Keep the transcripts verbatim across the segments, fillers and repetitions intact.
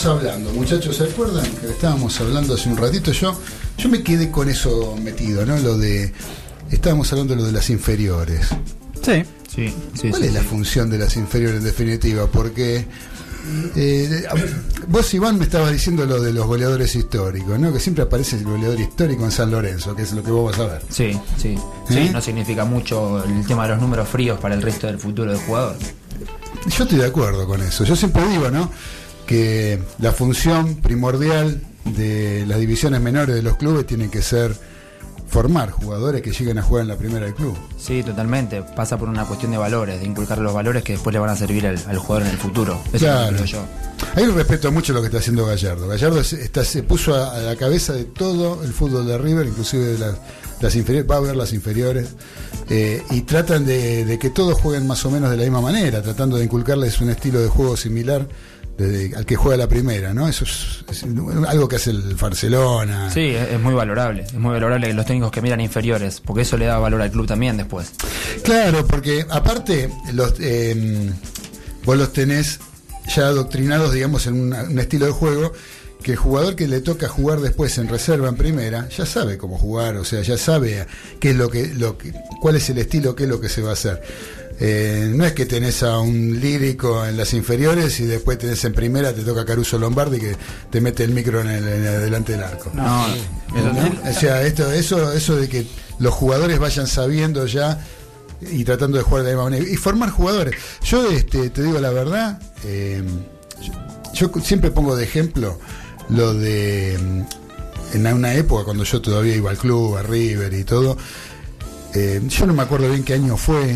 estábamos hablando, muchachos, ¿se acuerdan que estábamos hablando hace un ratito? Yo, yo me quedé con eso metido, ¿no? Lo de, estábamos hablando de lo de las inferiores. Sí, sí, sí. ¿Cuál sí, es sí. la función de las inferiores en definitiva? Porque eh, vos, Iván, me estabas diciendo lo de los goleadores históricos, ¿no? Que siempre aparece el goleador histórico en San Lorenzo, que es lo que vos vas a ver. Sí, sí, sí, ¿Eh? no significa mucho el tema de los números fríos para el resto del futuro del jugador. Yo estoy de acuerdo con eso. Yo siempre digo, ¿no?, que la función primordial de las divisiones menores de los clubes tiene que ser formar jugadores que lleguen a jugar en la primera del club. Sí, totalmente. Pasa por una cuestión de valores, de inculcar los valores que después le van a servir al, al jugador en el futuro. Eso Claro. es lo que digo yo. Ahí respeto mucho lo que está haciendo Gallardo. Gallardo se, está, se puso a, a la cabeza de todo el fútbol de River, inclusive de las, las inferiores, va a ver las inferiores, eh, y tratan de, de que todos jueguen más o menos de la misma manera, tratando de inculcarles un estilo de juego similar de, al que juega la primera, ¿no? Eso es, es algo que hace el Barcelona. Sí, es, es muy valorable. Es muy valorable que los técnicos que miran inferiores, porque eso le da valor al club también después. Claro, porque aparte los eh, vos los tenés ya adoctrinados, digamos, en una, un estilo de juego que el jugador que le toca jugar después en reserva en primera ya sabe cómo jugar, o sea, ya sabe qué es lo que, lo que cuál es el estilo, qué es lo que se va a hacer. Eh, no es que tenés a un lírico en las inferiores y después tenés en primera, te toca Caruso Lombardi que te mete el micro en el, en el delante del arco. No, ¿No? eso, O sea, esto, eso, eso de que los jugadores vayan sabiendo ya y tratando de jugar de la misma manera y formar jugadores. Yo este, te digo la verdad, eh, yo, yo siempre pongo de ejemplo lo de en una época cuando yo todavía iba al club, a River y todo, eh, yo no me acuerdo bien qué año fue,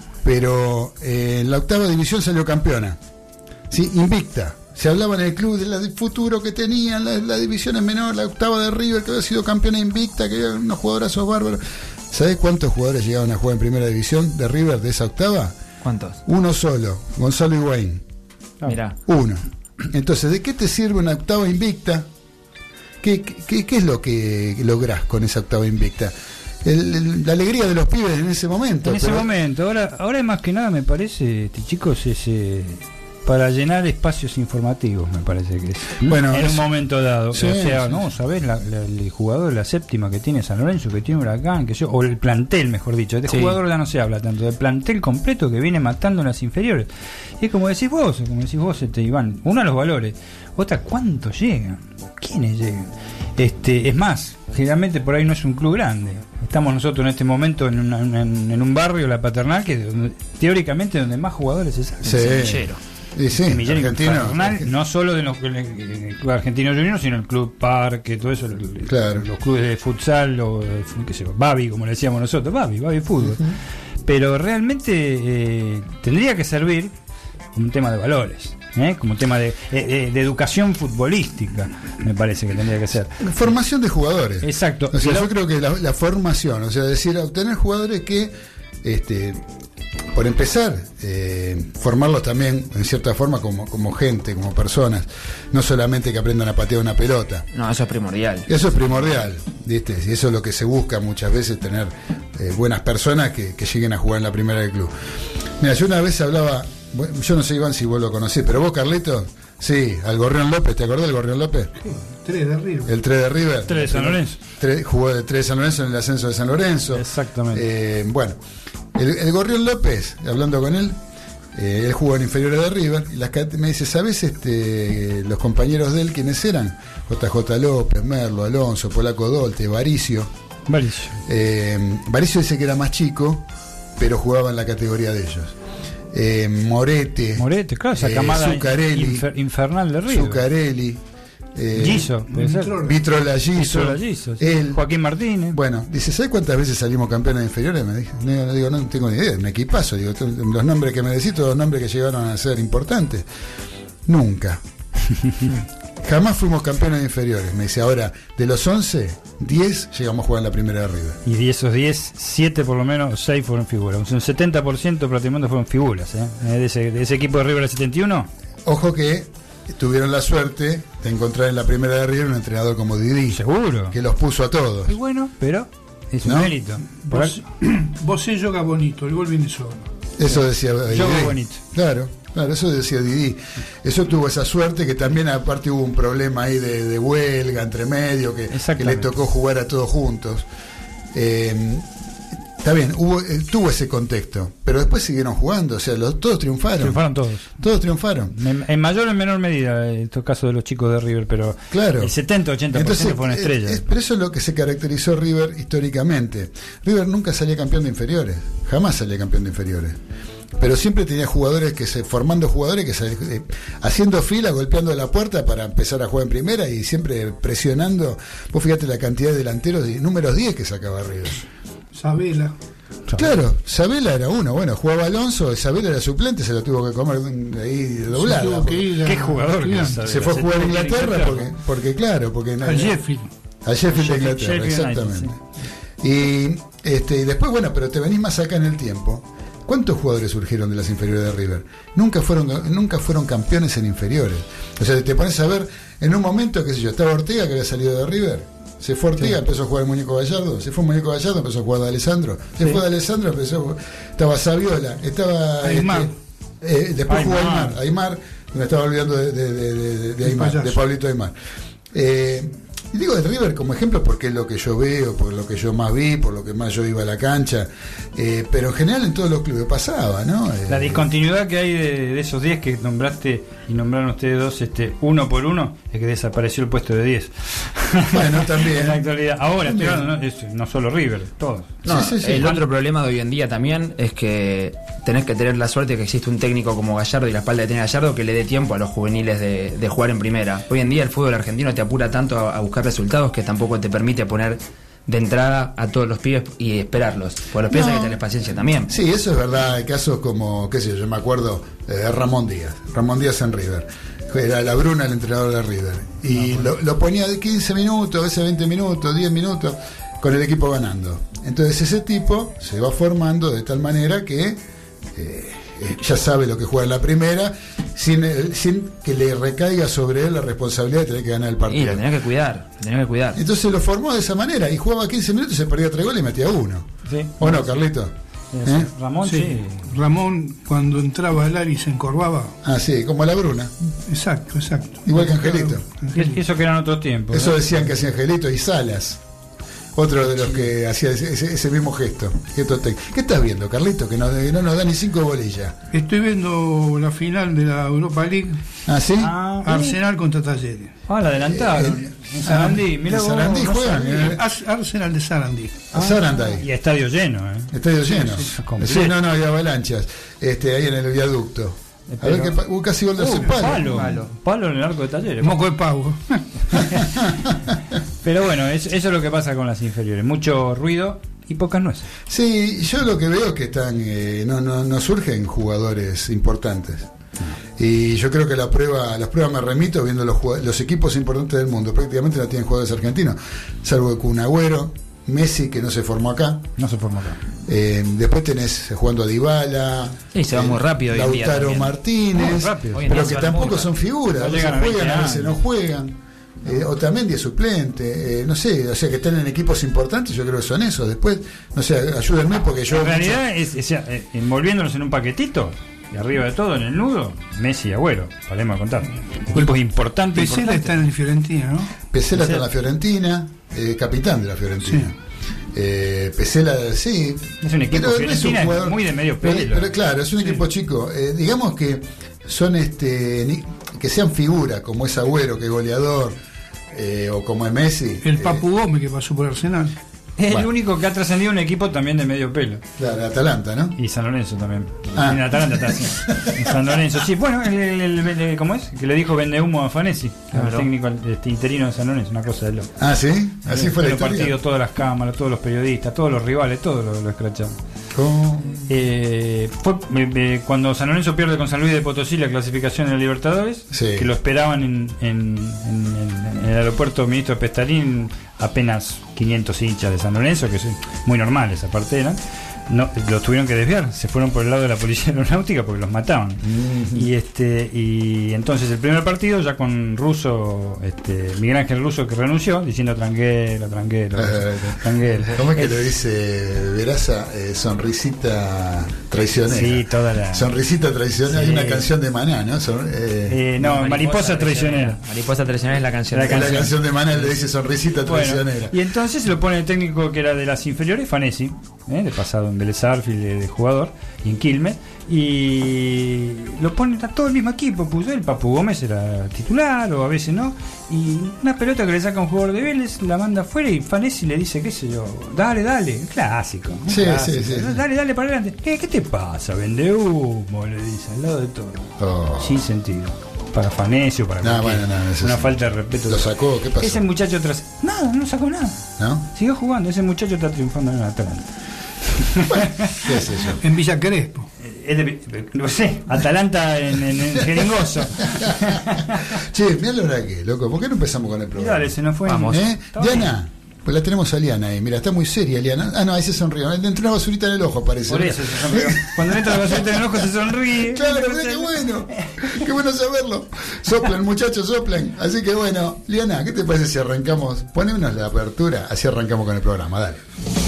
pero eh, en la octava división salió campeona, ¿sí? Invicta. Se hablaba en el club del futuro que tenían, la, la división es menor, la octava de River, que había sido campeona invicta, que había unos jugadorazos bárbaros. ¿Sabés cuántos jugadores llegaban a jugar en primera división de River de esa octava? ¿cuántos? Uno solo, Gonzalo Higuaín. Mirá. Uno. Entonces, ¿de qué te sirve una octava invicta? ¿Qué, qué, qué es lo que lográs con esa octava invicta? El, el, la alegría de los pibes en ese momento. En ese pero... momento, ahora, ahora más que nada me parece, este, chicos, es eh, para llenar espacios informativos, me parece que es. Bueno, en es... un momento dado. Sí, o sea, sí, no, sí. ¿sabés? La, la, el jugador de la séptima que tiene San Lorenzo, que tiene Huracán, que yo, o el plantel, mejor dicho. De Sí. jugador ya no se habla tanto, del plantel completo que viene matando en las inferiores. Y es como decís vos, como decís vos, este, Iván, uno de los valores. Otra, ¿cuántos llegan? ¿Quiénes llegan? Este, es más, generalmente por ahí no es un club grande. Estamos nosotros en este momento en, una, en, en un barrio, La Paternal, que es donde, teóricamente donde más jugadores se sacan. Sí. Semillero. Y sí, Semillero y argentino. Paternal, no solo de los el, el Club Argentino Junior, sino el Club Parque, todo eso, el, Claro. los clubes de futsal, o qué sé yo, Babi, como le decíamos nosotros, Babi, Babi Fútbol. Uh-huh. Pero realmente eh, tendría que servir como un tema de valores. ¿Eh? Como tema de, de, de educación futbolística, me parece que tendría que ser. Formación de jugadores. Exacto. O sea, Lo... yo creo que la, la formación, o sea, decir, obtener jugadores que, este, por empezar, eh, formarlos también, en cierta forma, como, como gente, como personas, no solamente que aprendan a patear una pelota. No, eso es primordial. Eso es primordial, ¿viste? Y eso es lo que se busca muchas veces, tener eh, buenas personas que, que lleguen a jugar en la primera del club. Mira, yo una vez hablaba... Bueno, yo no sé, Iván, si vos lo conocés, pero vos, Carleto, sí, al Gorrión López, ¿te acordás del Gorrión López? Sí, tres de River. El tres de River. tres de San Lorenzo. Tres, jugó de tres de San Lorenzo en el ascenso de San Lorenzo. Exactamente. Eh, bueno, el, el Gorrión López, hablando con él, eh, él jugó en inferiores de River, y las, me dice, ¿sabés este, los compañeros de él quiénes eran? J J López, Merlo, Alonso, Polaco Dolte, Varicio. Varicio. Eh, Varicio dice que era más chico, pero jugaba en la categoría de ellos. Eh, Morete, Morete, claro, esa eh, camada Zuccarelli, infer, infernal de River. Zuccarelli, eh, Giso, Vitrola Giso, él, Joaquín Martínez. Bueno, dice, ¿sabes cuántas veces salimos campeones inferiores? Me dije, no, no, digo, no tengo ni idea, un equipazo, digo, los nombres que me decís, todos los nombres que llegaron a ser importantes. Nunca. Jamás fuimos campeones inferiores. Me dice, ahora, de los once, diez llegamos a jugar en la primera de River. Y de esos diez, siete por lo menos, seis fueron figuras. Un setenta por ciento prácticamente fueron figuras. ¿eh? De, ese, de ese equipo de River del setenta y uno. Ojo que tuvieron la suerte de encontrar en la primera de River un entrenador como Didi. Seguro. Que los puso a todos. Muy bueno, pero es un ¿no? mérito. Vos, vos yoga bonito, el gol viene solo. Eso decía Didi. Yoga bonito. Claro. Claro, eso decía Didi. Eso tuvo esa suerte, que también aparte hubo un problema ahí de, de huelga entre medio, que, que le tocó jugar a todos juntos. Eh, está bien, hubo, eh, tuvo ese contexto, pero después siguieron jugando, o sea, los, todos triunfaron. Triunfaron todos. Todos triunfaron. En, en mayor o en menor medida, en estos casos de los chicos de River, pero claro. El setenta ochenta por ciento fueron estrellas. Es, pero eso es lo que se caracterizó River históricamente. River nunca salía campeón de inferiores, jamás salía campeón de inferiores. Pero siempre tenía jugadores que se, formando jugadores que se, eh, haciendo fila, golpeando la puerta para empezar a jugar en primera y siempre presionando. Vos fíjate la cantidad de delanteros y números diez que sacaba River. Sabela. Claro, Sabela era uno, bueno, jugaba Alonso, Sabela era suplente, se lo tuvo que comer ahí doblado. ¿Qué jugador? Que se fue a jugar a Inglaterra porque, porque claro, porque al Sheffield. Al Sheffield de Inglaterra, Sheffield exactamente. United, sí. Y este y después, bueno, pero te venís más acá en el tiempo. ¿Cuántos jugadores surgieron de las inferiores de River? Nunca fueron nunca fueron campeones en inferiores. O sea, te pones a ver, en un momento, qué sé yo, estaba Ortega, que había salido de River, se fue Ortega, sí. Empezó a jugar el Muñeco Gallardo, se fue el Muñeco Gallardo, empezó a jugar de Alessandro, se sí. fue de Alessandro, empezó, estaba Saviola, estaba Aymar. Este, eh, después Aymar. jugó Aymar, Aymar, me estaba olvidando de, de, de, de, de Aymar, de Pablito Aymar. Eh, Y digo de River como ejemplo porque es lo que yo veo, por lo que yo más vi, por lo que más yo iba a la cancha, eh, pero en general en todos los clubes pasaba, ¿no? Eh, la discontinuidad que hay de, de esos diez que nombraste y nombraron ustedes dos, este, uno por uno, es que desapareció el puesto de diez. Bueno, también. En la actualidad. Ahora, estoy hablando, no, es, no solo River, todos. No, sí, sí, sí. El otro problema de hoy en día también es que tenés que tener la suerte de que existe un técnico como Gallardo y la espalda de tener Gallardo que le dé tiempo a los juveniles de, de jugar en primera. Hoy en día el fútbol argentino te apura tanto a, a buscar resultados que tampoco te permite poner de entrada a todos los pibes y esperarlos. Porque los pibes no. Hay que tener paciencia también. Sí, eso es verdad. Hay casos como, qué sé yo, yo me acuerdo de Ramón Díaz. Ramón Díaz en River. Era la Bruna el entrenador de River. Y no, lo, lo ponía de quince minutos, a veces veinte minutos, diez minutos, con el equipo ganando. Entonces ese tipo se va formando de tal manera que eh, ya sabe lo que juega en la primera, sin, sin que le recaiga sobre él la responsabilidad de tener que ganar el partido. Y lo tenés que cuidar, lo tenés que cuidar. Entonces lo formó de esa manera y jugaba quince minutos y se perdía tres goles y metía uno. Sí. ¿O no, Carlito? ¿Eh? Ramón, sí. sí. Ramón, cuando entraba al área y se encorvaba. Ah, sí, como la Bruna. Exacto, exacto. Igual que Angelito. Angelito. Eso que eran otros tiempos. Eso ¿no? decían que hacía Angelito y Salas. Otro de los sí. que hacía ese, ese mismo gesto. ¿Qué estás viendo, Carlito? Que no, que no nos da ni cinco bolillas. Estoy viendo la final de la Europa League. ¿Ah, sí? Ah, Arsenal contra Talleres. Ah, la adelantaron. Eh, en Sarandí. Mirá en Sarandí vos, juegan. Eh. Arsenal de Sarandí. Ah, Sarandí. Y estadio lleno, ¿eh? Estadio lleno. Sí, sí, sí, no, no, hay avalanchas. Este, ahí en el viaducto. A ver qué uh, casi gol de uh, palo. palo. Palo. Palo en el arco de Talleres. Moco de pavo. Pero bueno, es, eso es lo que pasa con las inferiores. Mucho ruido y pocas nueces. Sí, yo lo que veo es que están eh, no, no, no surgen jugadores importantes. Y yo creo que la prueba, las pruebas me remito viendo los, los equipos importantes del mundo. Prácticamente no tienen jugadores argentinos, salvo el Kun Agüero, Messi, que no se formó acá. No se formó acá. Eh, después tenés jugando a Dybala. Sí, se va muy rápido. Lautaro Martínez. Pero que tampoco son figuras. A veces juegan, a veces no juegan. Eh, Otamendi es suplente. Eh, no sé, o sea, que están en equipos importantes, yo creo que son esos. Después, no sé, ayúdenme porque yo. En realidad, mucho... es, es, es, envolviéndolos en un paquetito. Y arriba de todo, en el nudo, Messi y Agüero, paremos a contar. Equipos importantes. Pesela importantes. está en la Fiorentina, ¿no? Pesela está en la Fiorentina, eh, capitán de la Fiorentina. Sí. Eh, Pesela, sí. Es un equipo pero es un jugador, muy de medio pelo. Pero, pero claro, es un sí. equipo chico. Eh, digamos que son este que sean figuras, como es Agüero, que es goleador, eh, o como es Messi. El eh, Papu Gómez, que pasó por Arsenal. Es bueno. el único que ha trascendido un equipo también de medio pelo. Claro, Atalanta, ¿no? Y San Lorenzo también. Ah. En Atalanta está así. En San Lorenzo, sí. Bueno, el, el, el, el, ¿cómo es? Que le dijo vende humo a Fanesi, claro. El técnico este, interino de San Lorenzo, una cosa de loco. Ah, sí, así eh, fue la historia. partido, todas las cámaras, todos los periodistas, todos los rivales, todos lo, lo escracharon. ¿Cómo? Eh, fue eh, eh, cuando San Lorenzo pierde con San Luis de Potosí la clasificación en la Libertadores, sí. que lo esperaban en, en, en, en el aeropuerto Ministro Pestalín, apenas quinientos hinchas de San Lorenzo, que son muy normales aparte eran. no, los tuvieron que desviar, se fueron por el lado de la policía aeronáutica porque los mataban. Uh-huh. Y este y entonces el primer partido ya con Russo, este, Miguel Ángel Russo, que renunció, diciendo tranquilo, tranquilo, tranquilo. ¿Cómo es que lo dice Veraza? Eh, sonrisita traicionera. Sí, toda la... Sonrisita traicionera, sí. Hay una canción de Maná, ¿no? Son, eh... Eh, no, Mariposa, Mariposa traicionera. traicionera. Mariposa traicionera es la canción. La, la canción. canción de Maná le dice sonrisita traicionera. Bueno, y entonces lo pone el técnico que era de las inferiores, Fanesi, ¿eh? De pasado en Vélez Sarsfield, de, de jugador, y en Quilmes, y lo pone a todo el mismo equipo. Puso el Papu Gómez era titular o a veces no, y una pelota que le saca un jugador de Vélez la manda afuera y Fanesi le dice, qué sé yo, dale, dale, clásico, sí, clásico. Sí, sí. Dale, dale para adelante. ¿Qué, ¿Qué te pasa? Vende humo, le dice, al lado de todo. Oh. Sin sentido. Para Fanesio, para no, bueno, no, una es, falta de respeto. ¿Lo sacó? ¿Qué pasó? Ese muchacho tras nada, no sacó nada. ¿No? Siguió jugando, ese muchacho está triunfando en el Atalanta. Bueno, ¿qué es eso? En Villa Crespo. Es de, no sé, Atalanta en, en, en Jeringoso. Che, mirá la hora que, loco, ¿por qué no empezamos con el programa? Dale, se nos fue. Vamos. ¿Eh? Diana, pues la tenemos a Liana ahí. Mira, está muy seria Liana. Ah, no, ahí se sonríe. Le entró una basurita en el ojo, parece. Por eso se sonríe. Cuando le entra la basurita en el ojo se sonríe. Claro, qué bueno. Qué bueno saberlo. Soplan, muchachos, soplan. Así que bueno, Liana, ¿qué te parece si arrancamos? Ponémonos la apertura, así arrancamos con el programa. Dale.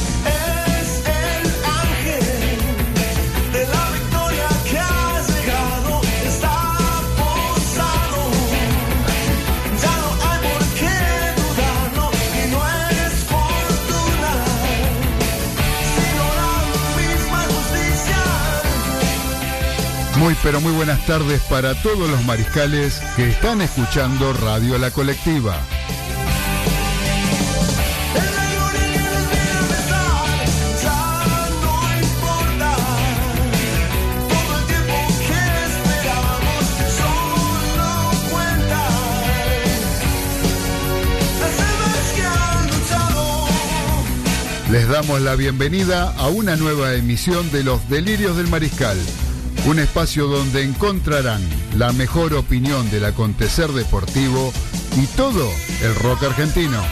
Muy pero muy buenas tardes para todos los mariscales que están escuchando Radio La Colectiva. Les damos la bienvenida a una nueva emisión de Los Delirios del Mariscal. Un espacio donde encontrarán la mejor opinión del acontecer deportivo y todo el rock argentino.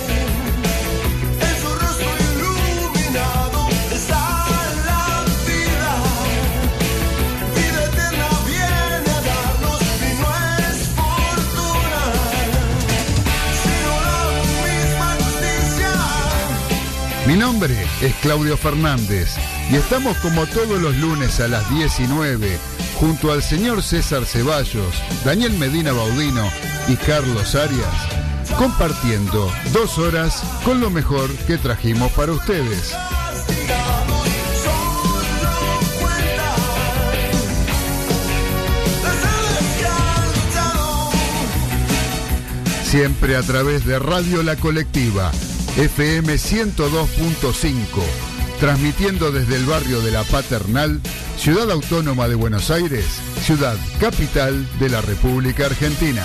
Mi nombre es Claudio Fernández y estamos como todos los lunes a las diecinueve junto al señor César Ceballos, Daniel Medina Baudino y Carlos Arias, compartiendo dos horas con lo mejor que trajimos para ustedes. Siempre a través de Radio La Colectiva, F M ciento dos punto cinco, transmitiendo desde el barrio de La Paternal, Ciudad Autónoma de Buenos Aires, ciudad capital de la República Argentina.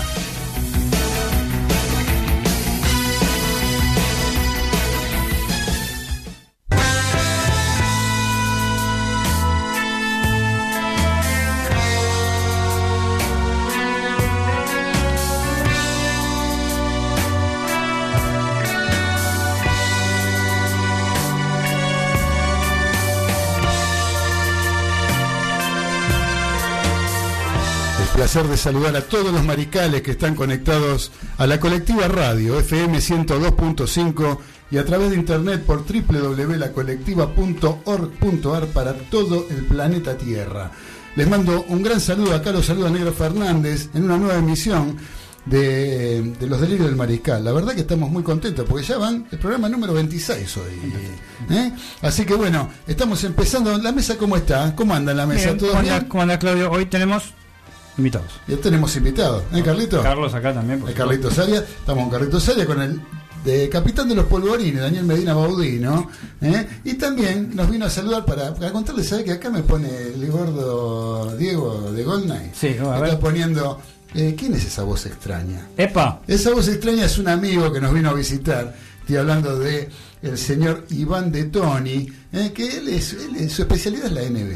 Placer de saludar a todos los mariscales que están conectados a la colectiva radio F M ciento dos punto cinco y a través de internet por doble u doble u doble u punto la colectiva punto org punto a r para todo el planeta Tierra. Les mando un gran saludo, acá los saluda Negro Fernández en una nueva emisión de, de Los Delirios del Mariscal. La verdad que estamos muy contentos porque ya van el programa número veintiséis hoy. ¿eh? Así que bueno, estamos empezando. ¿La mesa cómo está? ¿Cómo anda la mesa? Bien, ¿Todo ¿cómo bien? anda, ¿Cómo anda, Claudio? Hoy tenemos invitados. Ya tenemos invitados, ¿eh, Carlito? Carlos acá también. El Carlitos Arias. Estamos con Carlitos Arias, con el de capitán de los polvorines, Daniel Medina Baudino. ¿eh? Y también nos vino a saludar para, para contarles, ¿sabe que acá me pone el gordo Diego de Goldnight? Sí, a ver. Está poniendo. Eh, ¿Quién es esa voz extraña? ¡Epa! Esa voz extraña es un amigo que nos vino a visitar. Estoy hablando de el señor Iván de Toni, ¿eh? que él es, él es, su especialidad es la N B A.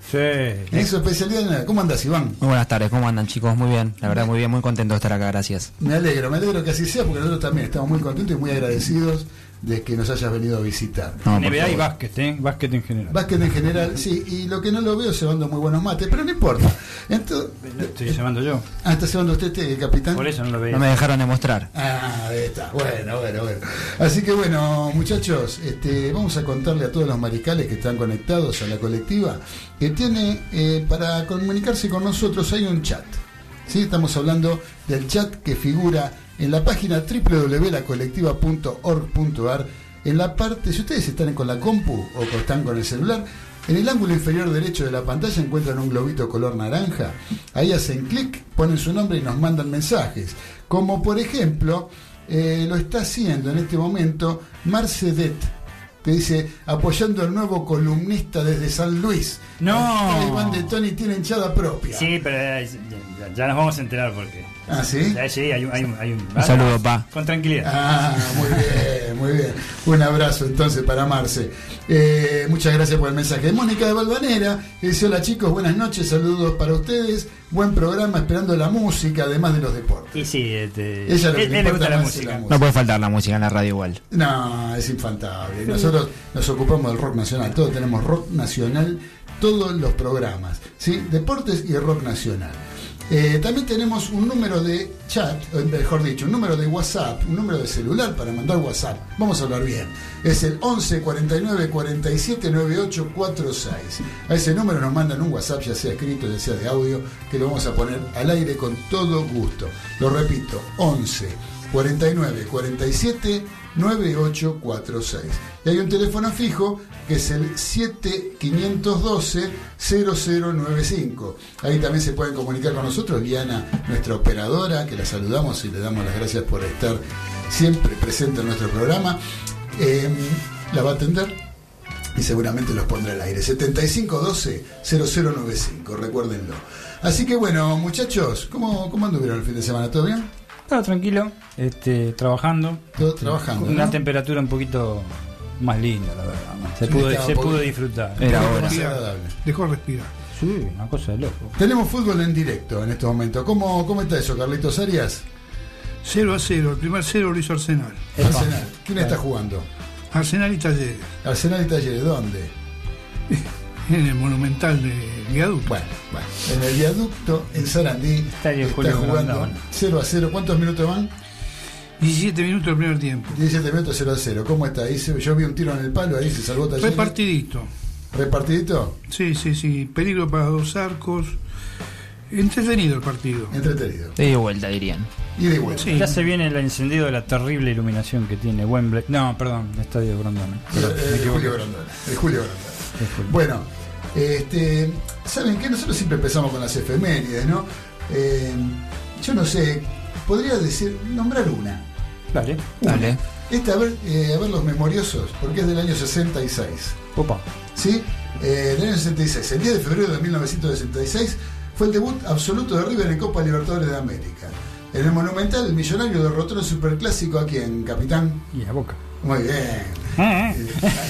Sí. Es su especialidad. ¿Cómo andas, Iván? Muy buenas tardes, ¿cómo andan, chicos? Muy bien, la verdad, muy bien, muy contento de estar acá, gracias. Me alegro, me alegro que así sea, porque nosotros también estamos muy contentos y muy agradecidos de que nos hayas venido a visitar. No, N por B A y favor. básquet, ¿eh? Básquet en general. Básquet en general, sí, y lo que no lo veo se van muy buenos mates, pero no importa. Entonces, Lo estoy llamando yo. ah, está llevando usted, este, capitán. Por eso no lo veía. No me dejaron demostrar. Ah, ahí está, bueno, bueno, bueno. Así que bueno, muchachos, este, vamos a contarle a todos los mariscales que están conectados a la colectiva que tiene, eh, para comunicarse con nosotros hay un chat. ¿Sí? Estamos hablando del chat que figura en la página doble u doble u doble u punto la colectiva punto org punto a r. En la parte, si ustedes están con la compu o están con el celular, en el ángulo inferior derecho de la pantalla encuentran un globito color naranja. Ahí hacen clic, ponen su nombre y nos mandan mensajes. Como por ejemplo, eh, lo está haciendo en este momento Marcedet, que dice, apoyando al nuevo columnista desde San Luis. No. El Iván de Tony tiene hinchada propia. Sí, pero eh, ya, ya nos vamos a enterar porque. ¿Ah, sí? Ya, sí, hay un. Hay un, hay un Un saludo, pa. Con tranquilidad. Ah, muy bien, muy bien. Un abrazo entonces para Marce. Eh, muchas gracias por el mensaje. Mónica de Valvanera, que dice, hola chicos, buenas noches, saludos para ustedes. Buen programa, esperando la música, además de los deportes. Y sí, este, Ella lo que él, le él le importa gusta la más música. es la música. No puede faltar la música en la radio igual. No, es infantable. Nosotros nos ocupamos del rock nacional. Todos tenemos rock nacional, todos los programas, ¿sí? Deportes y rock nacional. Eh, también tenemos un número de chat, o mejor dicho, un número de WhatsApp, un número de celular para mandar WhatsApp. Vamos a hablar bien. Es el once cuarenta y nueve cuarenta y siete noventa y ocho cuarenta y seis. A ese número nos mandan un WhatsApp, ya sea escrito, ya sea de audio, que lo vamos a poner al aire con todo gusto. Lo repito, once cuarenta y nueve cuarenta y siete noventa y ocho cuarenta y seis. Y hay un teléfono fijo que es el siete cinco uno dos cero cero nueve cinco. Ahí también se pueden comunicar con nosotros. Liana, nuestra operadora, que la saludamos y le damos las gracias por estar siempre presente en nuestro programa, eh, la va a atender y seguramente los pondrá al aire. setenta y cinco doce cero cero noventa y cinco, recuérdenlo. Así que bueno, muchachos, ¿cómo, cómo anduvieron el fin de semana? ¿Todo bien? Estaba tranquilo, este, trabajando. Todo trabajando, Con una ¿no? temperatura un poquito más linda, la verdad. Se, Sí, pudo, estaba se un poco- pudo disfrutar. Era Más hora. agradable. Dejó respirar. Sí, una cosa de loco. Tenemos fútbol en directo en estos momentos. ¿Cómo, cómo está eso, Carlitos Arias? cero a cero. El primer cero lo hizo Arsenal. Epa. Arsenal. ¿Quién está jugando? Arsenal y Talleres. Arsenal y Talleres, ¿dónde? En el Monumental de Viaducto. Bueno, bueno, en el viaducto, en Sarandí, Estadio está Julio jugando Grondona. cero a cero. ¿Cuántos minutos van? diecisiete minutos del primer tiempo. diecisiete minutos, cero a cero. ¿Cómo está? Ahí se- yo vi un tiro en el palo, ahí se salvó Talleres. Repartidito. ¿Repartidito? Sí, sí, sí. Peligro para dos arcos. Entretenido el partido. Entretenido. De ida y vuelta, dirían. Y de vuelta. Sí. Ya se viene el encendido de la terrible iluminación que tiene Wembley. No, perdón, Estadio de Grondona. Perdón, Eh, me de equivoqué. Julio Grondona. De Julio Grondona. Es Julio. Bueno, este, ¿saben qué? Nosotros siempre empezamos con las efemérides, ¿no? Eh, yo no sé, podría decir, nombrar una. Dale. Dale. Esta, a ver, eh, a ver los memoriosos, porque es del año sesenta y seis. Opa. ¿Sí? Eh, del año sesenta y seis. El diez de febrero de mil novecientos sesenta y seis fue el debut absoluto de River en Copa Libertadores de América. En el Monumental, el Millonario derrotó en el Superclásico a quien, capitán. Y a Boca. Muy bien. Eh,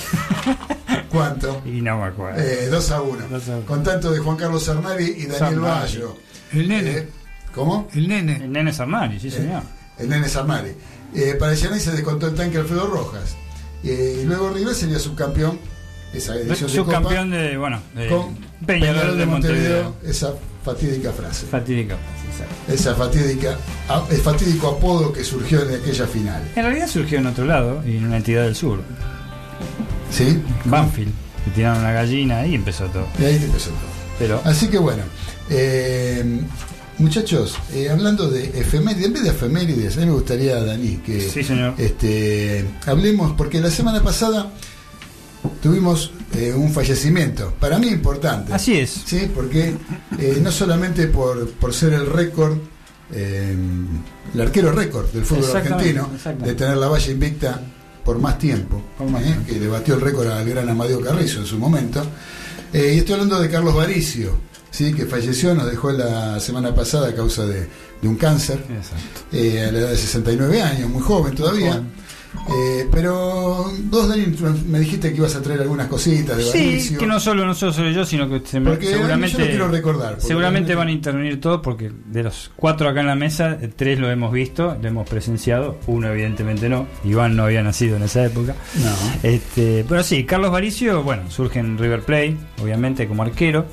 ¿Cuánto? Y no me acuerdo. Eh, dos a uno. dos a uno. Con tanto de Juan Carlos Arnari y Daniel Sarnari. Bayo. El nene. Eh, ¿Cómo? El nene. El nene Sarnari, sí, señor. El nene Sarnari. Eh, para el Llanay se descontó el tanque Alfredo Rojas. Eh, y luego River sería subcampeón. Esa edición de Copa. Subcampeón de, bueno, de Con Peñarol de Montevideo. Esa fatídica frase. Fatídica, exacto. Esa fatídica, a- el fatídico apodo que surgió en aquella final. En realidad surgió en otro lado, y en una entidad del sur. ¿Sí? Banfield. Que tiraron una gallina y empezó todo. Y ahí empezó todo. Pero Así que bueno, eh, muchachos, eh, hablando de efemérides, en vez de efemérides, a mí me gustaría, Dani, que sí, señor. este, hablemos, porque la semana pasada tuvimos eh, un fallecimiento, para mí importante. Así es. Sí, porque eh, no solamente por, por ser el récord, eh, el arquero récord del fútbol Exactamente, argentino, exactamente. de tener la valla invicta por más tiempo, Por más eh, tiempo. que le batió el récord al gran Amadeo Carrizo en su momento. Eh, y estoy hablando de Carlos Varicio, ¿sí? Que falleció, nos dejó la semana pasada a causa de, de un cáncer, Exacto. eh, a la edad de sesenta y nueve años, muy joven todavía. Joven. Eh, pero vos, Dani, me dijiste que ibas a traer algunas cositas de Baricio. Sí, que no solo, no solo soy yo, sino que se me, porque seguramente, yo lo quiero recordar, seguramente van a intervenir todos, porque de los cuatro acá en la mesa, tres lo hemos visto, lo hemos presenciado, uno evidentemente no, Iván no había nacido en esa época. No. Este, pero sí, Carlos Baricio, bueno, surge en River Plate, obviamente como arquero.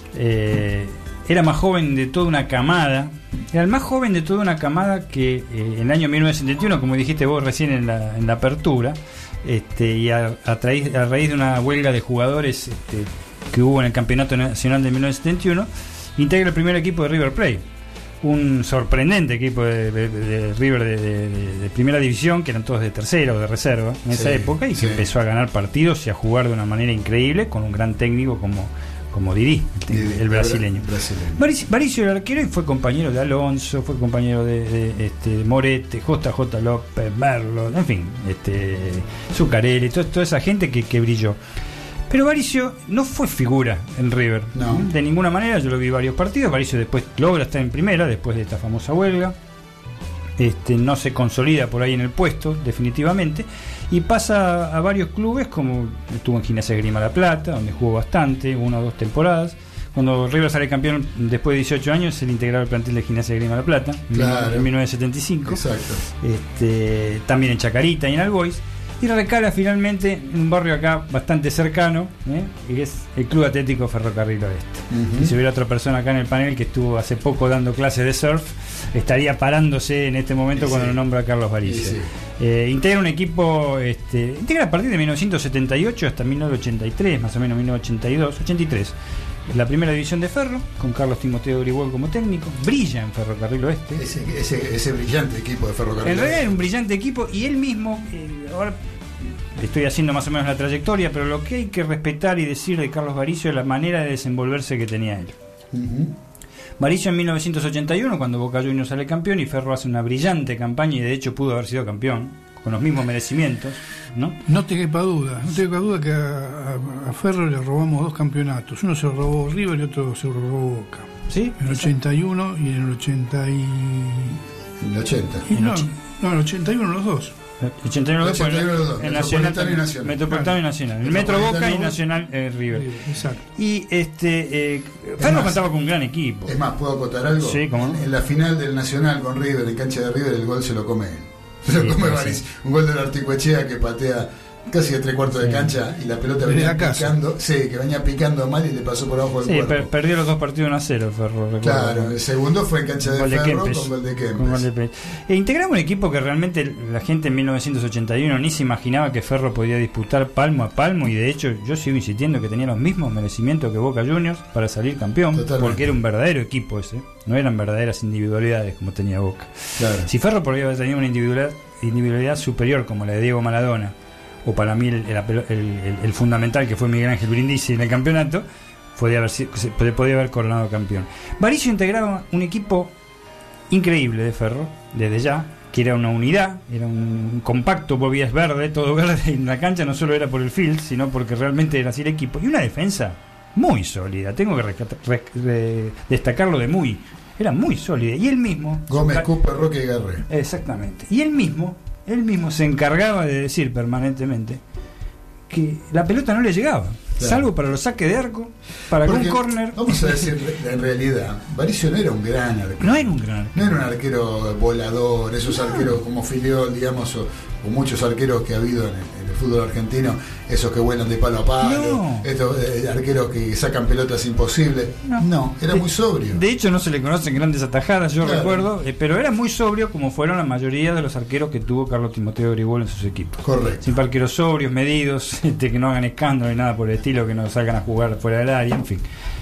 Eh, era más joven de toda una camada, era el más joven de toda una camada que eh, en el año mil novecientos setenta y uno, como dijiste vos recién en la, en la apertura, este, y a, a, raíz, a raíz de una huelga de jugadores este, que hubo en el Campeonato Nacional de mil novecientos setenta y uno, integra el primer equipo de River Plate, un sorprendente equipo de, de, de River de, de, de, de primera división, que eran todos de tercera o de reserva en esa sí, época, y que sí. empezó a ganar partidos y a jugar de una manera increíble con un gran técnico como como Didi, el, el brasileño. brasileño. Baricio, Baricio era arquero y fue compañero de Alonso, fue compañero de, de este, Morete, J J López, Merlo, en fin, este, Zuccarelli, toda, toda esa gente que, que brilló. Pero Baricio no fue figura en River, no. de ninguna manera. Yo lo vi varios partidos. Baricio después logra estar en primera después de esta famosa huelga. Este, no se consolida por ahí en el puesto definitivamente y pasa a varios clubes, como estuvo en Gimnasia Esgrima La Plata, donde jugó bastante, una o dos temporadas. Cuando River sale campeón después de dieciocho años, se le integraba al plantel de Gimnasia Esgrima La Plata, claro. en mil novecientos setenta y cinco. Exacto. Este, también en Chacarita y en Albois, y recala finalmente en un barrio acá bastante cercano, ¿eh? que es el Club Atlético Ferrocarril Oeste. Uh-huh. Y si hubiera otra persona acá en el panel que estuvo hace poco dando clases de surf, estaría parándose en este momento sí, cuando lo nombra Carlos Baricio. Sí, sí. Eh, integra un equipo, este, integra a partir de mil novecientos setenta y ocho hasta mil novecientos ochenta y tres, más o menos mil novecientos ochenta y dos, ochenta y tres. La primera división de Ferro, con Carlos Timoteo Gribol como técnico, brilla en Ferrocarril Oeste. Ese, ese, ese brillante equipo de Ferrocarril. En realidad era un brillante equipo y él mismo, eh, ahora estoy haciendo más o menos la trayectoria, pero lo que hay que respetar y decir de Carlos Baricio es la manera de desenvolverse que tenía él. Uh-huh. Baricio en mil novecientos ochenta y uno, cuando Boca Juniors sale campeón y Ferro hace una brillante campaña y de hecho pudo haber sido campeón, con los mismos merecimientos, ¿no? No te quepa duda, no te quepa duda que a, a, a Ferro le robamos dos campeonatos. Uno se lo robó River y otro se lo robó Boca. ¿Sí? En el ochenta y uno y en el ochenta y... En el ochenta. Y no, no, en el ochenta y uno los dos. ochenta y uno, ochenta y uno los dos. En Metropolitano y Nacional. Metropolitano y Nacional. El Metro Boca y Nacional eh, River. Exacto. Y este eh, Ferro más, contaba con un gran equipo. Es más, ¿puedo acotar algo? Sí, ¿cómo no? En la final del Nacional con River, en cancha de River, el gol se lo come él. Se lo sí, come Baricio. Sí. Un gol del Articoechea que patea casi de tres cuartos sí. de cancha y la pelota Desde venía la picando, sí, que venía picando mal y le pasó por abajo del sí, cuerpo. Per perdió los dos partidos uno a cero Ferro, recuerdo. Claro, el segundo fue en cancha de Ferro con gol de Kempes. E integramos un equipo que realmente la gente en mil novecientos ochenta y uno ni se imaginaba que Ferro podía disputar palmo a palmo, y de hecho yo sigo insistiendo que tenía los mismos merecimientos que Boca Juniors para salir campeón. Totalmente. Porque era un verdadero equipo ese, no eran verdaderas individualidades como tenía Boca. Claro. Si Ferro podría haber tenido una individualidad, individualidad superior como la de Diego Maradona, o para mí el, el, el, el fundamental que fue Miguel Ángel Brindisi en el campeonato, podía haber, podía haber coronado campeón. Baricio integraba un equipo increíble de Ferro, desde ya, que era una unidad, era un compacto, Bovías verde, todo verde en la cancha, no solo era por el field, sino porque realmente era así el equipo, y una defensa muy sólida, tengo que rescatar, res, re, destacarlo de muy, era muy sólida, y él mismo... Gómez, Cooper, Roque y Garré. Exactamente, y él mismo él mismo se encargaba de decir permanentemente que la pelota no le llegaba, claro, salvo para los saques de arco, para porque, un córner. Vamos a decir, en realidad, Baricio no era un gran arquero. No era un gran arquero. No era un arquero volador, esos no. arqueros como Filiol, digamos, o, o muchos arqueros que ha habido en el, en el fútbol argentino, esos que vuelan de palo a palo, no. estos eh, arqueros que sacan pelotas imposibles. No, no era de, muy sobrio. De hecho, no se le conocen grandes atajadas, yo claro. recuerdo, eh, pero era muy sobrio, como fueron la mayoría de los arqueros que tuvo Carlos Timoteo Gribol en sus equipos. Correcto. Siempre arqueros sobrios, medidos, este, que no hagan escándalo ni nada por el estilo, que no salgan a jugar fuera del área, en fin.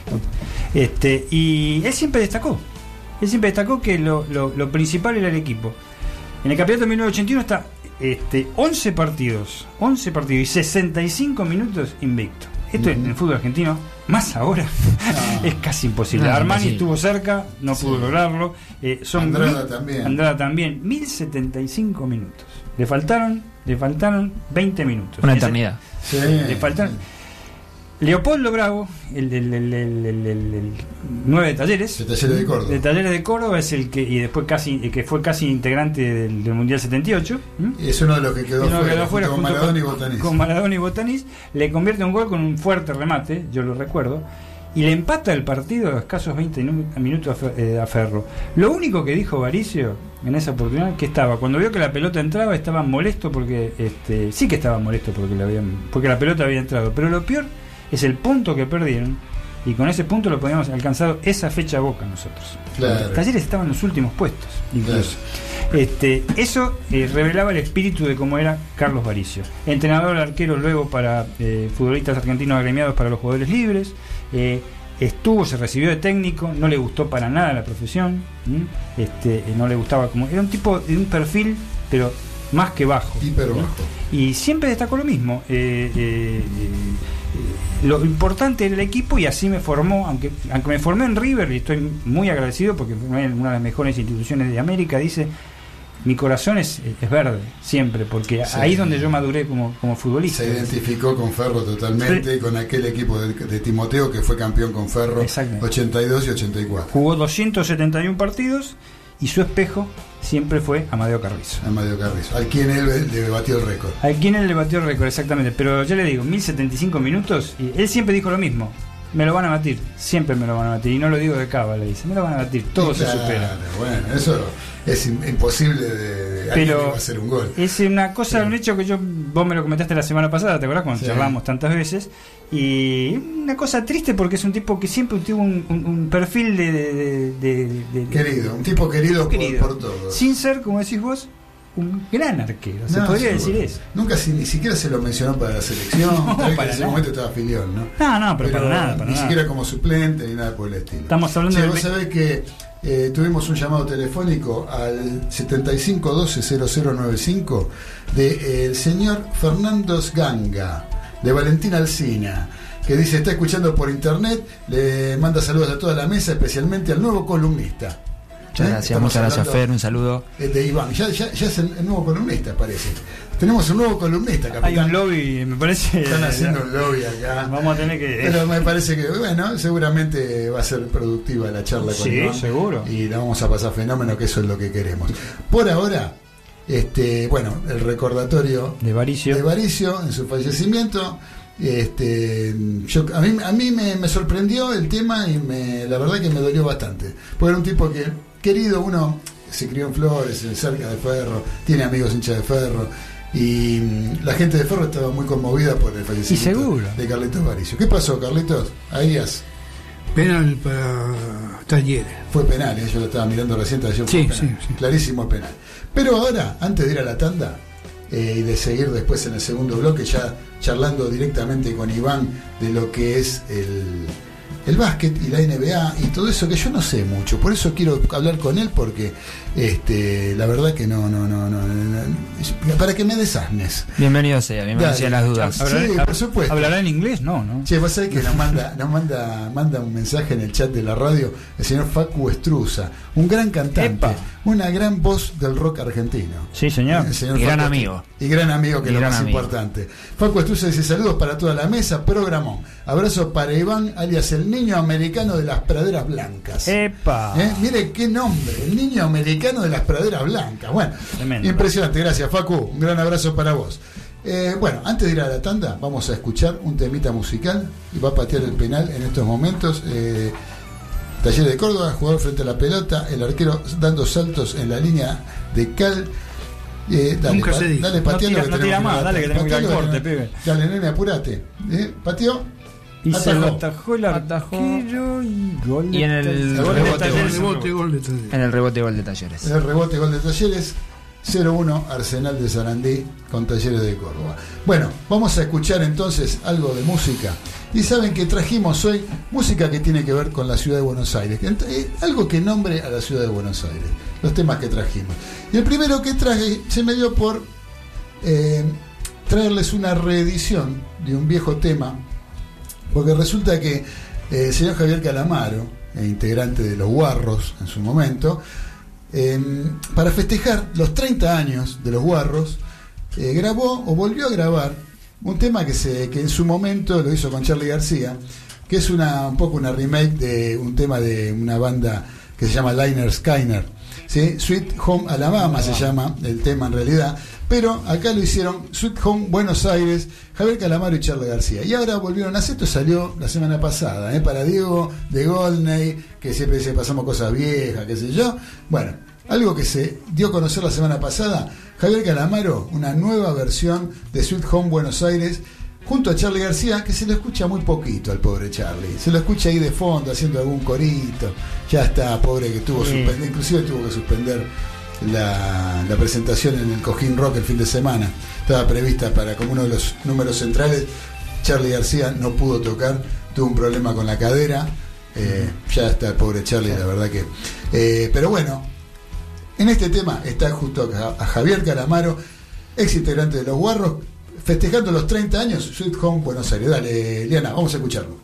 Este, y él siempre destacó, él siempre destacó que lo, lo, lo principal era el equipo. En el campeonato de mil novecientos ochenta y uno está este, once partidos, once partidos y sesenta y cinco minutos invicto. Esto uh-huh. en el fútbol argentino, más ahora, no. es casi imposible. No, Armani sí. estuvo cerca, no sí. pudo lograrlo. Eh, son Andrada mil, también. Andrada también, mil setenta y cinco minutos. Le faltaron, le faltaron veinte minutos. Una eternidad. Sí. Le faltaron. Leopoldo Bravo, el, el, el, el, el, el, el nueve de Talleres, de Talleres de Córdoba. de Talleres de Córdoba es el que, y después casi, que fue casi integrante del, del Mundial setenta y ocho. ¿Mm? Es uno de los que quedó uno fuera, quedó fuera con Maradona y Botanís. Con Maradona y Botanís, le convierte un gol con un fuerte remate, yo lo recuerdo, y le empata el partido a escasos veinte minutos a Ferro. Lo único que dijo Varicio en esa oportunidad, que estaba, cuando vio que la pelota entraba, estaba molesto porque, este, sí que estaba molesto porque, le habían, porque la pelota había entrado, pero lo peor es el punto que perdieron, y con ese punto lo podíamos alcanzado esa fecha a Boca nosotros. Claro. Talleres estaba en los últimos puestos, incluso. Claro. Este, eso eh, revelaba el espíritu de cómo era Carlos Varicio. Entrenador arquero luego para eh, futbolistas argentinos agremiados para los jugadores libres. Eh, estuvo, se recibió de técnico, no le gustó para nada la profesión. Este, no le gustaba como. Era un tipo de un perfil, pero más que bajo. Hiper bajo. Y siempre destacó lo mismo. Eh, eh, eh, lo importante era el equipo, y así me formó, aunque, aunque me formé en River, y estoy muy agradecido porque fue una de las mejores instituciones de América. Dice, mi corazón es, es verde, siempre, porque sí, ahí es donde yo maduré como, como futbolista. Se identificó con Ferro totalmente, sí, con aquel equipo de, de Timoteo que fue campeón con Ferro ochenta y dos y ochenta y cuatro. Jugó doscientos setenta y uno partidos, y su espejo siempre fue Amadeo Carrizo. Amadeo Carrizo, al quien él le batió el récord. Al quien él le batió el récord, exactamente. Pero yo le digo, mil setenta y cinco minutos, y él siempre dijo lo mismo. Me lo van a batir, siempre me lo van a batir. Y no lo digo de cava, le dice, me lo van a batir, todo sí, claro, se supera. Bueno, eso es imposible de, de pero hacer un gol. Es una cosa, sí, un hecho que yo, vos me lo comentaste la semana pasada, ¿te acordás? Cuando sí, charlamos tantas veces. Y una cosa triste porque es un tipo que siempre tuvo un, un, un perfil de, de, de, de, de querido, un tipo querido, querido por, por todo. Sin ser, como decís vos, un gran arquero, se no, podría seguro. decir eso. Nunca si, ni siquiera se lo mencionó para la selección. No, para en ese nada. momento estaba filión, ¿no? No, no, pero, pero para nada. Para ni nada. siquiera como suplente ni nada por el estilo. Estamos hablando sí, de. Vos sabés que eh, tuvimos un llamado telefónico al setenta y cinco doce cero cero noventa y cinco del de, eh, señor Fernando Ganga, de Valentín Alsina, que dice: está escuchando por internet, le manda saludos a toda la mesa, especialmente al nuevo columnista. Muchas gracias, Estamos muchas gracias Fer, un saludo. De Iván, ya, ya, ya es el, el nuevo columnista, parece. Tenemos un nuevo columnista, capitán. Hay un lobby, me parece. Están haciendo un lobby acá. Vamos a tener que. Pero me parece que, bueno, seguramente va a ser productiva la charla con sí, Iván. Sí, seguro. Y la vamos a pasar fenómeno, que eso es lo que queremos. Por ahora, este, bueno, el recordatorio de Varicio, de Varicio en su fallecimiento. Este, yo, a mí, a mí me, me sorprendió el tema y me, la verdad que me dolió bastante. Porque era un tipo que, querido, uno se crió en Flores, cerca de Ferro, tiene amigos hinchas de Ferro, y la gente de Ferro estaba muy conmovida por el fallecimiento de Carlitos Varicio. ¿Qué pasó, Carlitos? Ahías. Penal para Talleres. Fue penal, ¿eh? Yo lo estaba mirando recién, ayer sí, fue penal. Sí, sí. Clarísimo penal. Pero ahora, antes de ir a la tanda, Eh, y de seguir después en el segundo bloque, ya charlando directamente con Iván de lo que es el, el básquet y la N B A y todo eso, que yo no sé mucho, por eso quiero hablar con él, porque este, la verdad que no, no, no, no, no para que me desasnes. Bienvenido sea, bienvenido sea a las dudas. Sí, por supuesto. ¿Hablará en inglés? No, no. Che, vos sabés que nos manda, nos manda, manda un mensaje en el chat de la radio el señor Facu Estruza, un gran cantante, Epa. una gran voz del rock argentino. Sí, señor. El señor y Facu gran amigo. Y gran amigo, que y es lo más amigo. importante. Facu Estruza dice: saludos para toda la mesa, programón. Abrazo para Iván, alias el niño americano de las praderas blancas. ¡Epa! ¿Eh? Mire qué nombre, el niño americano de las praderas blancas. Bueno, tremendo. Impresionante, gracias Facu, un gran abrazo para vos. Eh, bueno, antes de ir a la tanda, vamos a escuchar un temita musical y va a patear el penal en estos momentos. Eh, Talleres de Córdoba, jugador frente a la pelota, el arquero dando saltos en la línea de cal. Eh, dale, Nunca pa, se dice. dale, patealo, no tira, que no tira tenemos más, que dale que tenemos que ir al patealo, corte, que- pibe. Dale, nene, apurate. Eh, pateó. Y se Atajó. lo atajó el arquero y gol de Y en el Talleres. Gol de rebote, Talleres. gol. Rebote, gol de Talleres. En el rebote gol de Talleres. El rebote, gol de Talleres. cero uno Arsenal de Sarandí con Talleres de Córdoba. Bueno, vamos a escuchar entonces algo de música. Y saben que trajimos hoy música que tiene que ver con la ciudad de Buenos Aires. Ent- eh, algo que nombre a la ciudad de Buenos Aires. Los temas que trajimos. Y el primero que traje se me dio por eh, traerles una reedición de un viejo tema. Porque resulta que eh, el señor Javier Calamaro, eh, integrante de Los Guarros en su momento, eh, para festejar los treinta años de Los Guarros, eh, grabó o volvió a grabar un tema que se que en su momento lo hizo con Charly García, que es una un poco una remake de un tema de una banda que se llama Lynyrd Skynyrd, ¿sí? Sweet Home Alabama ah. se llama el tema en realidad, pero acá lo hicieron Sweet Home Buenos Aires, Javier Calamaro y Charly García, y ahora volvieron a hacer. Esto salió la semana pasada, ¿eh? Para Diego de Goldney, que siempre dice pasamos cosas viejas, qué sé yo. Bueno, algo que se dio a conocer la semana pasada, Javier Calamaro, una nueva versión de Sweet Home Buenos Aires, junto a Charly García, que se lo escucha muy poquito al pobre Charly. Se lo escucha ahí de fondo haciendo algún corito. Ya está, pobre, que tuvo sí. suspender, inclusive tuvo que suspender la, la presentación en el Cojín Rock el fin de semana. Estaba prevista para como uno de los números centrales. Charly García no pudo tocar, tuvo un problema con la cadera. Eh, ya está el pobre Charly, la verdad que. Eh, pero bueno, en este tema está justo a, a Javier Calamaro, ex integrante de Los Guarros, festejando los treinta años, Sweet Home Buenos Aires. Dale, Liana, vamos a escucharlo.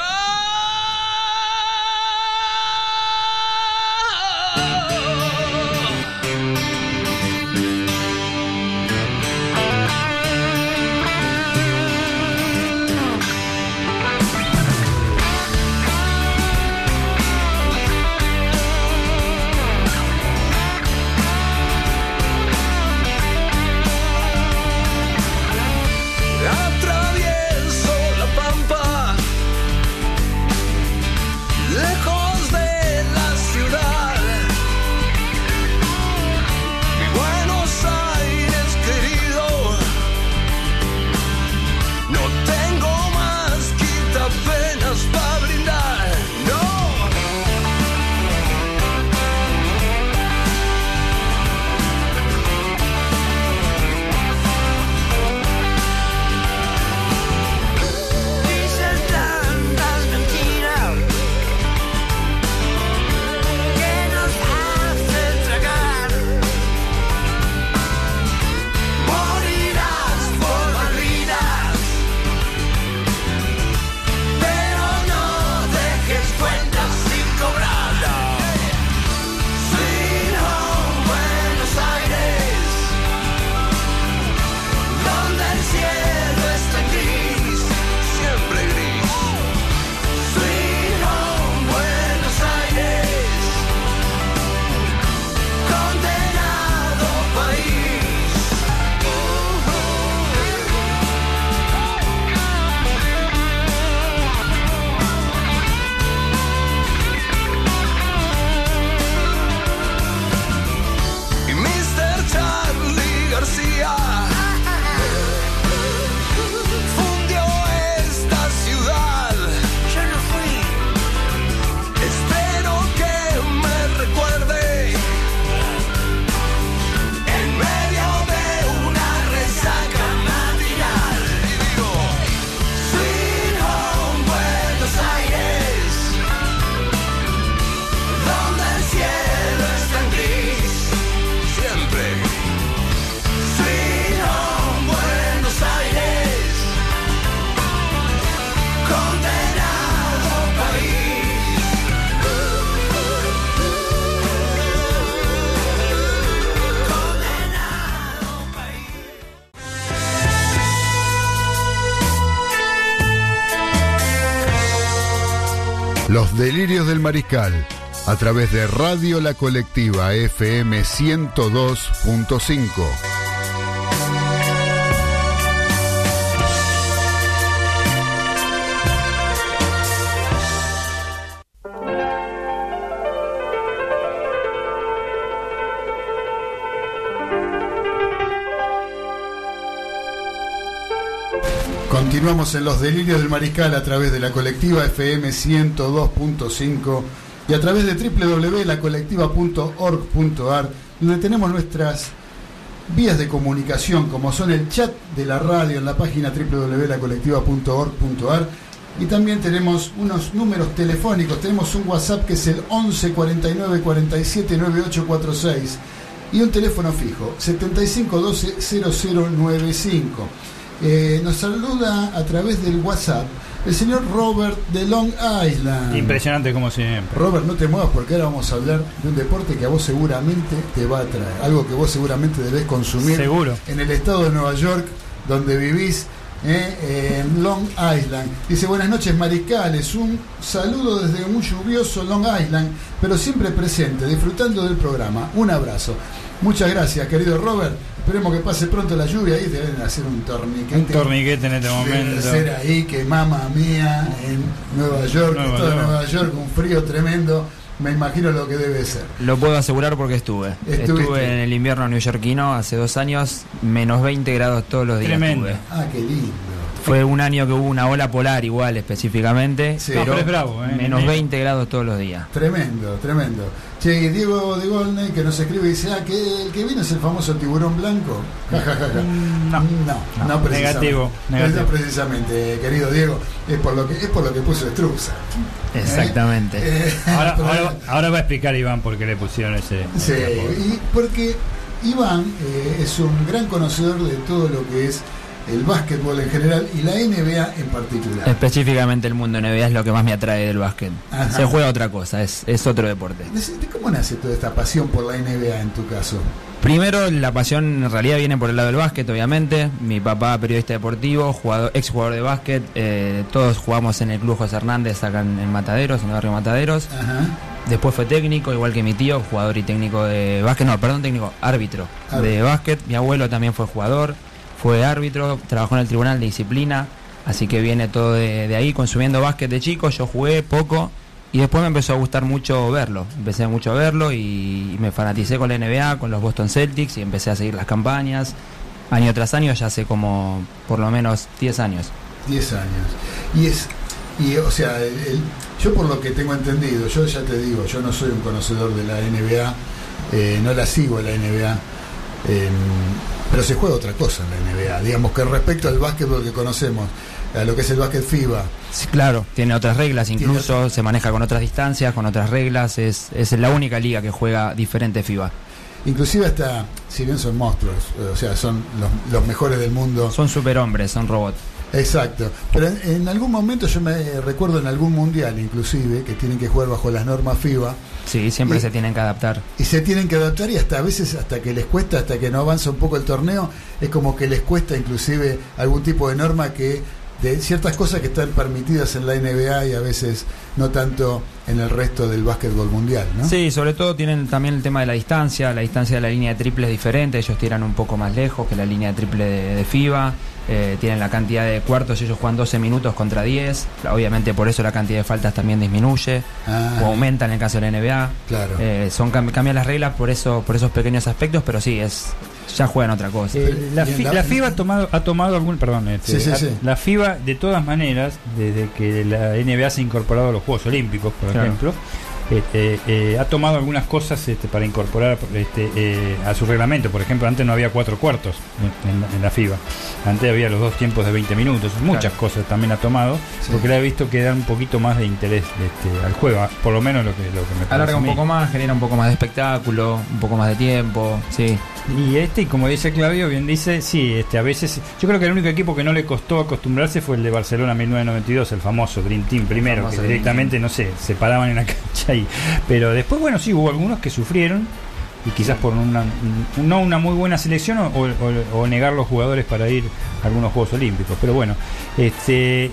Los Delirios del Mariscal, a través de Radio La Colectiva F M ciento dos punto cinco. Continuamos en Los Delirios del Mariscal a través de la colectiva F M ciento dos punto cinco y a través de doble u doble u doble u punto la colectiva punto org punto a r, donde tenemos nuestras vías de comunicación, como son el chat de la radio en la página doble u doble u doble u punto la colectiva punto org punto a r, y también tenemos unos números telefónicos. Tenemos un WhatsApp que es el once cuarenta y nueve cuarenta y siete noventa y ocho cuarenta y seis y un teléfono fijo setenta y cinco doce cero cero noventa y cinco. Eh, nos saluda a través del WhatsApp el señor Robert de Long Island. Impresionante como siempre. Robert, no te muevas porque ahora vamos a hablar de un deporte que a vos seguramente te va a traer, algo que vos seguramente debés consumir. Seguro. En el estado de Nueva York, donde vivís, eh, en Long Island. Dice, buenas noches Mariscales, un saludo desde un lluvioso Long Island, pero siempre presente, disfrutando del programa. Un abrazo. Muchas gracias, querido Robert. Esperemos que pase pronto la lluvia y deben hacer un torniquete. Un torniquete en este momento. Debe ser ahí, que mamá mía, en Nueva York, Nueva en toda York. Nueva York, un frío tremendo. Me imagino lo que debe ser. Lo puedo asegurar porque estuve. Estuviste. Estuve en el invierno neoyorquino hace dos años, menos veinte grados todos los días. Tremendo. Estuve. Ah, qué lindo. Fue un año que hubo una ola polar igual específicamente, Sí. pero, No, pero es bravo, ¿eh? menos Negro. veinte grados todos los días. Tremendo, tremendo. Che, y Diego de Golney que nos escribe y dice, ah, que el que vino es el famoso tiburón blanco. Ja, ja, ja, ja. No. no, No, no precisamente. negativo, negativo. No precisamente, querido Diego, es por lo que es por lo que puso Struza. Exactamente. Eh, Ahora, pero- ahora, ahora va a explicar Iván por qué le pusieron ese. Sí, ese apodo. y porque Iván eh, es un gran conocedor de todo lo que es el básquetbol en general y la N B A en particular. Específicamente el mundo N B A es lo que más me atrae del básquet. Ajá. Se juega otra cosa, es, es otro deporte. Decime, ¿cómo nace toda esta pasión por la N B A en tu caso? Primero, la pasión en realidad viene por el lado del básquet, obviamente. Mi papá, periodista deportivo, jugador, ex jugador de básquet. Eh, todos jugamos en el Club José Hernández, acá en, en Mataderos, en el barrio Mataderos. Ajá. Después fue técnico, igual que mi tío, jugador y técnico de básquet. No, perdón, técnico, árbitro Árbitro. de básquet. Mi abuelo también fue jugador, fue árbitro, trabajó en el Tribunal de Disciplina. Así que viene todo de, de ahí, consumiendo básquet de chico. Yo jugué poco. Y después me empezó a gustar mucho verlo, empecé mucho a verlo y me fanaticé con la N B A, con los Boston Celtics y empecé a seguir las campañas, año tras año, ya hace como por lo menos diez años. diez años. Y es, y o sea, el- el- yo por lo que tengo entendido, yo ya te digo, yo no soy un conocedor de la N B A, eh, no la sigo la N B A, eh, pero se juega otra cosa en la N B A, digamos que respecto al básquetbol que conocemos, a lo que es el básquet FIBA. Sí, claro, tiene otras reglas, Tiene incluso otra- se maneja con otras distancias, con otras reglas, es, es la única liga que juega diferente FIBA. Inclusive hasta, si bien son monstruos, eh, o sea, son los, los mejores del mundo. Son superhombres, son robots. Exacto. Pero en, en algún momento yo me eh, recuerdo en algún mundial inclusive que tienen que jugar bajo las normas FIBA Sí, siempre Y- se tienen que adaptar. y se tienen que adaptar y hasta a veces hasta que les cuesta, hasta que no avanza un poco el torneo, es como que les cuesta inclusive algún tipo de norma que de ciertas cosas que están permitidas en la N B A y a veces no tanto en el resto del básquetbol mundial, ¿no? Sí, sobre todo tienen también el tema de la distancia, la distancia de la línea de triple es diferente, ellos tiran un poco más lejos que la línea de triple de, de FIBA, eh, tienen la cantidad de cuartos, ellos juegan doce minutos contra diez, obviamente por eso la cantidad de faltas también disminuye Ah, o aumenta en el caso de la N B A, claro. eh, son cam- cambian las reglas por eso por esos pequeños aspectos, pero sí, es ya juegan otra cosa. Eh, la, Y en fi- la- la FIBA ha tomado, ha tomado algún, perdón, este, Sí, sí, ha- sí. la FIBA de todas maneras, desde que la N B A se ha incorporado a los Juegos Olímpicos, por Claro. ejemplo, este, eh, ha tomado algunas cosas este, para incorporar este, eh, a su reglamento. Por ejemplo, antes no había cuatro cuartos en, en la- en la FIBA, antes había los dos tiempos de veinte minutos. Muchas Claro. cosas también ha tomado, Sí. porque le he visto que da un poquito más de interés este, al juego, por lo menos lo que, lo que me parece Alarga a un mí. poco más, genera un poco más de espectáculo, un poco más de tiempo, sí. Y este, y como dice Claudio, bien dice, sí, este, a veces, yo creo que el único equipo que no le costó acostumbrarse fue el de Barcelona mil novecientos noventa y dos, el famoso Dream Team primero, Famoso que Dream directamente, no sé, se paraban en la cancha ahí. Pero después, bueno, sí, hubo algunos que sufrieron, y quizás por una, un- no una muy buena selección o, o- o negar los jugadores para ir a algunos Juegos Olímpicos. Pero bueno, este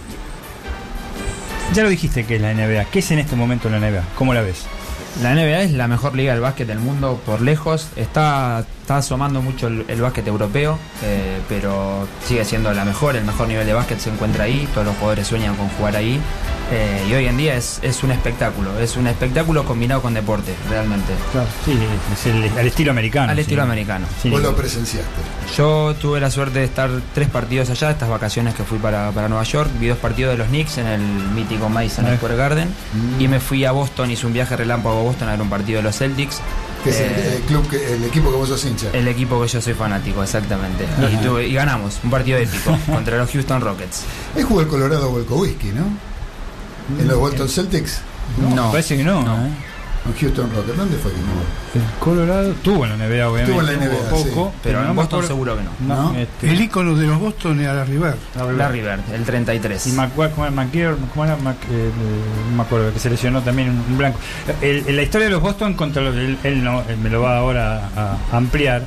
ya lo dijiste que es la N B A. ¿Qué es en este momento la N B A? ¿Cómo la ves? La N B A es la mejor liga del básquet del mundo por lejos. Está, está asomando mucho el, el básquet europeo, eh, pero sigue siendo la mejor. El mejor nivel de básquet se encuentra ahí. Todos los jugadores sueñan con jugar ahí. Eh, y hoy en día es, es un espectáculo. Es un espectáculo combinado con deporte, realmente. Sí, es el, al estilo americano. Al sí. estilo americano. Sí. Vos lo presenciaste. Yo tuve la suerte de estar tres partidos allá, estas vacaciones que fui para, para Nueva York. Vi dos partidos de los Knicks en el mítico Madison Ah. Square Garden. Mm. Y me fui a Boston, hice un viaje relámpago a Boston a ver un partido de los Celtics. Que es el, Eh, el club, que, el equipo que vos sos hincha. El equipo que yo soy fanático, exactamente. Ajá. Y, tuve- y ganamos un partido épico contra los Houston Rockets. Él jugó el Colorado Volkowski, ¿no? En los Bolton Celtics. No, Parece que no. no. ¿eh? En Houston Rockets. ¿Dónde fue que jugó? El Colorado tuvo en la N B A, obviamente. Tuvo en la N B A, jugó sí. poco, Pero en no me Boston acuerdo- seguro que no. No, ¿No? este, El ícono de los Boston era Larry Bird. Larry Bird, el treinta y tres. Y McGuire, ¿cómo era? McGuire, ¿cómo era? Mac- eh, no me acuerdo, que se lesionó también un, un blanco. El- el- la historia de los Boston contra los, él, él no, él me lo va ahora a, a ampliar.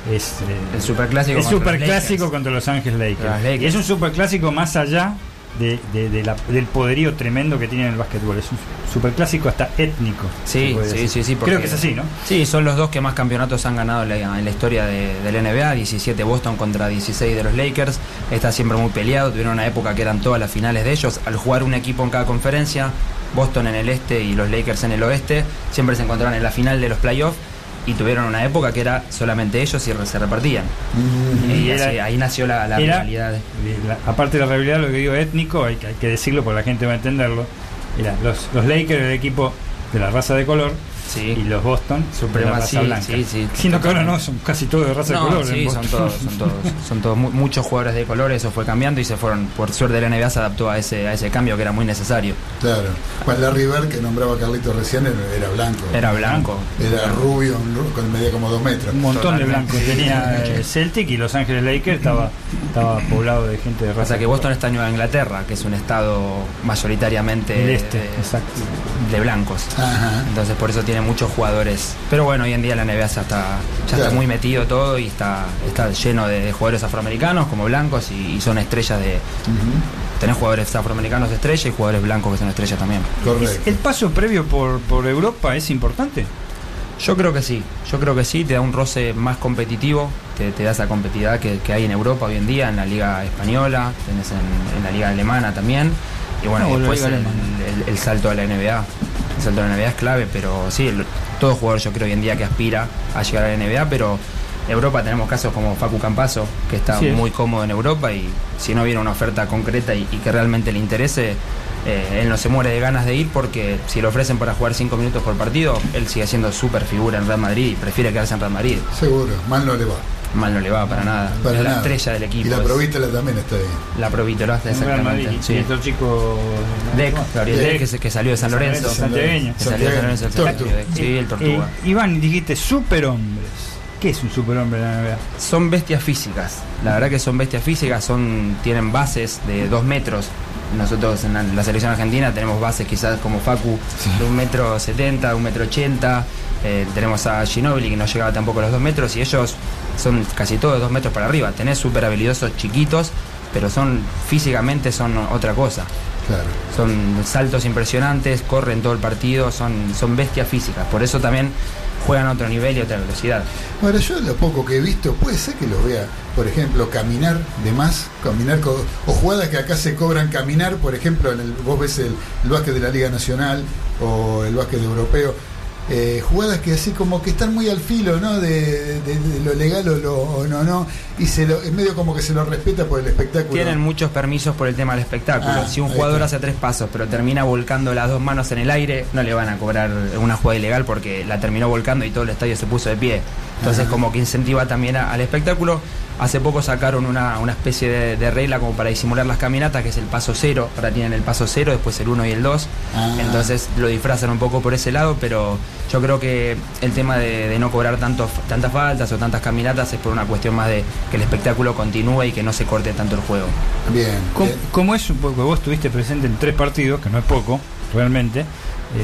es eh, El superclásico el contra los superclásico Lakers. contra Los Ángeles Lakers. Los Lakers. Y es un superclásico más allá de, de, de la, del poderío tremendo que tiene en el básquetbol. Es un superclásico hasta étnico. Sí, se puede sí, decir. sí, sí, porque- Creo que es así, ¿no? Sí, son los dos que más campeonatos han ganado en la, en la historia de, de la N B A. diecisiete Boston contra dieciséis de los Lakers. Está siempre muy peleado. Tuvieron una época que eran todas las finales de ellos. Al jugar un equipo en cada conferencia, Boston en el este y los Lakers en el oeste, siempre se encontraron en la final de los playoffs. Y tuvieron una época que era solamente ellos y se repartían. Mm. Y Era- así- ahí nació la, la era- rivalidad. de la- aparte de la rivalidad, lo que digo étnico, hay, que- hay que decirlo porque la gente va a entenderlo. Era los, los Lakers, el equipo de la raza de color, Sí. y los Boston, de la Suprema, raza sí, blanca. sí, sí. Siendo que ahora no, son casi todos de raza No, de color. en sí, son Boston. todos, son todos, son todos mu- muchos jugadores de color. Eso fue cambiando y se fueron. Por suerte la N B A se adaptó a ese a ese cambio que era muy necesario. Claro. Juan Larry Bird, que nombraba Carlitos recién, era, era blanco. Era blanco. Era rubio, un ru- con medía como dos metros. Un montón de Totalmente. blancos. Tenía eh, Celtic y Los Ángeles Lakers estaba, estaba poblado de gente de raza. Pasa que de color. Boston está en Nueva Inglaterra, que es un estado mayoritariamente Del este, de, exacto. de blancos. Ajá. Entonces por eso tiene muchos jugadores. Pero bueno, hoy en día la N B A ya está, ya Claro. está muy metido todo y está, está lleno de jugadores afroamericanos como blancos y, y son estrellas de. Ujú. Tenés jugadores afroamericanos de estrella y jugadores blancos que son estrellas también. Correcto. ¿El paso previo por, por Europa es importante? Yo creo que sí, yo creo que sí, te da un roce más competitivo, te, te da esa competitividad que, que hay en Europa hoy en día, en la liga española, tenés en, en la liga alemana también, y bueno, No, y la después liga el, alemana. el- el salto a la N B A. El salto a la N B A es clave, pero sí, el- todo jugador yo creo hoy en día que aspira a llegar a la N B A, pero Europa tenemos casos como Facu Campazzo, que está Sí, es. muy cómodo en Europa y si no viene una oferta concreta y, y que realmente le interese, eh, él no se muere de ganas de ir porque si lo ofrecen para jugar cinco minutos por partido, él sigue siendo súper figura en Real Madrid y prefiere quedarse en Real Madrid. Seguro, mal no le va. Mal no le va para nada. Para es la nada. estrella del equipo. Y la es Provítola también está ahí. la Provítola, En Real Madrid. exactamente. Y Sí. otro chico. Deck, Gabriel Deck. Deck, que, se- que salió de San Lorenzo. San Santiagueño. Que salió de San Lorenzo. Tortu. Sí, el Tortuga. Eh, Iván, dijiste superhombres. ¿Qué es un superhombre en la N B A? Son bestias físicas. La verdad que son bestias físicas, son tienen bases de dos metros. Nosotros en la, la selección argentina tenemos bases quizás como Facu de un metro setenta, un metro ochenta. Eh, tenemos a Ginóbili que no llegaba tampoco a los dos metros y ellos son casi todos dos metros para arriba. Tenés súper habilidosos chiquitos, pero son físicamente son otra cosa. Claro. Son saltos impresionantes, corren todo el partido, son, son bestias físicas. Por eso también juegan a otro nivel y a otra velocidad. Ahora, yo lo poco que he visto, puede ser que los vea, por ejemplo, caminar de más, caminar co- o jugadas que acá se cobran caminar, por ejemplo, en el, vos ves el, el básquet de la Liga Nacional o el básquet europeo, eh, jugadas que así como que están muy al filo, ¿no? De, de- de lo legal o, lo, o no, no, y se lo, es medio como que se lo respeta por el espectáculo. Tienen muchos permisos por el tema del espectáculo. Ah, si un ahí jugador está. hace tres pasos pero termina volcando las dos manos en el aire, no le van a cobrar una jugada ilegal porque la terminó volcando y todo el estadio se puso de pie. Entonces Ajá. como que incentiva también a- al espectáculo. Hace poco sacaron una, una especie de, de regla como para disimular las caminatas, que es el paso cero. Ahora tienen el paso cero, después el uno y el dos. Ah. Entonces lo disfrazan un poco por ese lado, pero yo creo que el tema de, de no cobrar tanto, tantas faltas o tantas caminatas es por una cuestión más de que el espectáculo continúe y que no se corte tanto el juego. Bien. ¿Cómo, Eh, cómo es? Porque vos estuviste presente en tres partidos, que no es poco, realmente. Eh,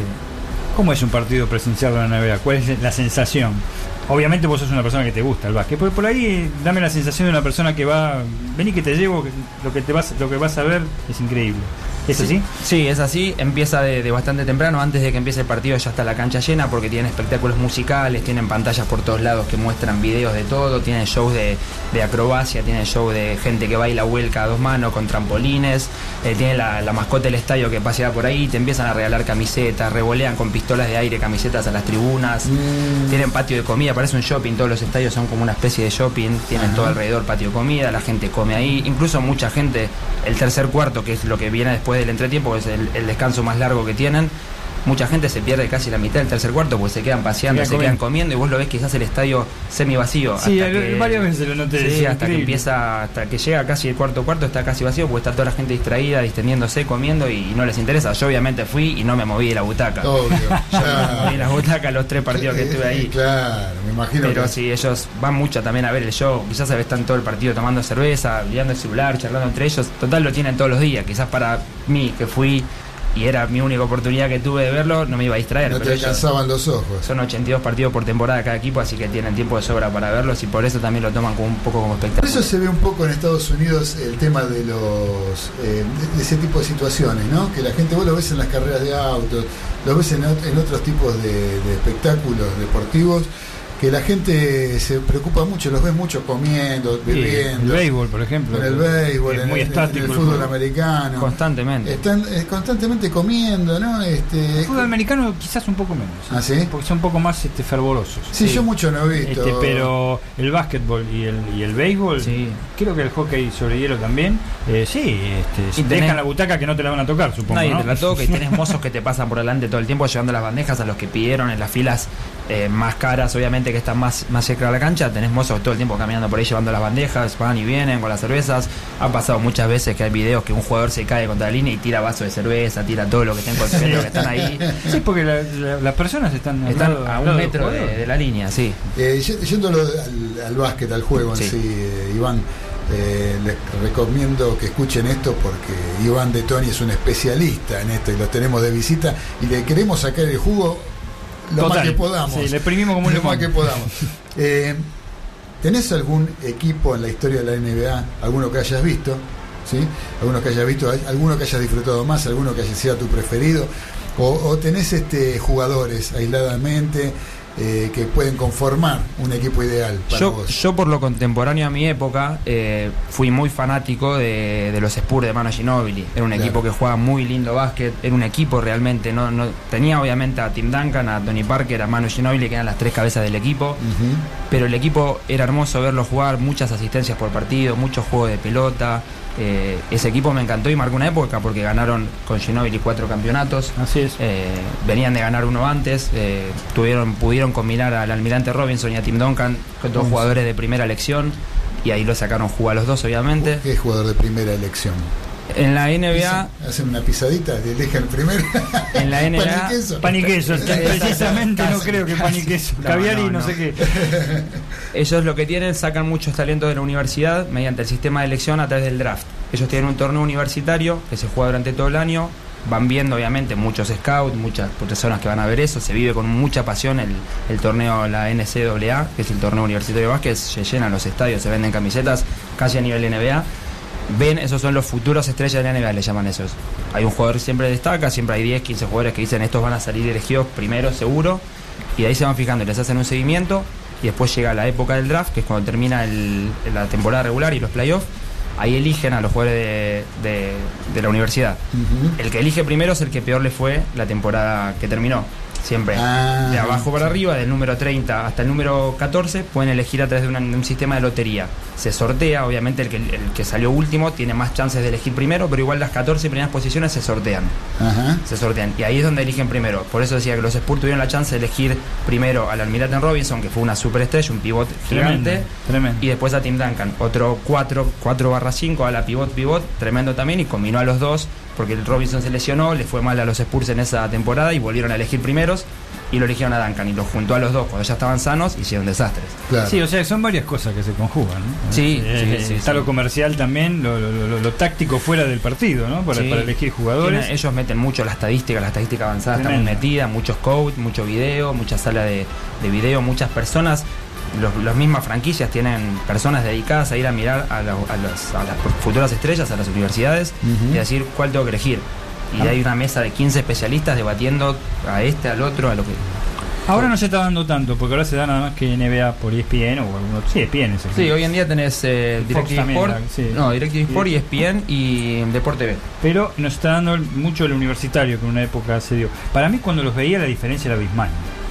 ¿Cómo es un partido presencial de la N B A? ¿Cuál es la sensación? Obviamente vos sos una persona que te gusta el básquet, pero por ahí dame la sensación de una persona que va, vení que te llevo, que lo que te vas, lo que vas a ver es increíble. ¿Es así? Sí, es así. Empieza de, de bastante temprano. Antes de que empiece el partido ya está la cancha llena porque tienen espectáculos musicales, tienen pantallas por todos lados que muestran videos de todo, tienen shows de, de acrobacia, tienen show de gente que baila vuelca a dos manos con trampolines, eh, tienen la, la mascota del estadio que pasea por ahí, te empiezan a regalar camisetas, revolean con pistolas de aire camisetas a las tribunas, Mm. tienen patio de comida, parece un shopping, todos los estadios son como una especie de shopping, tienen Ajá. todo alrededor patio de comida, la gente come ahí, incluso mucha gente, el tercer cuarto, que es lo que viene después del entretiempo, que es el, el descanso más largo que tienen, mucha gente se pierde casi la mitad del tercer cuarto porque se quedan paseando, Se se, quedan quedan comiendo y vos lo ves quizás el estadio semi vacío. Sí, hasta que- varias veces lo noté. Sí, es hasta que increíble. empieza, hasta que llega casi el cuarto cuarto está casi vacío porque está toda la gente distraída, distendiéndose, comiendo y, y no les interesa. Yo obviamente fui y no me moví de la butaca. Obvio. Yo no me moví de la butaca los tres partidos que estuve ahí. Claro, me imagino. Pero que- sí, ellos van mucho también a ver el show. Quizás se están todo el partido tomando cerveza, mirando el celular, charlando entre ellos. Total, lo tienen todos los días. Quizás para mí, que fui y era mi única oportunidad que tuve de verlo, no me iba a distraer. No pero te ellos alcanzaban los ojos. son ochenta y dos partidos por temporada cada equipo, así que tienen tiempo de sobra para verlos y por eso también lo toman como un poco como Por espectáculo. eso se ve un poco en Estados Unidos el tema de los eh, de, de ese tipo de situaciones, ¿no? Que la gente, vos lo ves en las carreras de autos, lo ves en, ot- en otros tipos de, de espectáculos deportivos, que la gente se preocupa mucho, los ves mucho comiendo, Sí, el bebiendo. béisbol, por ejemplo. En el béisbol, es en, muy el- estático en el el fútbol fútbol. americano. Constantemente. Están eh, constantemente comiendo, ¿no? Este, El fútbol americano quizás un poco menos. ¿Ah, sí? Porque son un poco más este, fervorosos. Sí, yo mucho no he visto. Este, pero el básquetbol y el, y el béisbol, Sí. creo que el hockey sobre hielo también, eh, sí, este, si Y te tenés- dejan la butaca que no te la van a tocar, supongo. No, y ¿no? entre la toca y tenés mozos que te pasan por delante todo el tiempo llevando las bandejas a los que pidieron en las filas eh, más caras, obviamente que están más, más cerca de la cancha. Tenés mozos todo el tiempo caminando por ahí llevando las bandejas, van y vienen con las cervezas. Ha pasado muchas veces que hay videos que un jugador se cae contra la línea y tira vaso de cerveza, tira todo lo que estén consumiendo que están ahí. Sí, porque la- la- las personas están, al Están lado- a al un lado del metro de, jugador. de la línea, sí. Eh, y- yéndolo al, al básquet, al juego en sí, Sí. eh, Iván, eh, les recomiendo que escuchen esto porque Iván de Toni es un especialista en esto y lo tenemos de visita y le queremos sacar el jugo lo Total. más que podamos. Sí, le exprimimos como un lo limón. más que podamos. Eh, ¿Tenés algún equipo en la historia de la N B A, alguno que hayas visto? ¿Sí? ¿Alguno que hayas visto, alguno que hayas disfrutado más, alguno que haya sido tu preferido? ¿O, o tenés este jugadores aisladamente eh, que pueden conformar un equipo ideal para Yo, vos? yo por lo contemporáneo a mi época eh, fui muy fanático de, de los Spurs de Manu Ginóbili. Era un Claro. equipo que jugaba muy lindo básquet, era un equipo realmente, no, no tenía obviamente a Tim Duncan, a Tony Parker, a Manu Ginóbili, que eran las tres cabezas del equipo, Ujú. pero el equipo era hermoso verlo jugar, muchas asistencias por partido, muchos juegos de pelota. Eh, ese equipo me encantó y marcó una época porque ganaron con Ginóbili cuatro campeonatos. Así es. Eh, venían de ganar uno antes, eh, tuvieron, pudieron combinar al Almirante Robinson y a Tim Duncan con dos jugadores de primera elección y ahí lo sacaron jugar a los dos obviamente. ¿Qué jugador de primera elección? En la N B A, Hacen una pisadita, le eligen el primero. en la N B A, Pan y queso. Pan y queso, precisamente no creo que pan y queso, No, caviar y no, no, no. sé qué. ellos lo que tienen, sacan muchos talentos de la universidad mediante el sistema de elección a través del draft. Ellos tienen un torneo universitario que se juega durante todo el año, van viendo obviamente muchos scouts, muchas personas que van a ver eso, se vive con mucha pasión el, el torneo, la N C A A, que es el torneo universitario de básquet, se llenan los estadios, se venden camisetas casi a nivel N B A. Ven, esos son los futuros estrellas de la N B A, le llaman esos. Hay un jugador que siempre destaca, siempre hay diez, quince jugadores que dicen estos van a salir elegidos primero, seguro, y de ahí se van fijando, les hacen un seguimiento, y después llega la época del draft, que es cuando termina el, la temporada regular y los playoffs, ahí eligen a los jugadores de, de, de la universidad. Ujú. El que elige primero es el que peor le fue la temporada que terminó. Siempre Ah, de abajo para sí. arriba, del número treinta hasta el número catorce, pueden elegir a través de, una- de un sistema de lotería. Se sortea, obviamente el que, el que salió último tiene más chances de elegir primero, pero igual las catorce primeras posiciones se sortean. Ajá. Se sortean. Y ahí es donde eligen primero. Por eso decía que los Spurs tuvieron la chance de elegir primero al Almirante Robinson, que fue una superestrella, un pivot gigante. Tremendo, tremendo. Y después a Tim Duncan, otro cuatro barra cinco a la pivot pivot, tremendo también, y combinó a los dos, porque el Robinson se lesionó, le fue mal a los Spurs en esa temporada y volvieron a elegir primeros y lo eligieron a Duncan y los juntó a los dos cuando ya estaban sanos y hicieron desastres. Claro. Sí, o sea, son varias cosas que se conjugan, ¿no? Sí, Eh, sí, sí, está sí. lo comercial también, lo, lo- lo- lo táctico fuera del partido, ¿no? Para, Sí. para elegir jugadores. Tienen- ellos meten mucho la estadística, la estadística avanzada está muy Tremendo. metida, muchos coach, mucho video, mucha sala de, de video, muchas personas. Los, las mismas franquicias tienen personas dedicadas a ir a mirar a, la- a las, a las futuras estrellas, a las universidades, Ujú. y decir cuál tengo que elegir. Y Ah. hay una mesa de quince especialistas debatiendo a este, al otro, a lo que... Ahora no se está dando tanto, porque ahora se da nada más que N B A por E S P N o alguno. Sí, E S P N es el Sí, que- hoy en día tenés eh, Fox DirecTV también, Sport, la- sí. no, DirecTV Sport, E S P N y Deporte B. Pero nos está dando mucho el universitario, que en una época se dio. Para mí, cuando los veía, la diferencia era abismal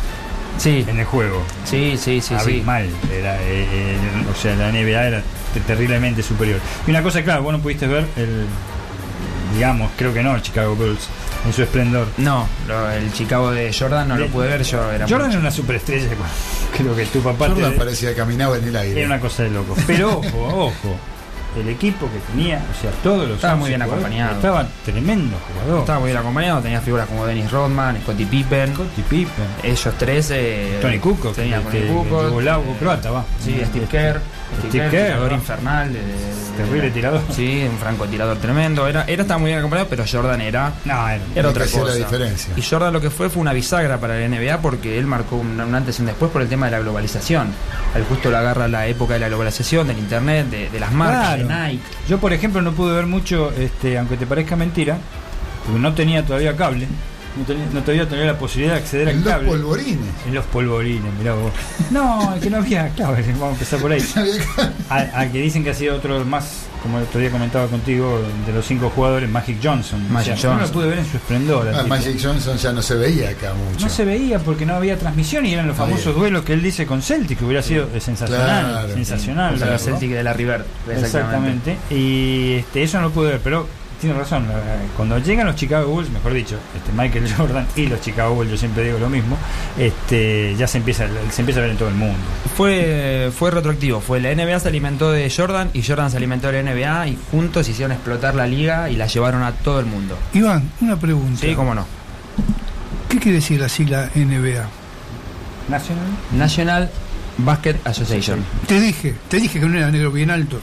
Sí, en el juego. sí, sí, sí, sí. abismal. Era, eh, eh, o sea, la N B A era te- terriblemente superior. Y una cosa, claro, vos no pudiste ver el. Digamos, creo que no, el Chicago Bulls en su esplendor. No, lo- el Chicago de Jordan no De- lo pude ver, yo era Jordan mucho. era una superestrella. Creo que tu papá Jordan te- parecía que caminaba en el aire. era una cosa de loco. Pero ojo, ojo. el equipo que tenía, o sea, todos los Estaba muy once bien jugadores, acompañado. Estaba tremendo jugador. Estaba muy bien acompañado, tenía figuras como Dennis Rodman, Scottie Pippen. Scottie Pippen. Ellos tres. Eh, Tony Kukoc, tenía que- Tony que- Kukoc, yugoslavo, eh, croata, va. Sí, Este, Steve Kerr. Steve Kerr, tirador ¿no? infernal. de- Terrible de- tirador. Sí, un francotirador tremendo. Era, era estaba muy bien acompañado, pero Jordan era. No, era, Era otra que hacía la cosa. diferencia. Y Jordan lo que fue fue una bisagra para la N B A porque él marcó un, un antes y un después por el tema de la globalización. Al justo lo agarra la época de la globalización, del internet, de, de las marcas, Claro. de Nike. Yo, por ejemplo, no pude ver mucho, este, aunque te parezca mentira, porque no tenía todavía cable, no tenía, no todavía tenía la posibilidad de acceder En al los cable. polvorines. En los polvorines, mirá vos. No, es que no había cable, vamos a empezar por ahí. A, a que dicen que ha sido otro más, como el otro día comentaba contigo, de los cinco jugadores, Magic Johnson. Magic O sea, yo no lo Johnson. pude ver en su esplendor. al Ah, tipo. Magic Johnson ya no se veía acá mucho. No se veía porque no había transmisión y eran los Está famosos bien. duelos que él dice con Celtic, que hubiera sido eh, sensacional. Claro, sensacional. O sea, verlo. los Celtic de la River. Exactamente. Y este, eso no lo pude ver, pero tiene razón. eh, Cuando llegan los Chicago Bulls, mejor dicho, este, Michael Jordan y los Chicago Bulls, yo siempre digo lo mismo, este, ya se empieza, se empieza a ver en todo el mundo. Fue, fue retroactivo, fue la N B A se alimentó de Jordan y Jordan se alimentó de la N B A y juntos hicieron explotar la liga y la llevaron a todo el mundo. Iván, una pregunta. Sí, cómo no. ¿Qué quiere decir la sigla N B A? Nacional. National Basket Association. Te dije, te dije que no era negro bien alto.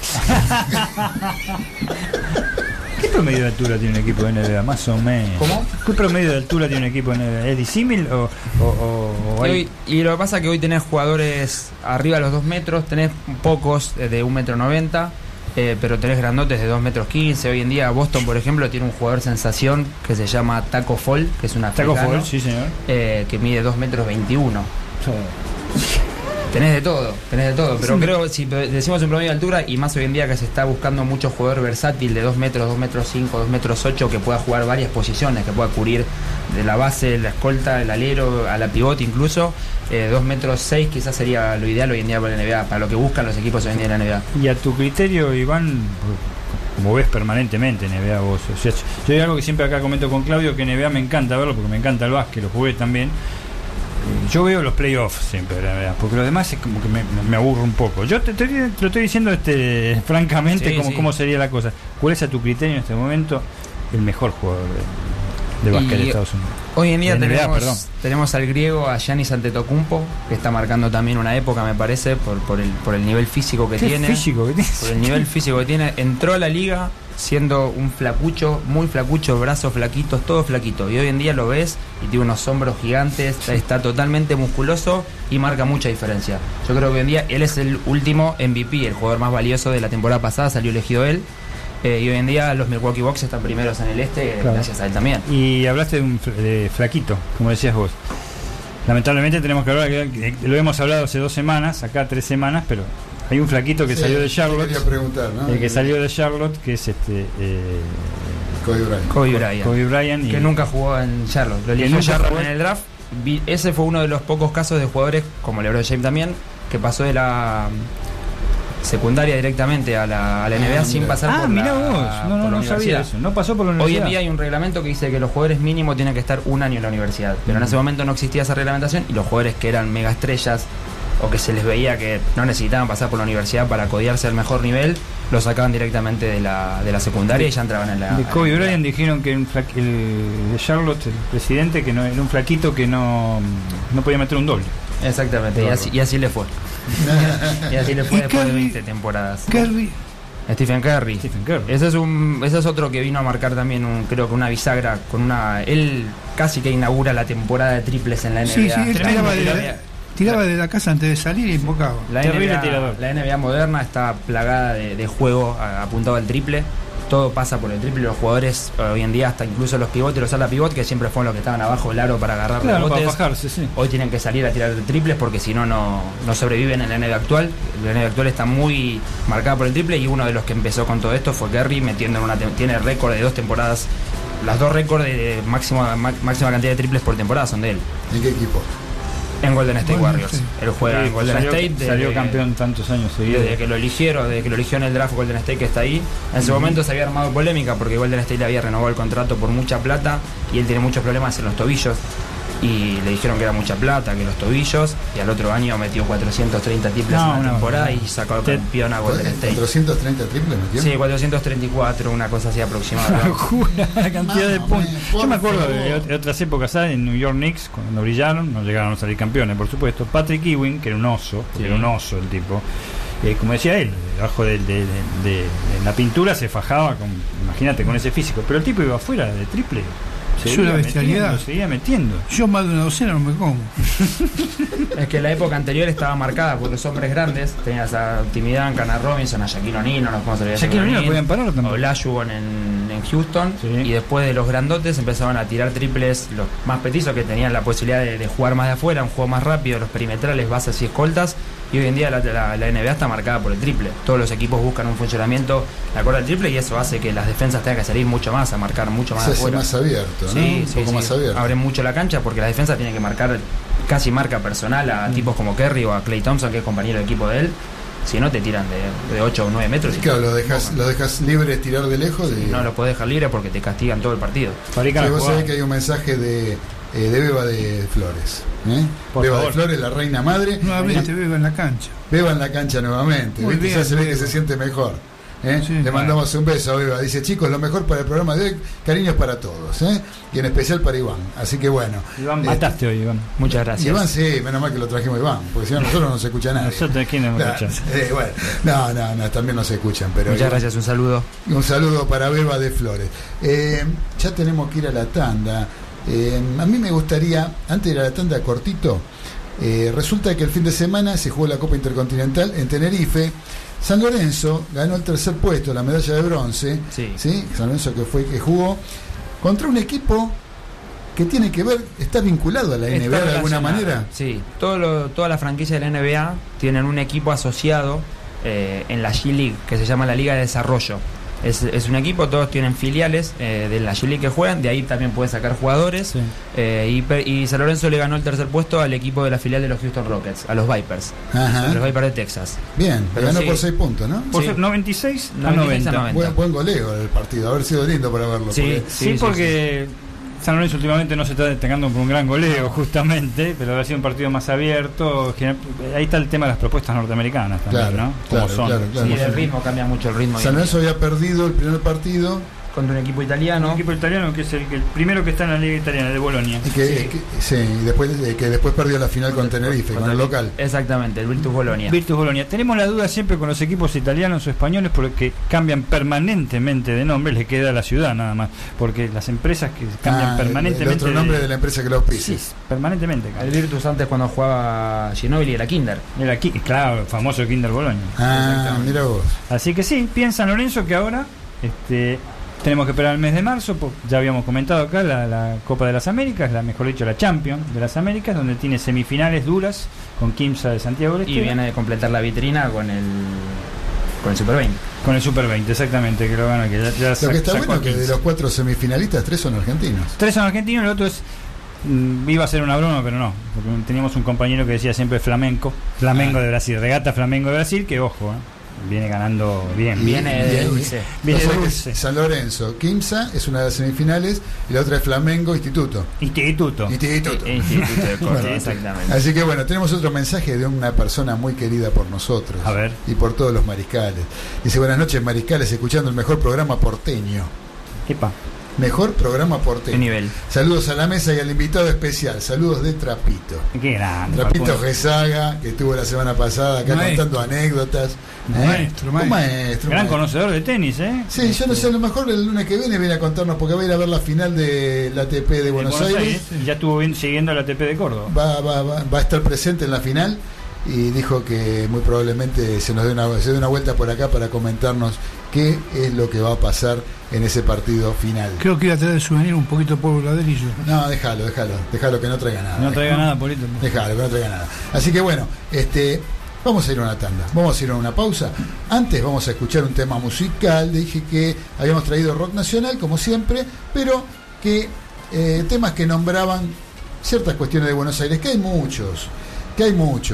¿Qué promedio de altura tiene un equipo de N B A? Más o menos. ¿Cómo? ¿Qué promedio de altura tiene un equipo de N B A? ¿Es disímil o, o, o- o Y, hay- hoy- y lo que pasa es que hoy tenés jugadores arriba de los dos metros, tenés pocos eh, de un metro noventa, eh, pero tenés grandotes de dos metros quince. Hoy en día Boston, por ejemplo, tiene un jugador sensación que se llama Taco Fall, que es un Taco africano, Fall? Sí, señor. eh, que mide dos metros veintiuno. Tenés de todo, tenés de todo, pero Sí. creo si decimos un promedio de altura y más hoy en día que se está buscando mucho jugador versátil de dos metros, dos metros cinco, dos metros ocho que pueda jugar varias posiciones, que pueda cubrir de la base, la escolta, el alero, a la pivote incluso, eh, dos metros seis quizás sería lo ideal hoy en día para la N B A, para lo que buscan los equipos hoy en día de la N B A. Y a tu criterio, Iván, como ves permanentemente N B A vos, o sea, yo hay algo que siempre acá comento con Claudio, que N B A me encanta verlo porque me encanta el básquet, lo jugué también. Eh, Yo veo los playoffs siempre, la verdad, porque lo demás es como que me, me aburro un poco. Yo te, te- te lo estoy diciendo este francamente Sí, como sí. cómo sería la cosa. ¿Cuál es a tu criterio en este momento el mejor jugador de, de básquet Y de Estados Unidos? Hoy en día De N B A, perdón. tenemos, tenemos al griego, a Giannis Antetokounmpo, que está marcando también una época, me parece, por, por, el, por el nivel físico que ¿Qué tiene. físico que tiene? Por el nivel físico que tiene, entró a la liga siendo un flacucho, muy flacucho, brazos flaquitos, todo flaquito. Y hoy en día lo ves y tiene unos hombros gigantes, está, está totalmente musculoso y marca mucha diferencia. Yo creo que hoy en día él es el último M V P, el jugador más valioso de la temporada pasada, salió elegido él. Eh, y hoy en día los Milwaukee Bucks están primeros en el este, Claro. gracias a él también. Y hablaste de un fl- de flaquito, como decías vos. Lamentablemente tenemos que hablar, que, que lo hemos hablado hace dos semanas, acá tres semanas, pero hay un flaquito que Sí, salió de te Charlotte, quería preguntar, ¿no? el que salió de Charlotte, que es este eh, Kobe Bryant. Kobe Bryant. Kobe Bryant, y Que nunca jugó en Charlotte. Lo Que eligió nunca Charlotte jugó. en el draft. Vi- ese fue uno de los pocos casos de jugadores, como LeBron James también, que pasó de la mm, secundaria directamente a la, a la N B A Ah, sin mira. pasar ah, por mira la, vos, no, por no, la no sabía universidad. eso, no pasó por la Hoy universidad. en día hay un reglamento que dice que los jugadores mínimo tienen que estar un año en la universidad, pero en ese momento no existía esa reglamentación y los jugadores que eran mega estrellas o que se les veía que no necesitaban pasar por la universidad para codearse al mejor nivel, los sacaban directamente de la, de la secundaria y ya entraban en la... De Kobe en la- Bryant dijeron que un fla- el de Charlotte, el presidente, que no era un flaquito que no, no podía meter un doble. Exactamente, y así, y así le fue. Y así le fue ¿Y después de Curry? veinte temporadas. Curry, Stephen Curry. Stephen Curry. Ese es un ese es otro que vino a marcar también un, creo que una bisagra con una él casi que inaugura la temporada de triples en la N B A. sí, sí, él La tiraba de, N B A la, tiraba de la casa antes de salir y invocaba. La Terrible N B A, tirador. la N B A moderna está plagada de, de juego a- apuntado al triple. Todo pasa por el triple. Los jugadores eh, hoy en día, hasta incluso los pivotes, los ala pivot, que siempre fueron los que estaban abajo del aro para agarrar Claro, para rebotes, bajarse, sí. hoy tienen que salir a tirar triples porque si no, no no sobreviven en la N B A actual. La N B A actual está muy marcada por el triple y uno de los que empezó con todo esto fue Curry, metiendo en una tem- tiene récord de dos temporadas. Las dos récords de máxima, ma- máxima cantidad de triples por temporada son de él. ¿En qué equipo? En Golden State Golden Warriors. State. Él juega Sí, en Golden salió, State. salió desde- campeón tantos años seguidos. Desde que lo eligieron, desde que lo eligió en el draft Golden State que está ahí. En ese momento se había armado polémica porque Golden State le había renovado el contrato por mucha plata y él tiene muchos problemas en los tobillos. y le dijeron que era mucha plata, que los tobillos, y al otro año metió cuatrocientos treinta triples No, en la no, temporada no. y sacó Te- campeón a Golden State. ¿cuatrocientos treinta triples metió? Sí, cuatrocientos treinta y cuatro, una cosa así Una aproximada. locura la cantidad de Mamá, puntos. por Yo me acuerdo favor. de, ot- de otras épocas, ¿sabes? En New York Knicks, cuando brillaron, no llegaron a salir campeones, por supuesto. Patrick Ewing, que era un oso, porque Sí. era un oso el tipo. Eh, como decía él, debajo de, de, de- de- de la pintura se fajaba, con, imagínate, con ese físico. Pero el tipo iba afuera de triple. Es Seguía una bestialidad. metiendo, seguía metiendo. Yo más de una docena no me como. Es que la época anterior estaba marcada por los hombres grandes. Tenías a Timmy Duncan, a Robinson, a Shaquille O'Neal, no nos podemos olvidar de Shaquille O'Neal lo podían parar también. O Olajuwon en, en Houston. Sí. Y después de los grandotes empezaban a tirar triples los más petizos, que tenían la posibilidad de, de jugar más de afuera, un juego más rápido, los perimetrales, bases y escoltas. Y hoy en día la, la- la N B A está marcada por el triple. Todos los equipos buscan un funcionamiento acorde al triple, y eso hace que las defensas tengan que salir mucho más, a marcar mucho más Se de hace afuera. más abierto, ¿no? Sí, Un sí, poco sí. más abierto. Abre mucho la cancha porque la defensa tiene que marcar casi marca personal a tipos como Kerry o a Klay Thompson, que es compañero de equipo de él. Si no, te tiran de, de ocho o nueve metros. Y y claro, te- lo dejas, lo dejas libre tirar de lejos. Y, no lo podés dejar libre porque te castigan todo el partido. Fabrican Sí, la vos jugada. sabés que hay un mensaje de, eh, de Beba de Flores. ¿eh? Por Beba favor. de Flores, la reina madre. Nuevamente veo en la cancha. Beba en la cancha nuevamente. Muy ¿viste? bien, Ya se ve que Beba. se siente mejor. ¿eh? Sí, Le bueno. mandamos un beso a Beba. Dice, chicos, lo mejor para el programa de hoy, cariños para todos. ¿eh? Y en especial para Iván. Así que bueno. Iván, Este, mataste hoy, Iván. Muchas gracias. Iván, sí, menos mal que lo trajimos Iván, porque si no nosotros no se escucha nadie. Nosotros, ¿quién nos Nah, escucha? eh, bueno, no, no, no, también no se escuchan, pero Muchas Iván- gracias, un saludo. un saludo para Beba de Flores. Eh, ya tenemos que ir a la tanda. Eh, a mí me gustaría, antes de ir a la tanda cortito, eh, resulta que el fin de semana se jugó la Copa Intercontinental en Tenerife. San Lorenzo ganó el tercer puesto, la medalla de bronce. Sí. San Lorenzo que fue que jugó contra un equipo que tiene que ver, está vinculado a la N B A Está de alguna relacionado. manera. Sí, todo lo, toda la franquicia de la N B A tienen un equipo asociado eh, en la G-League, que se llama la Liga de Desarrollo. Es, es un equipo, todos tienen filiales eh, de la G-League que juegan, de ahí también pueden sacar jugadores. Sí. eh, y, per- y San Lorenzo le ganó el tercer puesto al equipo de la filial de los Houston Rockets, a los Vipers, Ajá. a los Vipers de Texas. Bien, Pero ganó sí. por seis puntos, ¿no? Por Sí. ser noventa y seis a noventa y seis a noventa. noventa. Buen, buen goleo el partido, haber sido lindo para verlo. Sí. porque- Sí, porque San Lorenzo últimamente no se está destacando por un gran goleo, justamente, pero ha sido un partido más abierto. General- Ahí está el tema de las propuestas norteamericanas también, Claro, ¿no? Como claro, son. claro, claro. Sí, el ritmo cambia mucho el ritmo. San Lorenzo había perdido el primer partido Contra un equipo Un italiano. equipo italiano que es el, que- el primero que está en la liga italiana, de Bolonia. y que, Sí. que- sí, y después, eh, que después perdió la final con Tenerife, con Contra el local. Exactamente, el Virtus Bolonia. Virtus Bolonia. Tenemos la duda siempre con los equipos italianos o españoles porque cambian permanentemente de nombre, les queda la ciudad nada más. Porque las empresas que cambian Ah, el- permanentemente. el otro nombre de la empresa que lo auspicia. Sí, permanentemente. El Virtus antes cuando jugaba Ginóbili era Kinder. Era aquí, claro, el famoso Kinder Bolonia. Ah, Exactamente. mira vos. Así que sí, piensa San Lorenzo que ahora este, tenemos que esperar el mes de marzo. po- Ya habíamos comentado acá la, la Copa de las Américas, la mejor dicho, la Champions de las Américas, donde tiene semifinales duras con Quimsa de Santiago del Y Estero. viene de completar la vitrina con el con el Super veinte. Con el Super veinte, exactamente, que lo gana. Que ya, ya Lo sac- que está sacó bueno a es que de Quimsa. los cuatro semifinalistas, tres son argentinos. Tres son argentinos, el otro es. mm, Iba a ser una broma, pero no. Porque teníamos un compañero que decía siempre flamenco. Flamengo Ah. de Brasil, regata Flamengo de Brasil, que ojo, eh, viene ganando bien. Y- Viene y- de y- dulce. Viene o sea de que dulce. San Lorenzo, Quimsa es una de las semifinales y la otra es Flamengo, Instituto. Instituto. Instituto. Eh, Instituto de Corte, Bueno, exactamente. Así que bueno, tenemos otro mensaje de una persona muy querida por nosotros A ver. y por todos los mariscales. Dice, buenas noches mariscales, escuchando el mejor programa porteño. Epa. Mejor programa ¿Qué porteño. nivel? Saludos a la mesa y al invitado especial. Saludos de Trapito. Qué grande. Trapito Facundo. Gesaga, que estuvo la semana pasada acá Maestro. contando anécdotas. ¿eh? Maestro, Un maestro. maestro. Gran maestro. conocedor de tenis, ¿eh? Sí, yo no sé, a lo mejor el lunes que viene viene a contarnos porque va a ir a ver la final de la A T P de De Buenos, Aires. Ya estuvo bien siguiendo la A T P de Córdoba. Va, va, va, va a estar presente en la final y dijo que muy probablemente se nos dé una, se dé una vuelta por acá para comentarnos qué es lo que va a pasar en ese partido final. Creo que iba a traer de souvenir un poquito de polvo ladrillo. No, déjalo, déjalo, déjalo que no traiga nada. No traiga nada, Polito. Déjalo, que no traiga nada. Así que bueno, este, vamos a ir a una tanda, vamos a ir a una pausa. Antes vamos a escuchar un tema musical. Dije que habíamos traído rock nacional, como siempre, pero que eh, temas que nombraban ciertas cuestiones de Buenos Aires, que hay muchos, que hay muchos.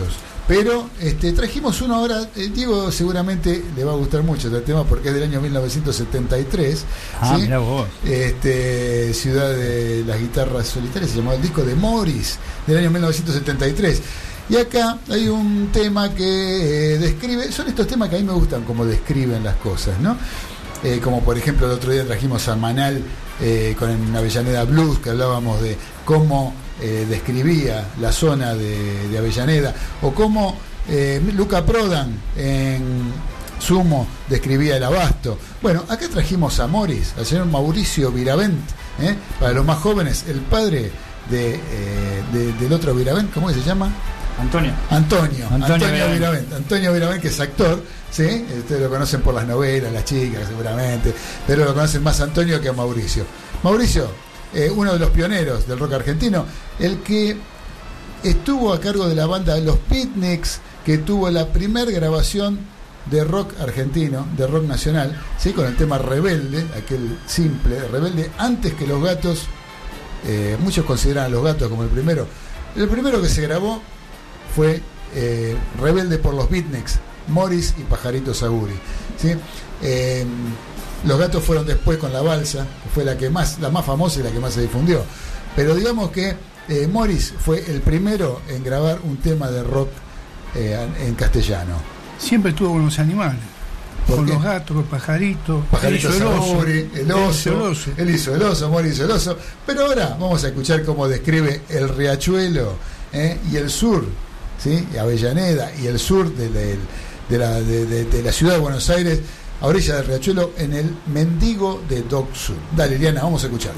Pero este, trajimos uno ahora, eh, Diego seguramente le va a gustar mucho este tema porque es del año mil novecientos setenta y tres. Ah, ¿sí? mirá vos. Este, Ciudad de las Guitarras Solitarias, se llamaba el disco de Morris, del año mil novecientos setenta y tres. Y acá hay un tema que eh, describe, son estos temas que a mí me gustan como describen las cosas, ¿no? Eh, como por ejemplo el otro día trajimos a Manal eh, con Avellaneda Blues, que hablábamos de cómo eh, describía la zona de, de Avellaneda, o cómo eh, Luca Prodan en Sumo describía el abasto. Bueno, acá trajimos a Morris, al señor Mauricio Viravent, ¿eh? Para los más jóvenes, el padre de, eh, de, del otro Viravent, ¿cómo se llama? Antonio. Antonio, Antonio, Antonio Viravent. Viravent. Antonio Viravent, que es actor, ¿sí? Ustedes lo conocen por las novelas, las chicas, seguramente, pero lo conocen más a Antonio que a Mauricio. Mauricio, eh, uno de los pioneros del rock argentino, el que estuvo a cargo de la banda Los Picnics, que tuvo la primer grabación de rock argentino, de rock nacional, ¿sí? Con el tema Rebelde, aquel simple, Rebelde, antes que Los Gatos. Eh, muchos consideran a Los Gatos como el primero. El primero que se grabó fue eh, Rebelde por los Beatniks, Morris y Pajarito Saguri, ¿sí? Eh, los Gatos fueron después con La Balsa, que fue la que más, la más famosa y la que más se difundió. Pero digamos que eh, Morris fue el primero en grabar un tema de rock eh, en castellano. Siempre estuvo con los animales. ¿Por Con qué? los gatos, los pajaritos. Pajarito Él hizo el oso. Saguri, el oso, Él hizo el oso. él hizo el oso, Morris hizo el oso. Pero ahora vamos a escuchar cómo describe el Riachuelo ¿eh? y el sur, ¿sí? Avellaneda y el sur de, de, de, la, de, de, de la ciudad de Buenos Aires, a orilla del Riachuelo, en el Mendigo de Dock Sud. Dale, Eliana, vamos a escucharlo.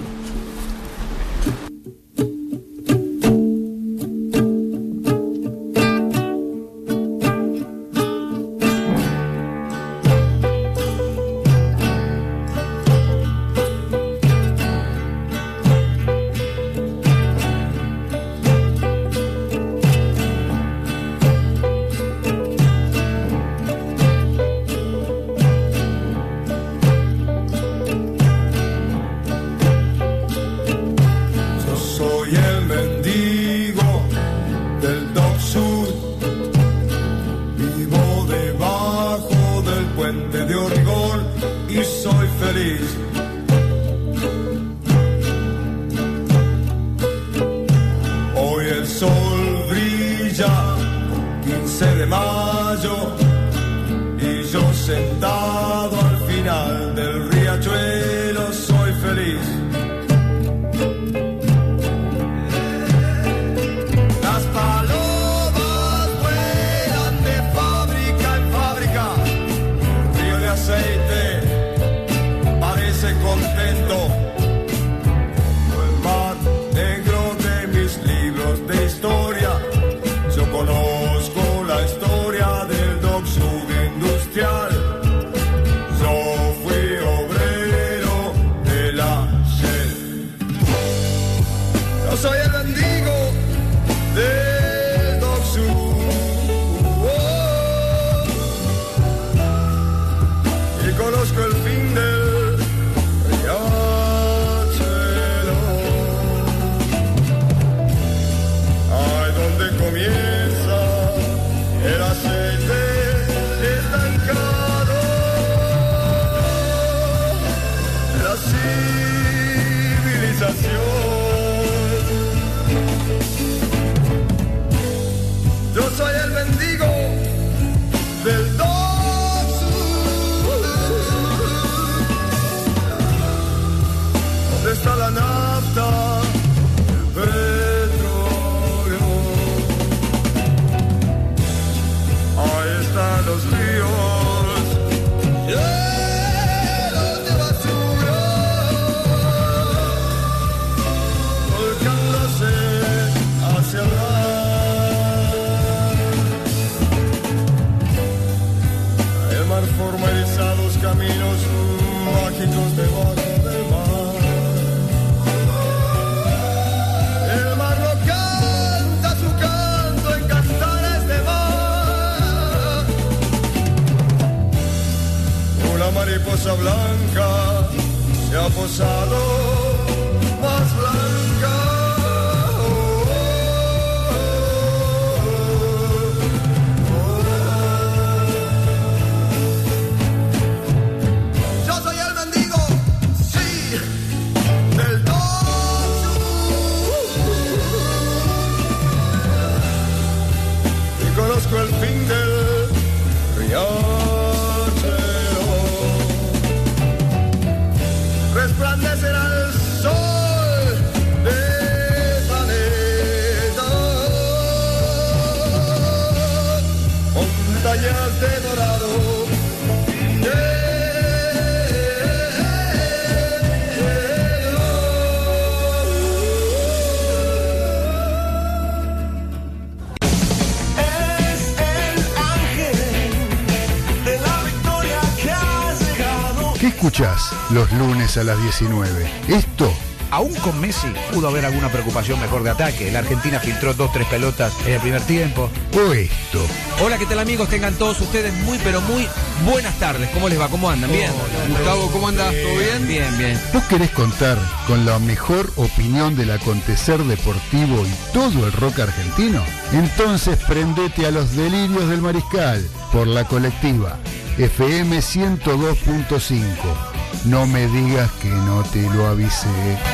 escuchás los lunes a las diecinueve? Esto Aún con Messi pudo haber alguna preocupación mejor de ataque. La Argentina filtró dos, tres pelotas en el primer tiempo. o esto. Hola, ¿qué tal, amigos? Tengan todos ustedes muy, pero muy buenas tardes. ¿Cómo les va? ¿Cómo andan? ¿Bien? Gustavo, ¿cómo andas? ¿Todo bien? Bien, bien. ¿Vos querés contar con la mejor opinión del acontecer deportivo y todo el rock argentino? Entonces prendete a los delirios del Mariscal por la colectiva F M ciento dos punto cinco. No me digas que no te lo avisé.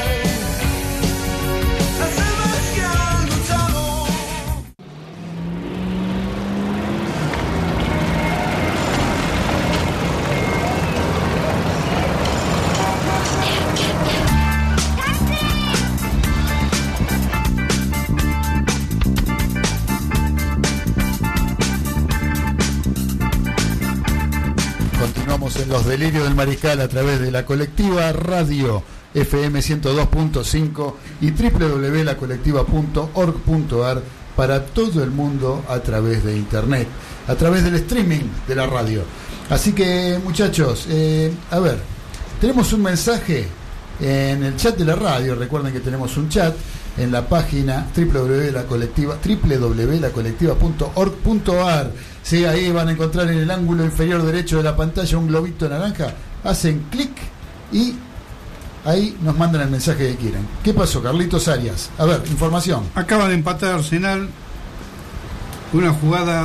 En los delirios del Mariscal a través de la colectiva radio F M ciento dos punto cinco y doble u doble u doble u punto la colectiva punto org punto a r para todo el mundo a través de internet, a través del streaming de la radio. Así que, muchachos, eh, a ver, tenemos un mensaje en el chat de la radio. Recuerden que tenemos un chat en la página doble u doble u doble u punto la colectiva doble u doble u doble u punto la colectiva punto org punto a r. Sí, ahí van a encontrar en el ángulo inferior derecho de la pantalla un globito naranja. Hacen clic y ahí nos mandan el mensaje que quieren. ¿Qué pasó, Carlitos Arias? A ver, información. Acaba de empatar Arsenal una jugada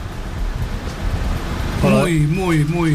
muy, muy, muy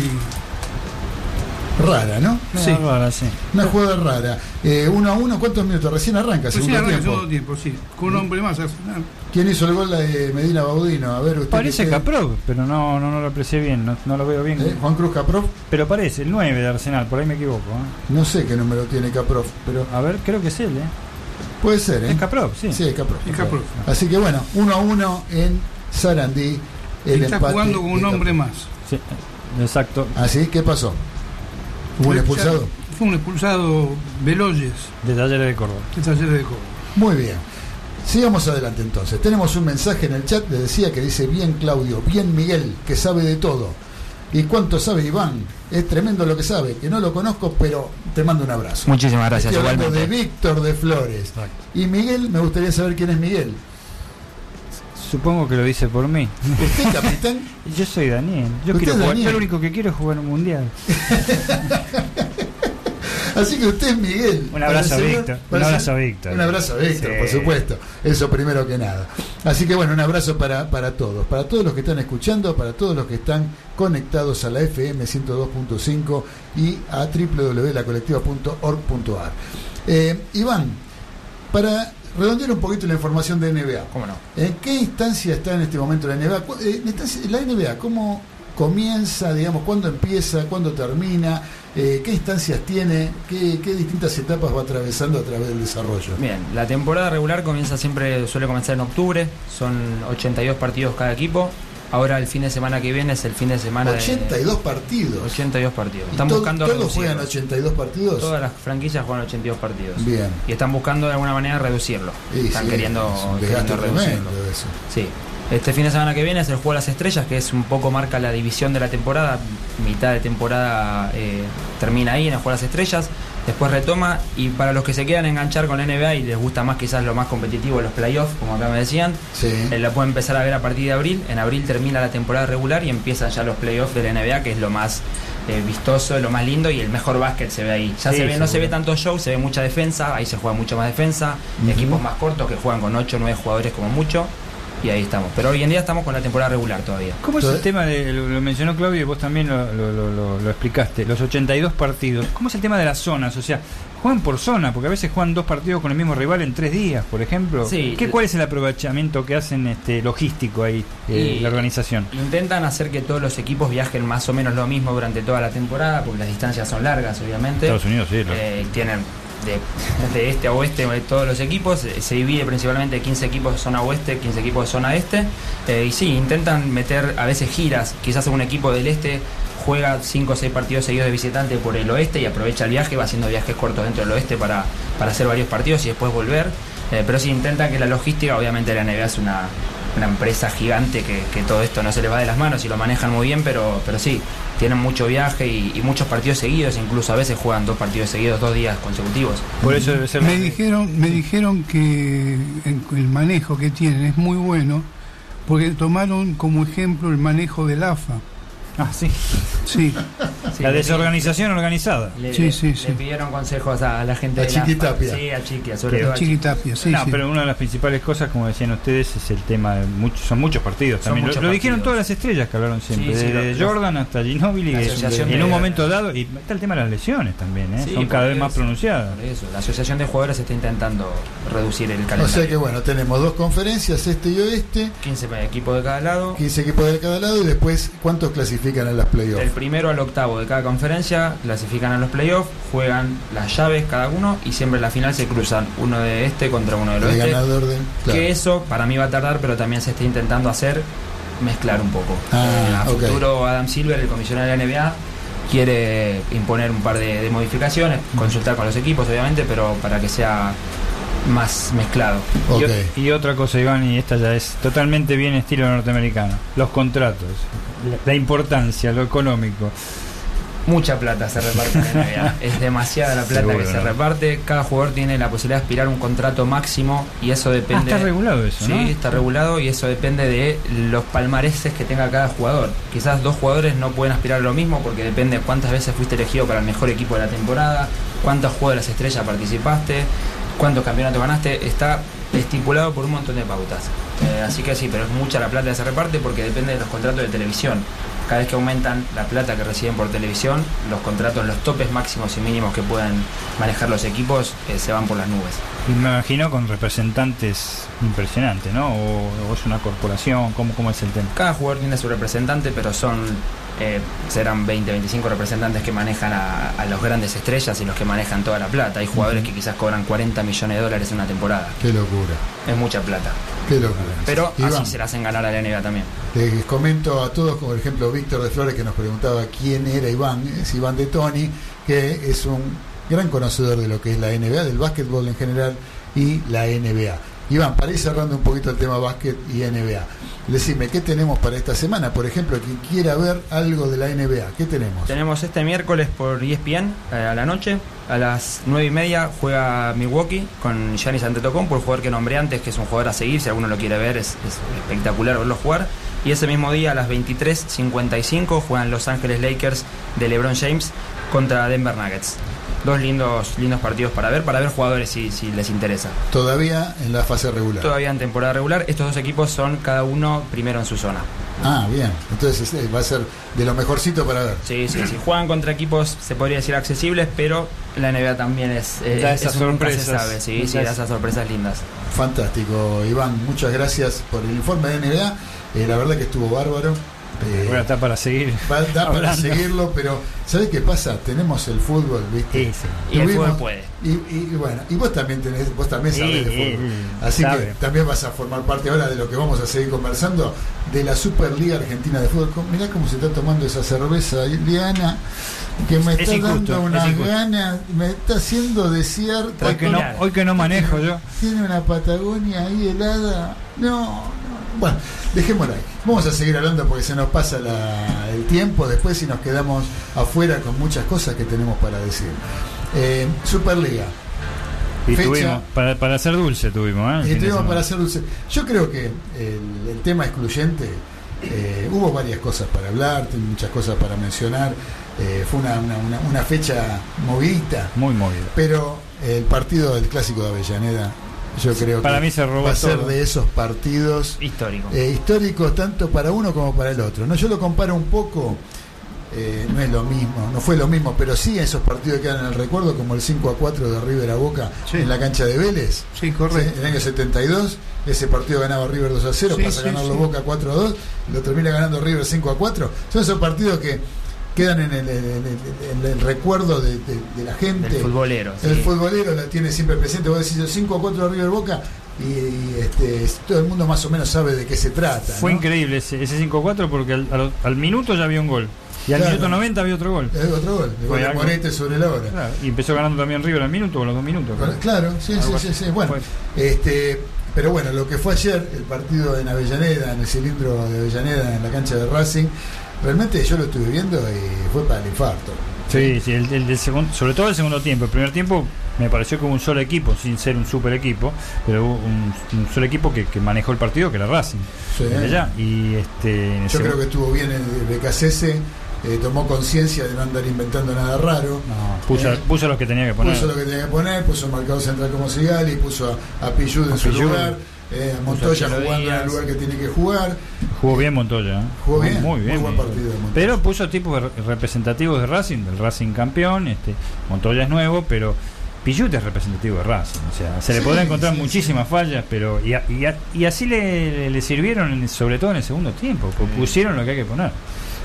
rara, ¿no? Sí, rara, sí. Una jugada rara. Eh, uno a uno, ¿cuántos minutos? Recién arranca, Recién segundo arranca tiempo. segundo tiempo, sí. Con un hombre más Arsenal. ¿Quién hizo el gol de Medina Baudino? A ver, usted. Parece Caprov, pero no, no, no lo aprecié bien, no, no lo veo bien. ¿Eh? Juan Cruz Caprov. Pero parece, el nueve de Arsenal, por ahí me equivoco. ¿eh? No sé qué número tiene Caprov, pero. A ver, creo que es él, ¿eh? Puede ser, ¿eh? Es Caprov, sí. Sí, es Caprov. Es Caprov. Así que bueno, uno a uno en Sarandí. El Está empate jugando con un de hombre Caprov. más. Sí, exacto. ¿Así? ¿Qué pasó? ¿Hubo un expulsado? Fue un expulsado Beloyes, De Talleres de Córdoba. de Talleres de Córdoba. Muy bien. Sigamos adelante entonces. Tenemos un mensaje en el chat, le decía, que dice: bien Claudio, bien Miguel, que sabe de todo. ¿Y cuánto sabe Iván? Es tremendo lo que sabe, que no lo conozco, pero te mando un abrazo. Muchísimas gracias. Estoy hablando de Igualmente. Víctor de Flores. Exacto. Y Miguel, me gustaría saber quién es Miguel. Supongo que lo dice por mí. ¿Usted, capitán? Yo soy Daniel. Yo ¿Usted quiero es jugar. Daniel? Yo lo único que quiero es jugar un mundial. Así que usted es Miguel. Un abrazo Para el a señor- Víctor. para Un el abrazo señor- a Víctor. Un abrazo a Víctor, Sí. por supuesto. Eso primero que nada. Así que bueno, un abrazo para, para todos. Para todos los que están escuchando, para todos los que están conectados a la F M ciento dos punto cinco y a doble u doble u doble u punto la colectiva punto org punto a r. Eh, Iván, para redondear un poquito la información de N B A. ¿Cómo no? ¿En qué instancia está en este momento la N B A? Cu- eh, La instancia- la N B A, ¿cómo comienza, digamos, cuándo empieza, cuándo termina? Eh, ¿Qué instancias tiene? ¿Qué, ¿Qué distintas etapas va atravesando a través del desarrollo? Bien, la temporada regular comienza siempre, suele comenzar en octubre, son ochenta y dos partidos cada equipo. Ahora el fin de semana que viene es el fin de semana ochenta y dos de partidos. ochenta y dos partidos. ¿Y Están to- buscando ¿Todos reducirlo. juegan ochenta y dos partidos? Todas las franquicias juegan ochenta y dos partidos. Bien. Y están buscando de alguna manera reducirlo. Y están sí, queriendo, es un desgaste queriendo reducirlo. tremendo eso. Sí. Este fin de semana que viene es el Juego de las Estrellas, que es un poco marca la división de la temporada. Mitad de temporada eh, termina ahí en el Juego de las Estrellas. Después retoma, y para los que se quieran enganchar con la N B A y les gusta más quizás lo más competitivo, los playoffs, como acá me decían, Sí. eh, la pueden empezar a ver a partir de abril. En abril termina la temporada regular y empiezan ya los playoffs de la N B A, que es lo más eh, vistoso, lo más lindo, y el mejor básquet se ve ahí. Ya Sí, se ve, no se ve seguro. tanto show, se ve mucha defensa, ahí se juega mucho más defensa, Ujú. equipos más cortos que juegan con ocho o nueve jugadores como mucho, y ahí estamos. Pero hoy en día estamos con la temporada regular todavía. ¿Cómo es Entonces- el tema de, lo, lo mencionó Claudio y vos también lo, lo, lo, lo- lo explicaste, los ochenta y dos partidos? ¿Cómo es el tema de las zonas? O sea, juegan por zona, porque a veces juegan dos partidos con el mismo rival en tres días, por ejemplo. Sí. ¿Qué, ¿Cuál es el aprovechamiento que hacen este logístico ahí, eh, Y- la organización? Intentan hacer que todos los equipos viajen más o menos lo mismo durante toda la temporada, porque las distancias son largas, obviamente. Estados Unidos, sí. lo- Eh, tienen de, de este a oeste de todos los equipos. Eh, se divide principalmente quince equipos de zona oeste, quince equipos de zona este. Eh, y sí, intentan meter a veces giras. Quizás un equipo del este juega cinco o seis partidos seguidos de visitante por el oeste y aprovecha el viaje, va haciendo viajes cortos dentro del oeste para, para hacer varios partidos y después volver. Eh, pero sí intentan que la logística, obviamente la N B A es una una empresa gigante que, que todo esto no se les va de las manos y lo manejan muy bien, pero, pero sí, tienen mucho viaje y, y muchos partidos seguidos, incluso a veces juegan dos partidos seguidos, dos días consecutivos. Por eso debe ser. Me dijeron, me dijeron que el manejo que tienen es muy bueno, porque tomaron como ejemplo el manejo del A F A. Ah, sí. Sí. Sí, La le- desorganización organizada. Le, Sí, sí, le sí. pidieron consejos a la gente A de la- Chiquitapia. Sí, a Chiquia, sobre Que todo a Chiqui. Chiquitapia, sí, no, sí. pero una de las principales cosas, como decían ustedes, es el tema de muchos, son muchos partidos Son también. muchos lo, lo dijeron partidos. todas las estrellas que hablaron siempre, Sí, sí, desde lo- Jordan hasta Ginóbili, la que asociación en de- un momento dado, y está el tema de las lesiones también, ¿eh? Sí, son cada por vez más eso, pronunciadas. por eso. La asociación de jugadores está intentando reducir el O calendario. sea que bueno, tenemos dos conferencias, este y oeste, quince equipos de cada lado. quince equipos de cada lado y después, ¿cuántos clasifican a las playoffs? Del primero al octavo de cada conferencia clasifican a los playoffs, juegan las llaves cada uno y siempre en la final se cruzan uno de este contra uno del El oeste. ganador de... claro. Que eso para mí va a tardar, pero también se está intentando hacer mezclar un poco. Ah, Eh, a ok. futuro Adam Silver, el comisionado de la N B A, quiere imponer un par de, de modificaciones, consultar con los equipos obviamente, pero para que sea más mezclado. Ok. Y, y otra cosa, Iván, y esta ya es totalmente bien estilo norteamericano, los contratos, la, la importancia, lo económico. Mucha plata se reparte en la N B A. Es demasiada la plata Seguro, que se ¿no? reparte. Cada jugador tiene la posibilidad de aspirar a un contrato máximo y eso Ah, depende. está regulado eso, Sí, ¿no? está regulado y eso depende de los palmareses que tenga cada jugador. Quizás dos jugadores no pueden aspirar a lo mismo porque depende de cuántas veces fuiste elegido para el mejor equipo de la temporada, cuántos juegos de las estrellas participaste, cuántos campeonatos ganaste. Está estipulado por un montón de pautas. Eh, así que sí, pero es mucha la plata que se reparte porque depende de los contratos de televisión. Cada vez que aumentan la plata que reciben por televisión, los contratos, los topes máximos y mínimos que pueden manejar los equipos eh, se van por las nubes. Y me imagino con representantes impresionantes, ¿no? O, o es una corporación, ¿cómo, cómo es el tema? Cada jugador tiene su representante, pero son eh, serán veinte, veinticinco representantes que manejan a, a los grandes estrellas y los que manejan toda la plata. Hay jugadores que quizás cobran cuarenta millones de dólares en una temporada. Qué locura, Es mucha plata. qué locura. Pero Iván, así se la hacen ganar a la N B A también. les comento a todos, como por ejemplo Víctor de Flores, que nos preguntaba quién era Iván, es Iván de Toni, que es un gran conocedor de lo que es la N B A, del básquetbol en general y la N B A. Iván, para ir cerrando un poquito el tema básquet y N B A, decime, ¿qué tenemos para esta semana? Por ejemplo, quien quiera ver algo de la N B A, ¿qué tenemos? Tenemos este miércoles por E S P N eh, a la noche, a las nueve y media juega Milwaukee con Giannis Antetokounmpo, el jugador que nombré antes, que es un jugador a seguir, si alguno lo quiere ver, es, es espectacular verlo jugar. Y ese mismo día a las veintitrés cincuenta y cinco juegan Los Ángeles Lakers de LeBron James contra Denver Nuggets. Dos lindos lindos partidos para ver, para ver jugadores si, si les interesa. Todavía en la fase regular. Todavía en temporada regular, estos dos equipos son cada uno primero en su zona. Ah, bien, entonces eh, va a ser de lo mejorcito para ver. Sí, sí, sí. Juegan contra equipos, se podría decir, accesibles, pero la N B A también es... eh, Da es- esas es un nunca se sorpresas. sabe, sí, Da sí, da esas- esas sorpresas lindas. Fantástico, Iván, muchas gracias por el informe de N B A. Eh, la verdad que estuvo bárbaro. Eh, Bueno, está para seguir. va, da para hablando. seguirlo, pero ¿sabés qué pasa? Tenemos el fútbol, ¿viste? Sí, sí. Y el Tuvimos- fútbol puede. Y, y- y bueno, y vos también tenés, vos también sabés Sí, de fútbol. sí, Así sabe. que también vas a formar parte ahora de lo que vamos a seguir conversando de la Superliga Argentina de Fútbol. Com- Mirá cómo se está tomando esa cerveza, Liana, que me Es está injusto, dando es unas injusto. ganas, me está haciendo desear. Hoy que no, Tranquila. hoy que no manejo yo. Tiene una Patagonia ahí helada. No, no. Bueno, dejémosla ahí. Vamos a seguir hablando porque se nos pasa la- el tiempo después y nos quedamos afuera con muchas cosas que tenemos para decir. Eh, Superliga. Y Fecha. tuvimos, para, para hacer dulce tuvimos, ¿eh? El Y fin de estuvimos semana. para hacer dulce. Yo creo que el, el tema excluyente, eh, hubo varias cosas para hablar, tiene muchas cosas para mencionar. Eh, fue una, una, una, una fecha movidita, Muy movido. pero el partido del Clásico de Avellaneda, yo creo Para que mí se robó va a ser todo. de esos partidos Histórico. eh, históricos tanto para uno como para el otro. No, yo lo comparo un poco, eh, no es lo mismo, no fue lo mismo, pero sí esos partidos quedan en el recuerdo, como el cinco a cuatro de River a Boca Sí. en la cancha de Vélez. Sí, correcto. Sí, en el año setenta y dos, ese partido ganaba River dos a cero, Sí, pasa a sí, ganarlo sí. Boca cuatro a dos, lo termina ganando River cinco a cuatro. Son esos partidos que quedan en el, en el- en el recuerdo de, de- de la gente. Del futbolero. El sí. futbolero la tiene siempre presente. Vos decís cinco a cuatro River Boca y, y, este, todo el mundo más o menos sabe de qué se trata. Fue ¿no? increíble ese, ese cinco cuatro porque al, al- al minuto ya había un gol. Y al Claro. minuto noventa había otro gol. Es otro gol, el Fue gol de algo- Morete sobre la hora. Claro, y empezó ganando también River al minuto o a los dos minutos. Claro, sí, sí, Algo sí, así. sí. Bueno, Fue- este, pero bueno, lo que fue ayer, el partido en Avellaneda, en el cilindro de Avellaneda, en la cancha de Racing, realmente yo lo estuve viendo y fue para el infarto. Sí, sí, el, el, el segundo, sobre todo el segundo tiempo. El primer tiempo me pareció como un solo equipo, sin ser un super equipo, pero un, un solo equipo que, que manejó el partido, que era Racing. Sí. Allá. Y este, yo creo que estuvo bien el B K C S. Eh, tomó conciencia de no andar inventando nada raro. No, puso, eh, puso lo que tenía que poner. Puso lo que tenía que poner, puso un marcador central como Sigali, puso a, a Pillud en su Pillud, lugar, eh, a Montoya jugando en el lugar que tiene que jugar. Jugó bien Montoya. ¿eh? Jugó bien, muy, muy bien. Muy buen partido de Montoya. Pero puso tipos re- representativos de Racing, del Racing campeón. Este, Montoya es nuevo, pero Pillud es representativo de Racing. O sea, se le Sí, podrán encontrar sí, muchísimas sí. fallas, pero y, a, y, a, y así le, le sirvieron, en, sobre todo en el segundo tiempo, porque pusieron lo que hay que poner.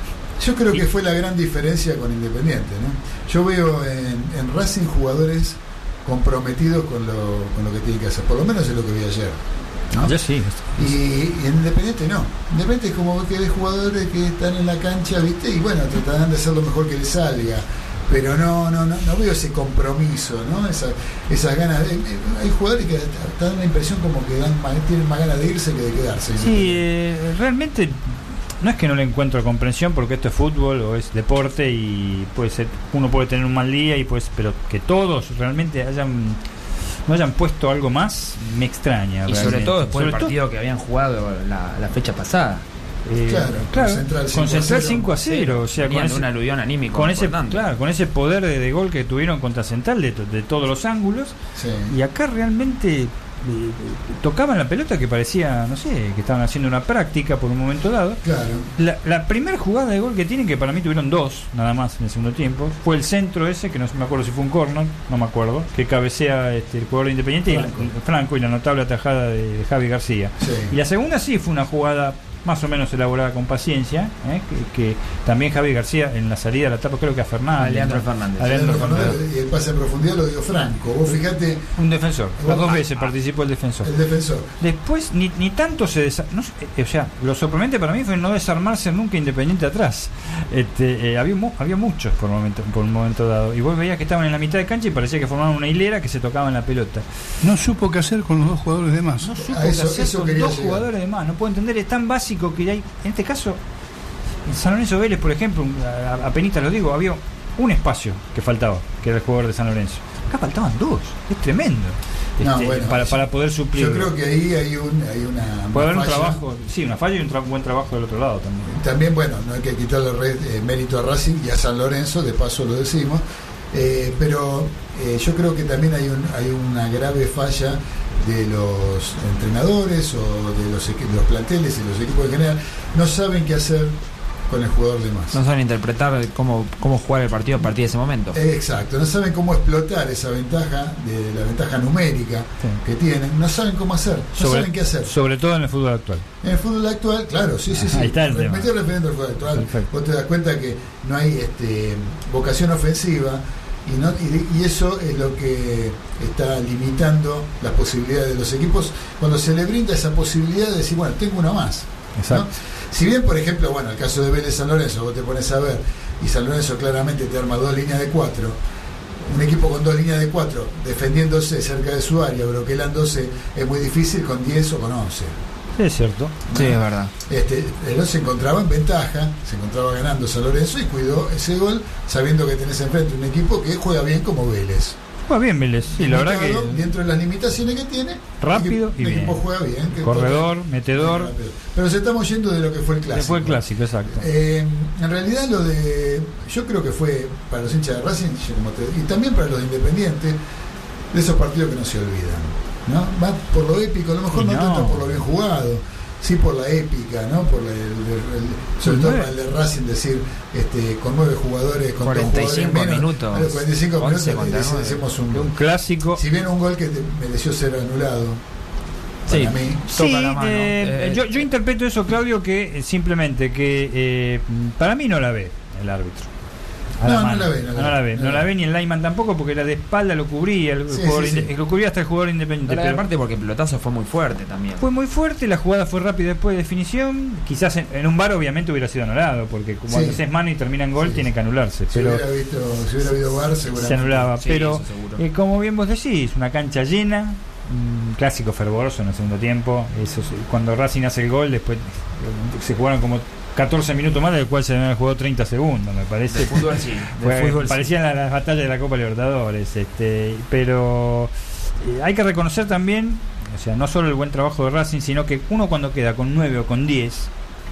Yo creo que fue la gran diferencia con Independiente, ¿no? Yo veo en, en Racing jugadores comprometidos con lo, con lo que tienen que hacer, por lo menos es lo que vi ayer, ¿no? Ya sí. Y, y en Independiente no. Independiente es como que hay jugadores que están en la cancha, ¿viste? Y bueno, tratarán de hacer lo mejor que les salga. Pero no, no, no, no veo ese compromiso, ¿no? Esa, esas ganas. De, hay jugadores que te dan la impresión como que dan más, tienen más ganas de irse que de quedarse. Sí, eh, realmente no es que no le encuentro comprensión, porque esto es fútbol o es deporte y puede ser, uno puede tener un mal día y pues, pero que todos realmente hayan no hayan puesto algo más me extraña. Y realmente. sobre todo después Sobre del partido todo, que habían jugado la, la fecha pasada. Eh, claro, claro, con Central cinco a cero, o sea, con ese, un aluvión anímico con ese, importante. claro, con ese poder de, de gol que tuvieron contra Central de, de todos los ángulos. Sí. Y acá realmente eh, tocaban la pelota que parecía, no sé, que estaban haciendo una práctica por un momento dado. Claro. La, la primera jugada de gol que tienen, que para mí tuvieron dos nada más en el segundo tiempo, fue el centro ese, que no me acuerdo si fue un córner, no me acuerdo, que cabecea este, el jugador de Independiente Franco. Y, la, Franco y la notable atajada de, de Javi García. Sí. Y la segunda sí fue una jugada más o menos elaborada con paciencia, ¿eh? que, que también Javi García en la salida de la etapa, creo que a Fernández. A Leandro ¿no? Fernández. A Leandro Fernández. Y el pase en profundidad lo dio Franco. Vos fijate. Un defensor. Las dos ah, veces ah, participó el defensor. El defensor. Después ni, ni tanto se desa- no sé, eh, o sea, lo sorprendente para mí fue no desarmarse nunca Independiente atrás. Este, eh, había mu- había muchos por momento por un momento dado, y vos veías que estaban en la mitad de cancha y parecía que formaban una hilera que se tocaban la pelota. No supo qué hacer con los dos jugadores de más. No supo A qué eso- hacer eso con quería dos llegar. jugadores de más. No puedo entender, es tan básico que hay. En este caso, en San Lorenzo Vélez, por ejemplo, a- apenas lo digo, había un espacio que faltaba, que era el jugador de San Lorenzo. Acá faltaban dos, es tremendo. No, Este, bueno, para, yo- para poder suplir. Yo creo que ahí hay, un, hay una. Puede haber una un falla. trabajo, sí, una falla y un tra- buen trabajo del otro lado también. También, bueno, no hay que quitarle re- eh, mérito a Racing y a San Lorenzo, de paso lo decimos, eh, pero eh, yo creo que también hay, un, hay una grave falla de los entrenadores o de los, equi- de los planteles y los equipos en general. No saben qué hacer con el jugador de más. No saben interpretar cómo, cómo jugar el partido a partir de ese momento. Eh, Exacto, no saben cómo explotar esa ventaja, de la ventaja numérica Sí. que tienen, no saben cómo hacer, no Sobre- saben qué hacer. Sobre todo en el fútbol actual. En el fútbol actual, claro, sí, sí, sí. Ahí está el Me tema. estoy refiriendo al fútbol actual. Perfecto. Vos te das cuenta que no hay este, vocación ofensiva y, no, y, y eso es lo que está limitando las posibilidades de los equipos cuando se le brinda esa posibilidad de decir, bueno, tengo una más. Exacto. ¿no? Si bien, por ejemplo, bueno, el caso de Vélez San Lorenzo, vos te pones a ver, y San Lorenzo claramente te arma dos líneas de cuatro, un equipo con dos líneas de cuatro, defendiéndose cerca de su área, broquelándose, es muy difícil con diez o con once. Sí, es cierto. Sí, es verdad. Este, el se encontraba en ventaja, se encontraba ganando San Lorenzo y cuidó ese gol sabiendo que tenés enfrente un equipo que juega bien como Vélez. Juega bien Vélez, sí, la verdad Limitado, que dentro de las limitaciones que tiene, rápido el y equipo, el equipo bien. juega bien. Que Corredor, corre, metedor. muy rápido. Pero se estamos yendo de lo que fue el clásico. Fue el clásico, exacto. Eh, en realidad lo de, yo creo que fue para los hinchas de Racing como te, y también para los de Independiente, de esos partidos que no se olvidan, ¿no? Va por lo épico, a lo mejor Y no, no. tanto por lo bien jugado, sí por la épica, ¿no? Por la, el, el- el- sobre Sí, todo nueve. para el de Racing decir, este, con nueve jugadores, con cuarenta y dos cinco jugadores menos, minutos, a los cuarenta y cinco minutos once contra le- le nueve. hacemos Un un, clásico. si bien un gol que te- mereció ser anulado, Sí. para mí. Sí, toca la mano. eh, Eh, yo, yo interpreto eso, Claudio, que eh, simplemente que eh, para mí no la ve el árbitro. A No, no mano. la ve, no la no la ve. ve, no la ve ni el Lyman tampoco, porque era de espalda, lo cubría, el Sí, jugador sí, inde- sí. lo cubría hasta el jugador independiente. Pero pero aparte porque el pelotazo fue muy fuerte también. fue muy fuerte, la jugada fue rápida después de definición. Quizás en, en un bar obviamente hubiera sido anulado, porque cuando Sí. haces mano y termina en gol Sí. tiene que anularse. Si, Pero hubiera visto, si hubiera habido V A R seguramente se anulaba. Sí, pero eso seguro. eh, como bien vos decís, una cancha llena, un clásico fervoroso en el segundo tiempo. Eso, cuando Racing hace el gol, después se jugaron como catorce minutos más, del cual se habían jugado treinta segundos, me parece. De fútbol sí. Fue, de fútbol parecían sí. las, las batallas de la Copa Libertadores. Este, pero eh, hay que reconocer también, o sea, no solo el buen trabajo de Racing, sino que uno cuando queda con nueve o con diez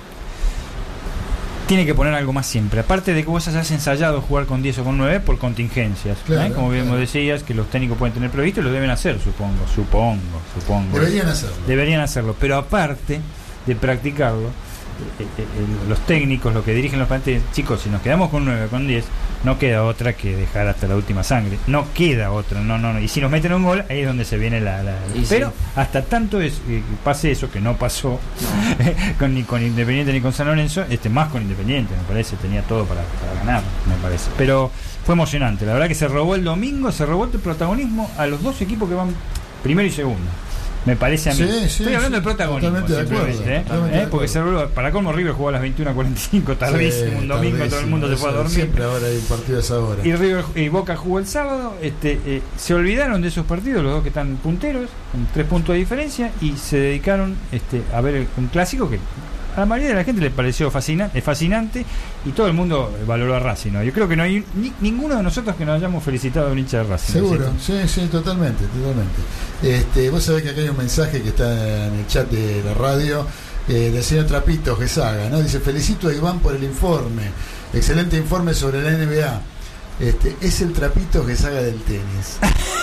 tiene que poner algo más siempre. Aparte de que vos hayas ensayado jugar con diez o con nueve por contingencias, claro, ¿eh? Como bien claro. decías, que los técnicos pueden tener previsto y lo deben hacer, supongo, supongo, supongo. Deberían hacerlo. Deberían hacerlo, pero aparte de practicarlo, eh, eh, eh, los técnicos, los que dirigen los planteles, chicos, si nos quedamos con nueve o con diez, no queda otra que dejar hasta la última sangre. No queda otra, no, no, no. Y si nos meten un gol, ahí es donde se viene la... la Y pero sí. hasta tanto es eh, pase eso, que no pasó no. con, ni con Independiente ni con San Lorenzo, este más con Independiente, me parece, tenía todo para, para ganar, me parece. Pero fue emocionante, la verdad que se robó el domingo, se robó el protagonismo a los dos equipos que van primero y segundo. Me parece a mí. Sí, sí, Estoy hablando sí, del protagonismo. totalmente de acuerdo, simplemente, ¿eh? totalmente ¿Eh? de Porque se acuerdo. robó, para colmo River jugó a las veintiuna cuarenta y cinco, tardísimo, Sí, un domingo, todo el tardísimo, mundo se fue a eso, dormir. Siempre ahora hay partidos ahora. Y River y Boca jugó el sábado. Este, eh, se olvidaron de esos partidos, los dos que están punteros, con tres puntos de diferencia, y se dedicaron este, a ver el, un clásico que a la mayoría de la gente le pareció fascina, eh, fascinante, y todo el mundo valoró a Racing, ¿no? Yo creo que no hay ni, ninguno de nosotros que nos hayamos felicitado a un hincha de Racing. Seguro, ¿no? sí, sí, totalmente, totalmente. Este, vos sabés que acá hay un mensaje que está en el chat de la radio, eh, del señor Trapito Gesaga, ¿no? Dice: felicito a Iván por el informe, excelente informe sobre la N B A. Este, es el Trapito Gesaga del tenis.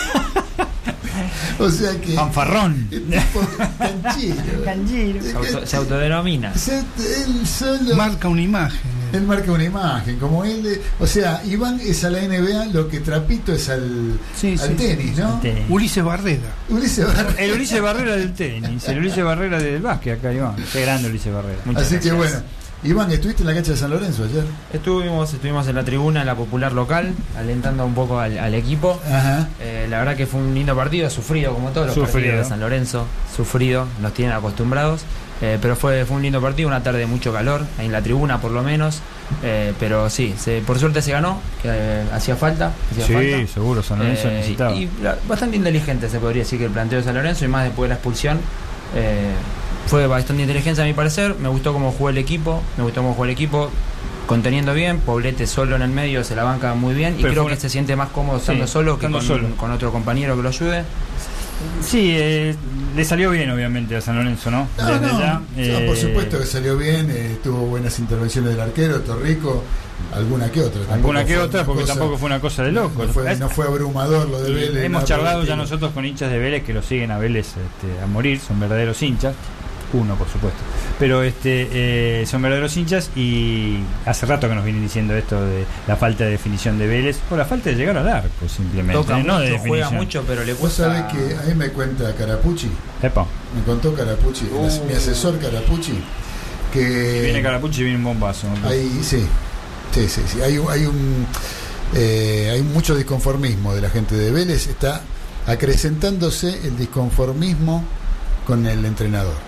O sea que Fanfarrón. el tipo canchero. Canchero. Se, auto, se autodenomina. Se- él solo Marca una imagen. él marca una imagen, como él, de- o sea, Iván es a la N B A lo que Trapito es al, Sí, al sí, tenis, ¿no? El tenis. Ulises Barrera. Ulises Barrera. El Ulises Barrera del tenis, el Ulises Barrera del básquet, acá Iván. Qué grande Ulises Barrera. Muchas Así que gracias. bueno, Iván, ¿estuviste en la cancha de San Lorenzo ayer? Estuvimos, estuvimos en la tribuna, en la popular local, alentando un poco al, al equipo. Ajá. Eh, la verdad que fue un lindo partido, sufrido como todos los Sufrido. partidos de San Lorenzo, sufrido, nos tienen acostumbrados, eh, pero fue, fue un lindo partido, una tarde de mucho calor, en la tribuna por lo menos, eh, pero sí, se, por suerte se ganó, que eh, hacía falta, hacía Sí, falta. seguro, San Lorenzo Eh, necesitaba. y la- bastante inteligente se podría decir que el planteo de San Lorenzo, y más después de la expulsión, eh, fue bastante inteligencia a mi parecer. Me gustó cómo jugó el equipo, me gustó cómo jugó el equipo, conteniendo bien. Poblete solo en el medio se la banca muy bien, y Pero creo fue que una- se siente más cómodo estando Sí, solo que estando con, solo. con otro compañero que lo ayude. Sí, eh, le salió bien obviamente a San Lorenzo, ¿no? No, Desde no, ya, no, eh, por supuesto que salió bien, eh, tuvo buenas intervenciones del arquero, Torrico, alguna que otra. Tampoco alguna que fue otra, una porque cosa- tampoco fue una cosa de loco. No fue, no fue abrumador lo de Y Vélez. hemos nada charlado por el ya estilo. nosotros con hinchas de Vélez que lo siguen a Vélez este, a morir, son verdaderos hinchas, uno por supuesto, pero este eh, son verdaderos hinchas, y hace rato que nos vienen diciendo esto de la falta de definición de Vélez, o la falta de llegar al arco simplemente, Toca ¿eh? No de mucho, juega definición. mucho, pero le Vos cuesta. sabés que a mí me cuenta Carapucci, Epa, me contó Carapucci, el as- Uh. mi asesor Carapucci, que viene Carapucci y viene un bombazo, ¿no? hay, sí, sí, sí, sí, hay un, hay un eh, hay mucho disconformismo de la gente de Vélez, está acrecentándose el disconformismo con el entrenador.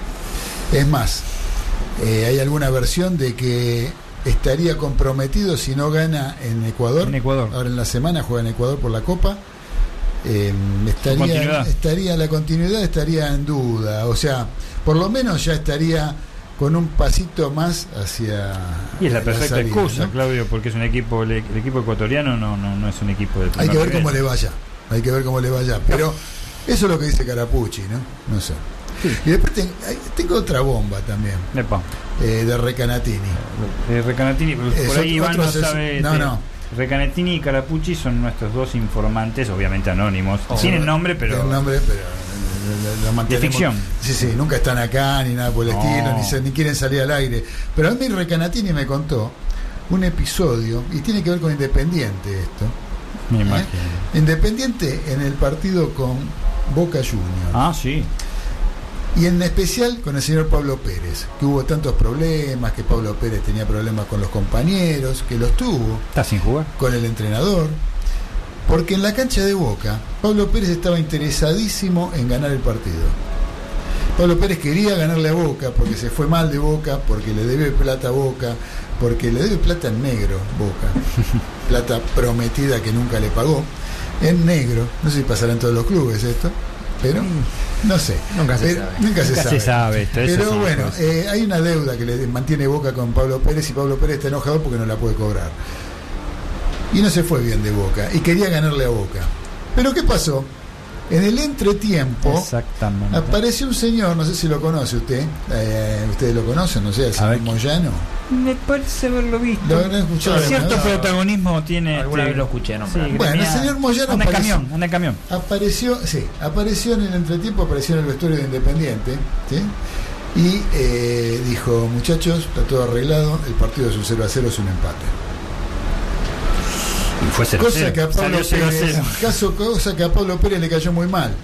Es más, eh, hay alguna versión de que estaría comprometido si no gana en Ecuador. En Ecuador. Ahora en la semana juega en Ecuador por la Copa. Eh, estaría, Continuidad. estaría la continuidad estaría en duda. O sea, por lo menos ya estaría con un pasito más hacia. Y es la perfecta salida, excusa, ¿no? Claudio, porque es un equipo, el, el equipo ecuatoriano no, no, no es un equipo de Hay primer que ver nivel. cómo le vaya. Hay que ver cómo le vaya. Pero eso es lo que dice Carapucci, ¿no? No sé. Y después ten- hay- tengo otra bomba también, Epa. eh, de Recanatini. Eh, Recanatini, por Es ahí Iván otro no ases- sabe. no, este, no. Recanatini y Carapucci son nuestros dos informantes, obviamente anónimos. Oh, Tienen nombre, pero. Tienen nombre, pero eh, lo- lo mantenemos. ficción. Sí, sí, nunca están acá ni nada por el No. estilo, ni, se- ni quieren salir al aire. Pero a mí Recanatini me contó un episodio, y tiene que ver con Independiente esto. Me ¿eh? imagino. Independiente en el partido con Boca Juniors. Ah, sí. Y en especial con el señor Pablo Pérez, que hubo tantos problemas, que Pablo Pérez tenía problemas con los compañeros, que los tuvo, ¿Está sin jugar? con el entrenador, porque en la cancha de Boca, Pablo Pérez estaba interesadísimo en ganar el partido. Pablo Pérez quería ganarle a Boca porque se fue mal de Boca, porque le debe plata a Boca, porque le debe plata en negro Boca, plata prometida que nunca le pagó, en negro, no sé si pasará en todos los clubes esto, pero no sé. Nunca se pero, sabe. Nunca se Nunca sabe. se sabe esto, eso Pero sí, bueno, pues. eh, hay una deuda que le mantiene Boca con Pablo Pérez y Pablo Pérez está enojado porque no la puede cobrar. Y no se fue bien de Boca y quería ganarle a Boca. Pero ¿qué pasó? En el entretiempo Exactamente. apareció un señor, no sé si lo conoce usted, eh, ustedes lo conocen, no sé, el señor ver. Moyano. Me parece haberlo visto. Lo habrán escuchado. Cierto ¿no? protagonismo tiene. Alguna este- vez lo escuché nombrar. Sí, Bueno, el gremia- señor Moyano anda en apareció- camión, anda en camión. Apareció, sí, apareció en el entretiempo, apareció en el vestuario de Independiente, ¿sí? Y eh, dijo, muchachos, está todo arreglado, el partido es un cero a cero, es un empate. Y fue cero Cosa que a Pablo cero Pérez, caso, cosa que a Pablo Pérez le cayó muy mal.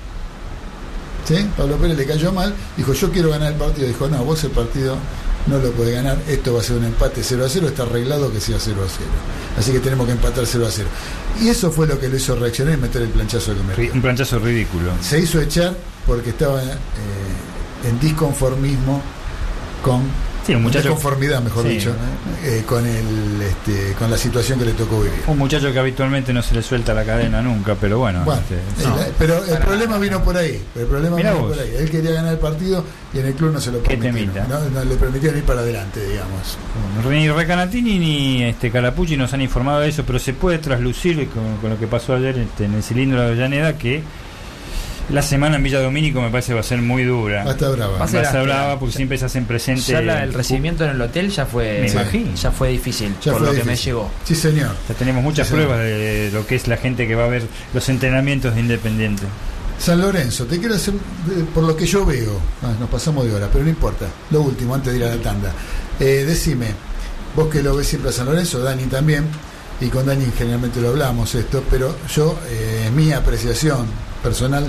¿Sí? Pablo Pérez le cayó mal, dijo, yo quiero ganar el partido. Dijo, no, vos el partido no lo podés ganar, esto va a ser un empate cero a cero, está arreglado que sea cero a cero. Así que tenemos que empatar cero a cero. Y eso fue lo que lo hizo reaccionar y meter el planchazo que metió. Un planchazo ridículo. Se hizo echar porque estaba eh, en disconformismo con Sí, un muchacho- disconformidad, mejor Sí, dicho, eh, con el este, con la situación que le tocó vivir. Un muchacho que habitualmente no se le suelta la cadena nunca, pero bueno. Bueno, este, eh, no. la- pero el problema vino por ahí. El problema Mirá vino vos. por ahí. Él quería ganar el partido y en el club no se lo Qué permitieron. temita. No, no le permitieron ir para adelante, digamos. Ni Recanatini ni este Carapucci nos han informado de eso, pero se puede traslucir con, con lo que pasó ayer este, en el cilindro de Avellaneda, que la semana en Villa Domínico me parece va a ser muy dura. Va a estar brava. Va Va a a ser ser áspera. brava porque siempre se hacen presentes. Ya la- el recibimiento en el hotel ya fue, Me imagino. ya fue difícil, Ya por fue lo que me difícil. llegó. Sí, señor. Ya tenemos muchas Sí, pruebas de lo que es la gente que va a ver los entrenamientos de Independiente. San Lorenzo, te quiero hacer, eh, por lo que yo veo, ah, nos pasamos de hora, pero no importa. Lo último, antes de ir a la tanda. Eh, decime, vos que lo ves siempre a San Lorenzo, Dani también, y con Dani generalmente lo hablamos esto, pero yo, eh, mi apreciación personal,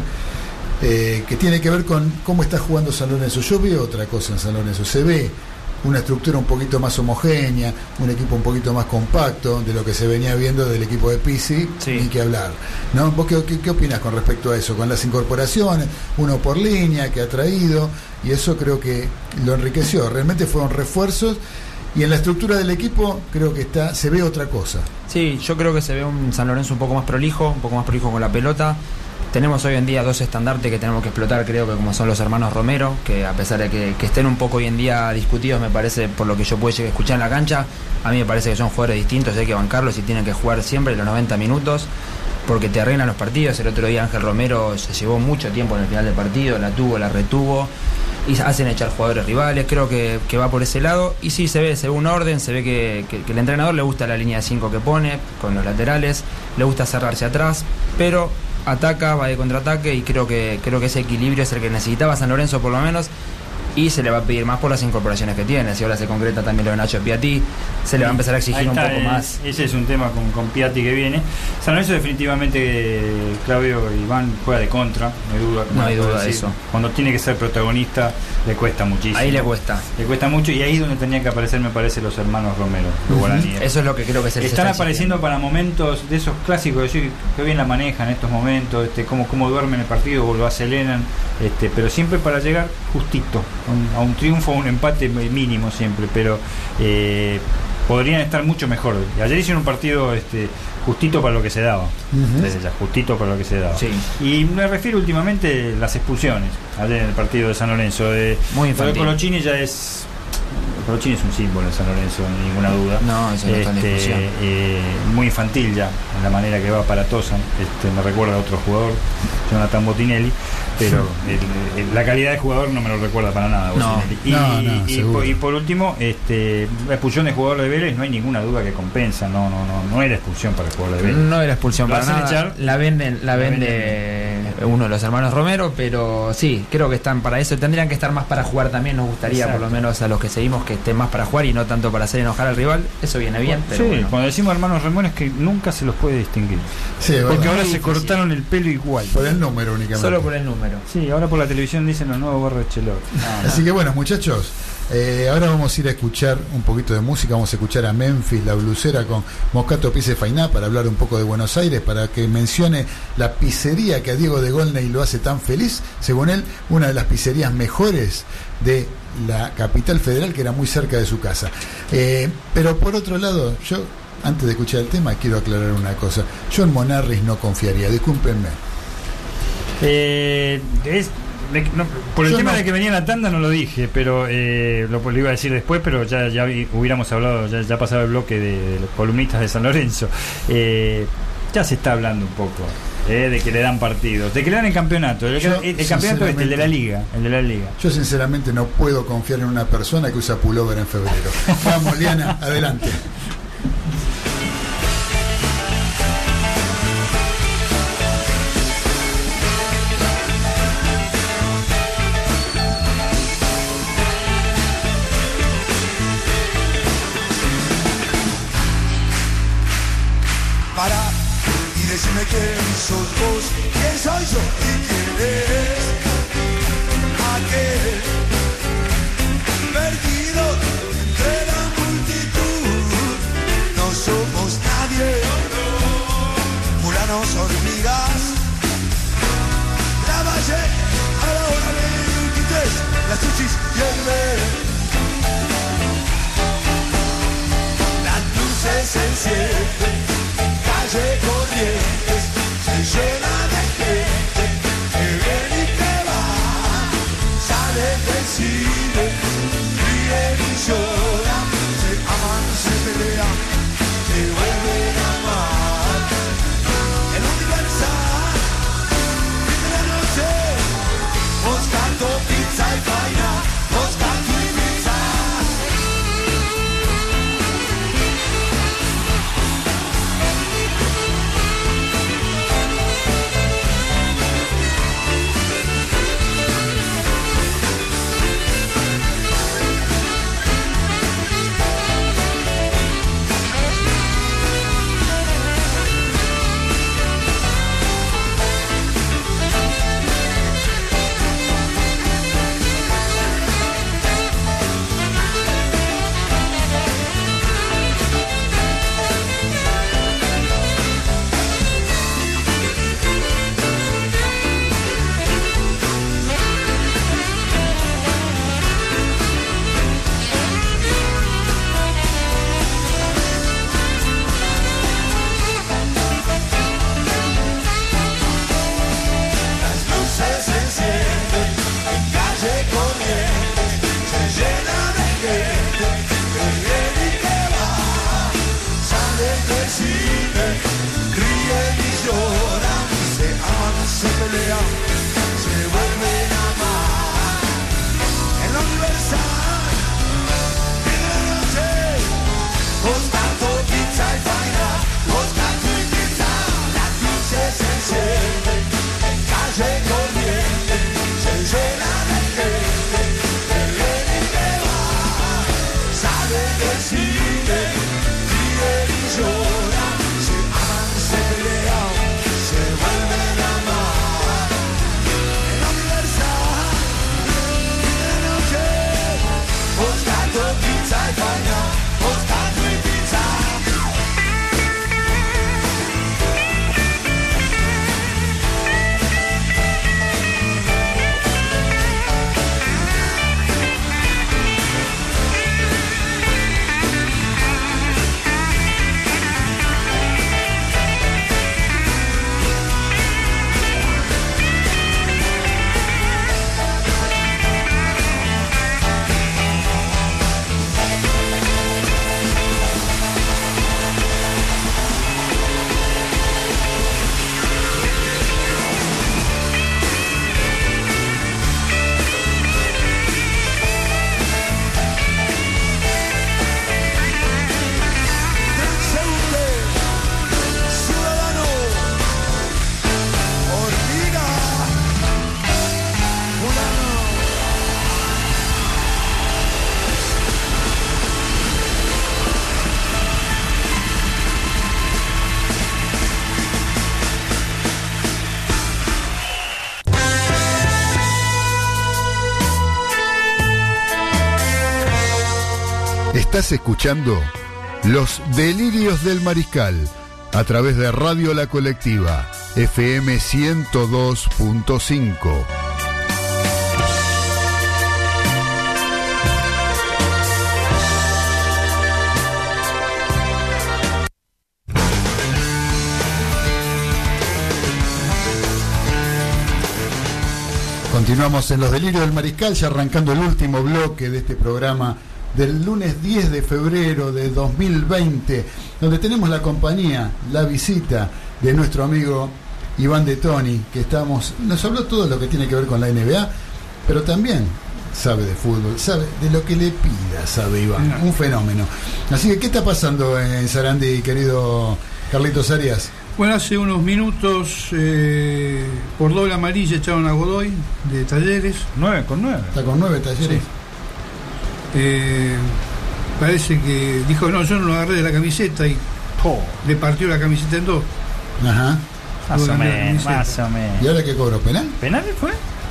eh, que tiene que ver con cómo está jugando San Lorenzo. Yo veo otra cosa en San Lorenzo, se ve una estructura un poquito más homogénea, un equipo un poquito más compacto de lo que se venía viendo del equipo de Pizzi, Sí. ni que hablar, ¿no? ¿Vos qué, qué, qué opinás con respecto a eso? Con las incorporaciones, uno por línea que ha traído, y eso creo que lo enriqueció, realmente fueron refuerzos, y en la estructura del equipo creo que está se ve otra cosa. Sí, yo creo que se ve un San Lorenzo un poco más prolijo, un poco más prolijo con la pelota. Tenemos hoy en día dos estandartes que tenemos que explotar, creo que como son los hermanos Romero, que a pesar de que, que estén un poco hoy en día discutidos, me parece, por lo que yo pude llegar a escuchar en la cancha, a mí me parece que son jugadores distintos, hay que bancarlos y tienen que jugar siempre los noventa minutos, porque te arreglan los partidos. El otro día Ángel Romero se llevó mucho tiempo en el final del partido, la tuvo, la retuvo, y hacen echar jugadores rivales, creo que, que va por ese lado, y sí, se ve, se ve un orden, se ve que, que, que el entrenador le gusta la línea de cinco que pone, con los laterales, le gusta cerrarse atrás, pero ataca, va de contraataque, y creo que creo que ese equilibrio es el que necesitaba San Lorenzo por lo menos, y se le va a pedir más por las incorporaciones que tiene. Si ahora se concreta también lo de Nacho Piatti, se le va a empezar a exigir Ahí un está, poco eh, más. Ese es un tema con, con Piatti que viene. San Lorenzo definitivamente, eh, Claudio Iván juega de contra, no hay duda. como No hay acabo duda de decir. eso. Cuando tiene que ser protagonista le cuesta muchísimo. Ahí le cuesta. Le cuesta mucho, y ahí es donde tenían que aparecer, me parece, los hermanos Romero, los guaraníes. Eso es lo que creo que se les Están está apareciendo exigiendo. para momentos de esos clásicos, decir que bien la manejan en estos momentos, este, cómo, cómo duermen el partido o lo aceleran, este, pero siempre para llegar justito a un, a un triunfo, a un empate mínimo siempre, pero eh, podrían estar mucho mejor. Y ayer hicieron un partido este, justito para lo que se daba, Ujú. desde ya, justito para lo que se daba. Sí. Y me refiero últimamente a las expulsiones, ayer en el partido de San Lorenzo. De, Muy lo de infantil. Colochini ya es... Colochini es un símbolo en San Lorenzo, sin ninguna duda. No, eso no está en discusión. eh, muy infantil ya, en la manera que va para Tosan. Este, me recuerda a otro jugador, Jonathan Botinelli, pero el- el- la calidad de jugador no me lo recuerda para nada. No, Botinelli. y, no, no, y, seguro. por, y por último, este, la expulsión de jugador de Vélez, no hay ninguna duda que compensa. No, no, no, no era expulsión para el jugador de Vélez. No era expulsión Lo para hacen nada. echar. La venden, la La vende uno de los hermanos Romero, pero sí, creo que están para eso. Tendrían que estar más para jugar también. Nos gustaría, Exacto. por lo menos a los que seguimos, que estén más para jugar y no tanto para hacer enojar al rival. Eso viene bien, pero Sí, bueno. cuando decimos hermanos Ramón es que nunca se los puede distinguir. Sí, Porque bueno, ahora se difícil. cortaron el pelo igual. por el número únicamente. Solo por el número. Sí, ahora por la televisión dicen los nuevos Barrechelot. No, no. Así que bueno, muchachos, eh, ahora vamos a ir a escuchar un poquito de música. Vamos a escuchar a Memphis, la blusera, con Moscato Pizza Fainá, para hablar un poco de Buenos Aires, para que mencione la pizzería que a Diego de Golney lo hace tan feliz. Según él, una de las pizzerías mejores de la capital federal, que era muy cerca de su casa. Eh, pero por otro lado, yo, antes de escuchar el tema, quiero aclarar una cosa. Yo en Monarris no confiaría, discúlpenme. Eh, es, de, no, por el Yo tema no. de que venía la tanda no lo dije, pero eh, lo, lo iba a decir después, pero ya, ya hubiéramos hablado, ya, ya pasaba el bloque de, de los columnistas de San Lorenzo. Eh, ya se está hablando un poco eh, de que le dan partidos, de que le dan el campeonato. El, Yo, el, el campeonato este, el de la liga, el de la liga. Yo sinceramente no puedo confiar en una persona que usa pullover en febrero. Vamos, Liana, adelante. Para y decime quién sos vos, quién soy yo y quién es aquel perdido entre la multitud. No somos nadie, fulanos hormigas. La valle a la hora veintitrés, las chuchis y el ver. Las luces se encienden. Calle Corrientes se llena de gente que viene y que va, salen del cine, ríen y lloran, se aman, se pelean, se vuelven a amar. El Universal, fin de la noche, Moscato, pizza y faina, Moscato y pizza. Estás escuchando Los Delirios del Mariscal a través de Radio La Colectiva, F M ciento dos punto cinco. Continuamos en los delirios del Mariscal, ya arrancando el último bloque de este programa del lunes diez de febrero de dos mil veinte, donde tenemos la compañía, la visita de nuestro amigo Iván de Toni, que estamos, nos habló todo lo que tiene que ver con la N B A, pero también sabe de fútbol, sabe de lo que le pida, sabe Iván, un fenómeno. Así que, ¿qué está pasando en Sarandí, querido Carlitos Arias? Bueno, hace unos minutos eh, por doble amarilla echaron a Godoy de Talleres. nueve con nueve. Está con nueve Talleres. Sí. Eh, parece que dijo, no, yo no lo agarré de la camiseta y oh, le partió la camiseta en dos. Ajá. Más o menos, más o menos. ¿Y ahora qué cobró? ¿Penal? ¿Penal fue?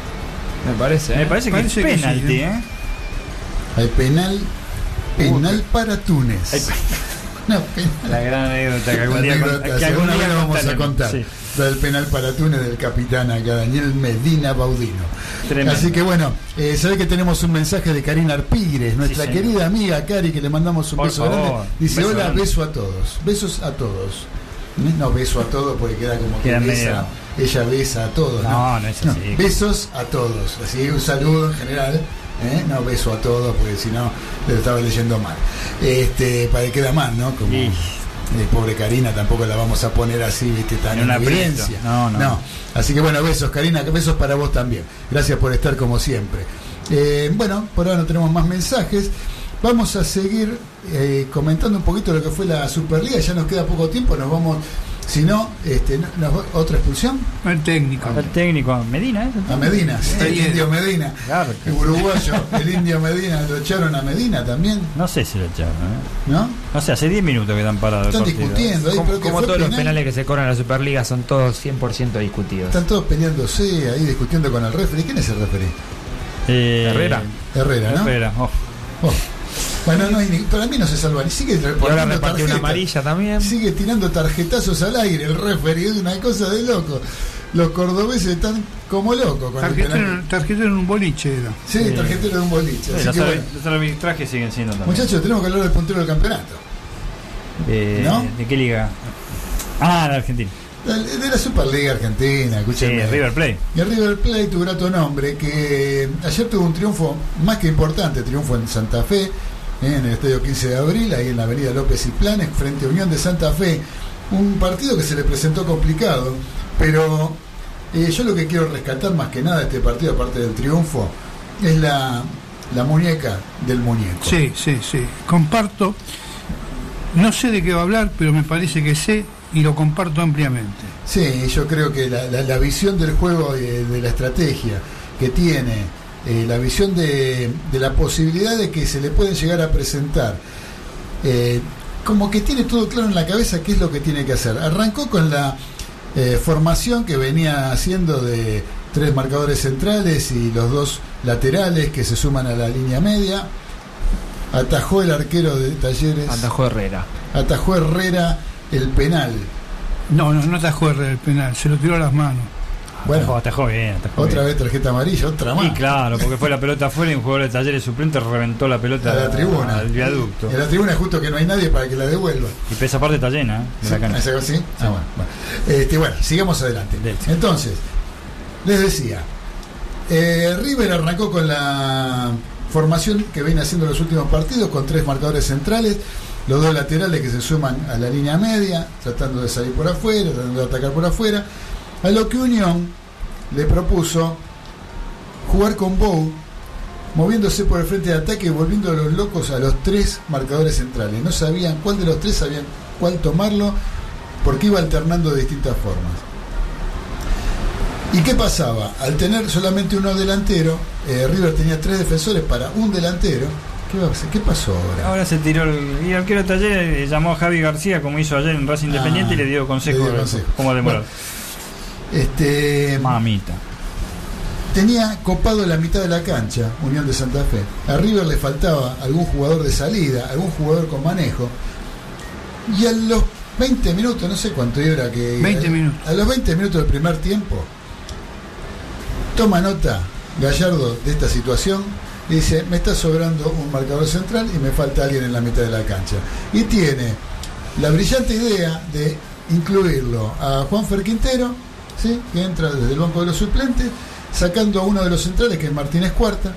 Me parece. Me parece, parece que que es penalti, sí, ¿eh? ¿eh? Hay penal, penal uh, para Túnez. Hay No, la gran anécdota que algún la día, anécdota, con, que algún día vez vamos a contar. Sí. Del penal para Túnez del capitán acá, Daniel Medina Baudino. Tremendo. Así que bueno, eh, sabe que tenemos un mensaje de Karina Arpigres, nuestra sí, querida amiga Cari, que le mandamos un Por beso favor. grande. Dice, beso hola, grande. beso a todos. Besos a todos. No beso a todos porque queda como que queda besa, ella besa a todos. No, no, no es no, así. besos a todos. Así un saludo en general. ¿Eh? No beso a todos porque si no le estaba leyendo mal. Este, para que queda mal, ¿no? Como, Eh, pobre Karina, tampoco la vamos a poner así, viste, tan en, en evidencia. No, no, no. Así que bueno, besos, Karina, besos para vos también. Gracias por estar como siempre. Eh, bueno, por ahora no tenemos más mensajes. Vamos a seguir eh, comentando un poquito lo que fue la Superliga. Ya nos queda poco tiempo, nos vamos. Si no, este, ¿nos, ¿otra expulsión? El técnico. El técnico, Medina, ¿eh? A Medina, sí, el indio Medina. Claro. El uruguayo, el indio Medina, lo echaron a Medina también. No sé si lo echaron, ¿eh? ¿No? No sé, hace diez minutos que están parados. Están discutiendo ahí, como, pero que como fue todos penal. los penales que se cobran en la Superliga son todos cien por ciento discutidos. Están todos peleándose ahí, discutiendo con el referee. ¿Quién es el referee? Eh, Herrera. Herrera, ¿no? Herrera, oh. Oh. Bueno, no hay ni, para mí no se salva ni sigue Y ahora repartió una amarilla también. Sigue tirando tarjetazos al aire el referee, es una cosa de loco. Los cordobeses están como locos con tarjetero, el penal. tarjetero en un boliche era. Sí, sí, tarjetero de un boliche. Sí, Así los, que, ar- bueno, los arbitrajes siguen siendo también. muchachos, tenemos que hablar del puntero del campeonato. Eh, ¿No? ¿De qué liga? Ah, la Argentina. De, de la Superliga Argentina, Sí, escúchame. River Plate. Y el River Plate, tu grato nombre, que ayer tuvo un triunfo más que importante, triunfo en Santa Fe, en el Estadio quince de abril, ahí en la avenida López y Planes, frente a Unión de Santa Fe. Un partido que se le presentó complicado, pero eh, yo lo que quiero rescatar más que nada de este partido, aparte del triunfo, es la, la muñeca del muñeco. Sí, sí, sí. Comparto. No sé de qué va a hablar, pero me parece que sé y lo comparto ampliamente. Sí, yo creo que la, la, la visión del juego, de, de la estrategia que tiene, eh, la visión de, de la posibilidad de que se le pueden llegar a presentar, eh, como que tiene todo claro en la cabeza qué es lo que tiene que hacer. Arrancó con la eh, formación que venía haciendo de tres marcadores centrales y los dos laterales que se suman a la línea media. Atajó el arquero de Talleres. Atajó Herrera. Atajó Herrera el penal. No, no, no atajó el penal, se lo tiró a las manos. Bueno, Atajó, atajó bien, atajó otra bien. vez tarjeta amarilla, otra más. Y claro, porque fue la pelota afuera y un jugador de Talleres suplente reventó la pelota A la tribuna. al viaducto. En la tribuna justo que no hay nadie para que la devuelva. Y esa parte está llena, ¿eh? De la cancha. ¿Es algo así? Ah, bueno, bueno. Este, bueno, sigamos adelante. De hecho. Entonces, les decía, eh, River arrancó con la formación que viene haciendo los últimos partidos, con tres marcadores centrales, los dos laterales que se suman a la línea media, tratando de salir por afuera, tratando de atacar por afuera, a lo que Unión le propuso jugar con Bou, moviéndose por el frente de ataque y volviendo a los locos a los tres marcadores centrales. No sabían cuál de los tres, sabían cuál tomarlo, porque iba alternando de distintas formas. ¿Y qué pasaba? Al tener solamente uno delantero, eh, River tenía tres defensores para un delantero. ¿Qué, va a hacer? ¿Qué pasó ahora? Ahora se tiró el, y el arquero de Talleres llamó a Javi García, como hizo ayer en Racing Ah, Independiente, y le dio consejo, le dio de consejo. cómo demorar. Bueno, este, Mamita. tenía copado la mitad de la cancha Unión de Santa Fe. A River le faltaba algún jugador de salida, algún jugador con manejo. Y a los veinte minutos, no sé cuánto era que... veinte minutos. A los veinte minutos del primer tiempo, toma nota Gallardo de esta situación y dice, me está sobrando un marcador central y me falta alguien en la mitad de la cancha. Y tiene la brillante idea de incluirlo a Juanfer Quintero, ¿sí?, que entra desde el banco de los suplentes, sacando a uno de los centrales, que es Martínez Cuarta,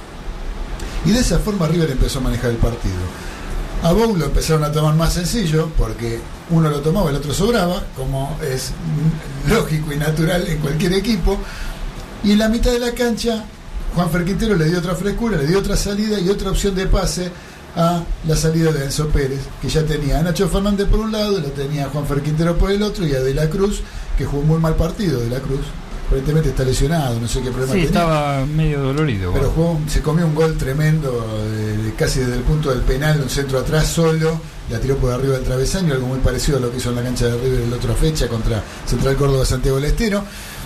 y de esa forma River empezó a manejar el partido. A Bou lo empezaron a tomar más sencillo, porque uno lo tomaba, el otro sobraba, como es lógico y natural en cualquier equipo, y en la mitad de la cancha Juanfer Quintero le dio otra frescura, le dio otra salida y otra opción de pase a la salida de Enzo Pérez, que ya tenía a Nacho Fernández por un lado, lo tenía a Juanfer Quintero por el otro, y a De la Cruz, que jugó un muy mal partido. De la Cruz aparentemente está lesionado, no sé qué problema sí, tenía. estaba medio dolorido. Pero bueno. jugó, se comió un gol tremendo, de, de, casi desde el punto del penal, un centro atrás solo, la tiró por arriba del travesaño, algo muy parecido a lo que hizo en la cancha de River en la otra fecha contra Central Córdoba Santiago del Estero.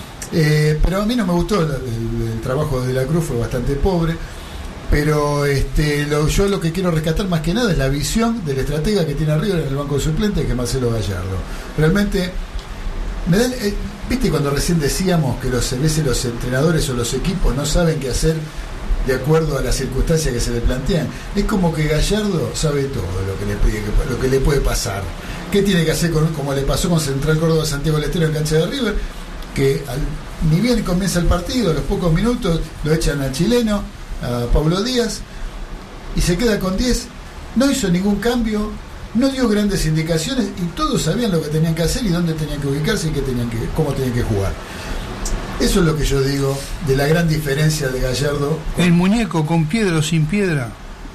Eh, pero a mí no me gustó el, el, el trabajo de De la Cruz, fue bastante pobre. Pero este, lo, yo lo que quiero rescatar más que nada es la visión del estratega que tiene River en el banco de suplentes, que es Marcelo Gallardo. Realmente, me dan, eh, viste cuando recién decíamos que los, a veces los entrenadores o los equipos no saben qué hacer de acuerdo a las circunstancias que se le plantean. Es como que Gallardo sabe todo lo que le, lo que le puede pasar. ¿Qué tiene que hacer con, como le pasó con Central Córdoba Santiago del Estero en cancha de River? Que al, ni bien comienza el partido, a los pocos minutos lo echan al chileno, a Pablo Díaz, y se queda con diez, no hizo ningún cambio, no dio grandes indicaciones, y todos sabían lo que tenían que hacer y dónde tenían que ubicarse y qué tenían que, cómo tenían que jugar. Eso es lo que yo digo de la gran diferencia de Gallardo. El muñeco con piedra o sin piedra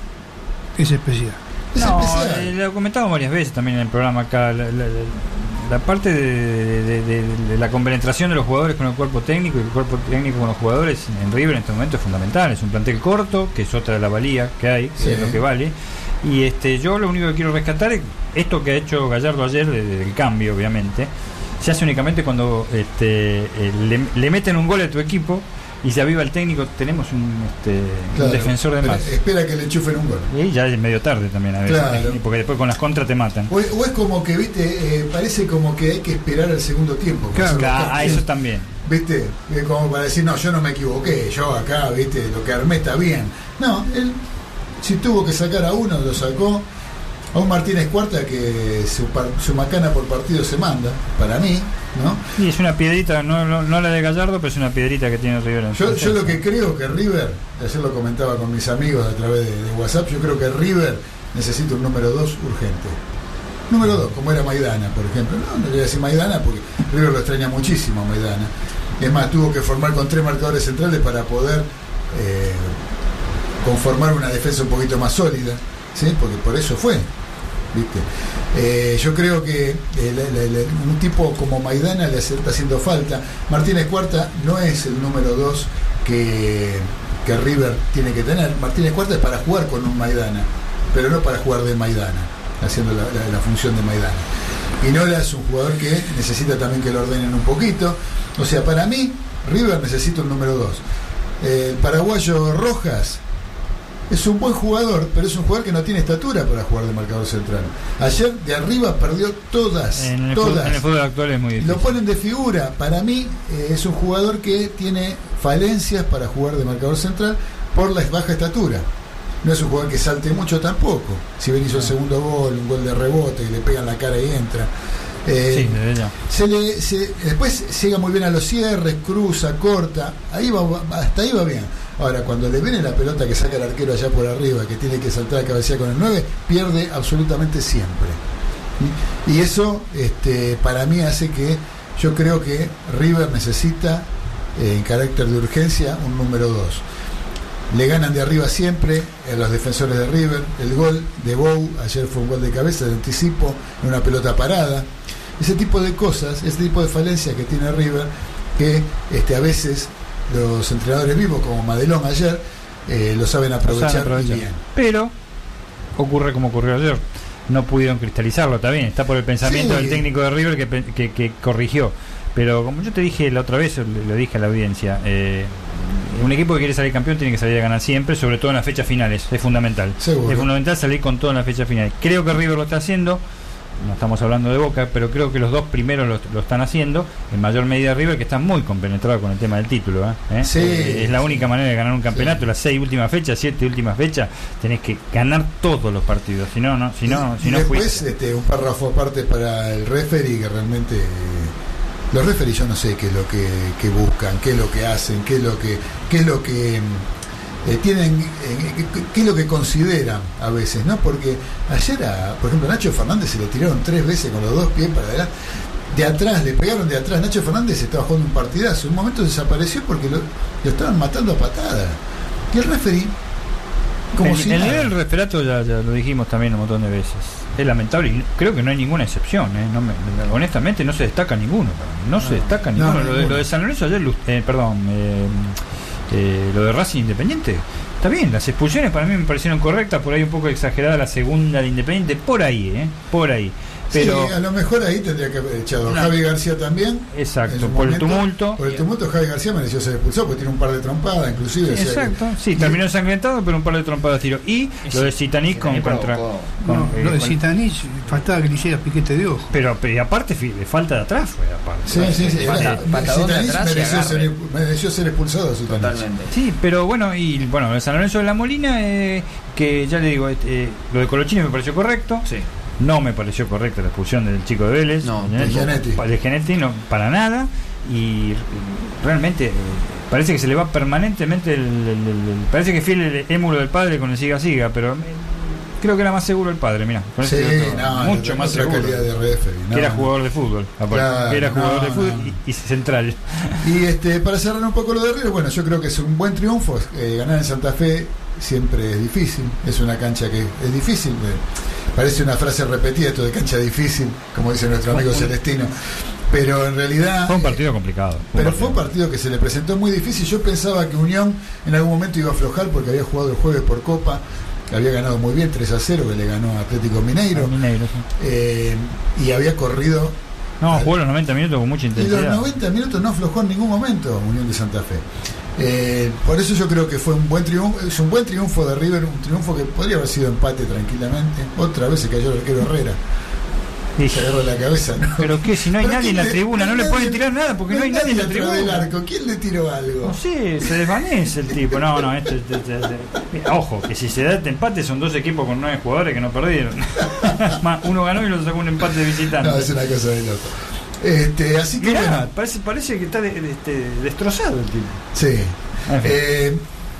es especial. Es no, especial. Eh, lo comentamos varias veces también en el programa acá. La, la, la, la parte de, de, de, de, de la compenetración de los jugadores con el cuerpo técnico y el cuerpo técnico con los jugadores en River en este momento es fundamental. Es un plantel corto, que es otra de la valía que hay, Sí. que es lo que vale. Y este yo lo único que quiero rescatar es esto que ha hecho Gallardo ayer, de, de, del cambio, obviamente. Se hace únicamente cuando este, eh, le, le meten un gol a tu equipo y se aviva el técnico. Tenemos un, este, Claro, un defensor de pero más. espera que le enchufen un gol. Y ya es medio tarde también a veces, Claro. porque después con las contras te matan. O, o es como que, viste, eh, parece como que hay que esperar al segundo tiempo. Claro, Claro, ah, eso también. ¿Viste? Eh, Como para decir, no, yo no me equivoqué, yo acá, ¿viste? Lo que armé está bien. No, él, si tuvo que sacar a uno, lo sacó. A un Martínez Cuarta que su, par, su macana por partido se manda, para mí, ¿no? Y es una piedrita, no, no, no la de Gallardo, pero es una piedrita que tiene River en su Yo, yo lo defensa. que creo que River, ayer lo comentaba con mis amigos a través de, de WhatsApp, yo creo que River necesita un número dos urgente. Número dos, como era Maidana, por ejemplo. No, no le voy a decir Maidana porque River lo extraña muchísimo a Maidana. Es más, tuvo que formar con tres marcadores centrales para poder eh, conformar una defensa un poquito más sólida, ¿sí? Porque por eso fue. ¿Viste? Eh, yo creo que eh, le, le, un tipo como Maidana le está haciendo falta. Martínez Cuarta no es el número dos que, que River tiene que tener. Martínez Cuarta es para jugar con un Maidana, pero no para jugar de Maidana, haciendo la, la, la función de Maidana. Pinola es un jugador que necesita también que lo ordenen un poquito. O sea, para mí River necesita un número dos. Eh, el paraguayo Rojas es un buen jugador, pero es un jugador que no tiene estatura para jugar de marcador central. Ayer de arriba perdió todas, En el, todas. fútbol, en el fútbol actual es muy difícil. Lo ponen de figura. Para mí eh, es un jugador que tiene falencias para jugar de marcador central por la baja estatura. No es un jugador que salte mucho tampoco. Si bien hizo el segundo gol, un gol de rebote, y le pegan la cara y entra. Eh, Sí, desde ya. se le, se, después llega muy bien a los cierres, cruza, corta, ahí va, hasta ahí va bien. Ahora, cuando le viene la pelota que saca el arquero allá por arriba, que tiene que saltar a cabecear con el nueve, pierde absolutamente siempre. Y eso este, para mí hace que yo creo que River necesita, eh, en carácter de urgencia, un número dos. Le ganan de arriba siempre a los defensores de River. El gol de Bou ayer fue un gol de cabeza, de anticipo, en una pelota parada. Ese tipo de cosas, ese tipo de falencias que tiene River, que este, a veces los entrenadores vivos, como Madelón ayer, eh, lo saben aprovechar, Saben aprovechar. y bien. Pero ocurre como ocurrió ayer. No pudieron cristalizarlo, está bien. Está por el pensamiento Sí. del técnico de River que, pe- que, que corrigió. Pero como yo te dije la otra vez, lo, lo dije a la audiencia, eh, un equipo que quiere salir campeón tiene que salir a ganar siempre, sobre todo en las fechas finales. Es fundamental. Seguro. Es fundamental salir con todo en las fechas finales. Creo que River lo está haciendo. No estamos hablando de Boca, pero creo que los dos primeros lo, lo están haciendo. En mayor medida River, que está muy compenetrado con el tema del título. ¿eh? ¿Eh? Sí. Eh, es la única manera de ganar un campeonato. Sí. Las seis últimas fechas, siete últimas fechas, tenés que ganar todos los partidos. Si no, no, si no, y si no después fuiste. este, un párrafo aparte para el referee, que realmente los referees yo no sé qué es lo que, que buscan, qué es lo que hacen, qué es lo que, qué es lo que eh, tienen, eh, qué, qué es lo que consideran a veces, ¿no? Porque ayer, a, por ejemplo, a Nacho Fernández se le tiraron tres veces con los dos pies para adelante. De atrás, le pegaron de atrás. Nacho Fernández estaba jugando un partidazo. En un momento desapareció porque lo, lo estaban matando a patadas. Y el referee, como el, si el nada. nivel del referato ya, ya lo dijimos también un montón de veces. Es lamentable y creo que no hay ninguna excepción. ¿eh? No me, honestamente no se destaca ninguno. No, no se destaca no, ninguno. no, lo, de, ninguno. lo de San Lorenzo ayer, eh, perdón, eh, eh, lo de Racing Independiente. Está bien, las expulsiones para mí me parecieron correctas, por ahí un poco exagerada la segunda de Independiente, por ahí, ¿eh? Por ahí. Pero, sí, a lo mejor ahí tendría que haber echado no. Javi García también. Exacto, por por el tumulto. Por el tumulto Javi García mereció ser expulsado porque tiene un par de trompadas, inclusive. Sí, o sea exacto, que, sí, y, terminó ensangrentado, pero un par de trompadas tiro. Y lo de Zitanich con, contra. No, con, eh, lo de con- Zitanich, faltaba que le hiciera piquete de ojo. Pero, pero y aparte, fi- de falta de atrás fue aparte. sí, sí, sí. Pata- era- patadón de Zitanich atrás y mereció, agarre. ser, mereció ser expulsado. Zitanich. Totalmente. Sí, pero bueno, y bueno, lo de San Lorenzo de la Molina, eh, que ya le digo, eh, lo de Colochini me pareció correcto. Sí. No me pareció correcta la expulsión del chico de Vélez. No, ¿eh? de Gianetti. Pa- De Gianetti, no, para nada. Y eh, realmente eh, parece que se le va permanentemente el, el- el- el- parece que es fiel el émulo del padre con el siga siga, pero eh, creo que era más seguro el padre, mira, Sí, no, mucho no, más otra seguro. calidad de referee, no, que era no. jugador de fútbol, aparte, Claro, que era jugador no, de fútbol no. y, y central. Y este, para cerrar un poco lo de River, bueno, yo creo que es un buen triunfo. Eh, ganar en Santa Fe siempre es difícil, es una cancha que es difícil. eh, parece una frase repetida esto de cancha difícil, como dice nuestro amigo Celestino, pero en realidad Fue un eh, partido complicado. pero fue un partido que se le presentó muy difícil. Yo pensaba que Unión en algún momento iba a aflojar porque había jugado el jueves por Copa, había ganado muy bien tres a cero, que le ganó a Atlético Mineiro, Mineiro, sí. eh, y había corrido. No, jugó los noventa minutos con mucha Y los intensidad. noventa minutos no aflojó en ningún momento Unión de Santa Fe. Eh, por eso yo creo que fue un buen triunfo, es un buen triunfo de River, un triunfo que podría haber sido empate tranquilamente. Otra vez se cayó el arquero Herrera. Y- Se agarró la cabeza, ¿no? Pero que si no hay Pero nadie en la ¿quién tribuna, no le nadie- pueden tirar nada porque no hay nadie en la dentro del tribuna. arco. ¿Quién le tiró algo? No sé, se desvanece el tipo. No, no, esto, esto- esto- esto- Mira, ojo, que si se da este empate son dos equipos con nueve jugadores que no perdieron. Más, uno ganó y lo sacó un empate de visitante. No, es una cosa de loco. Este, así que Mirá, bueno, parece, parece que está de- de- este, destrozado el tipo. sí. En fin. Eh,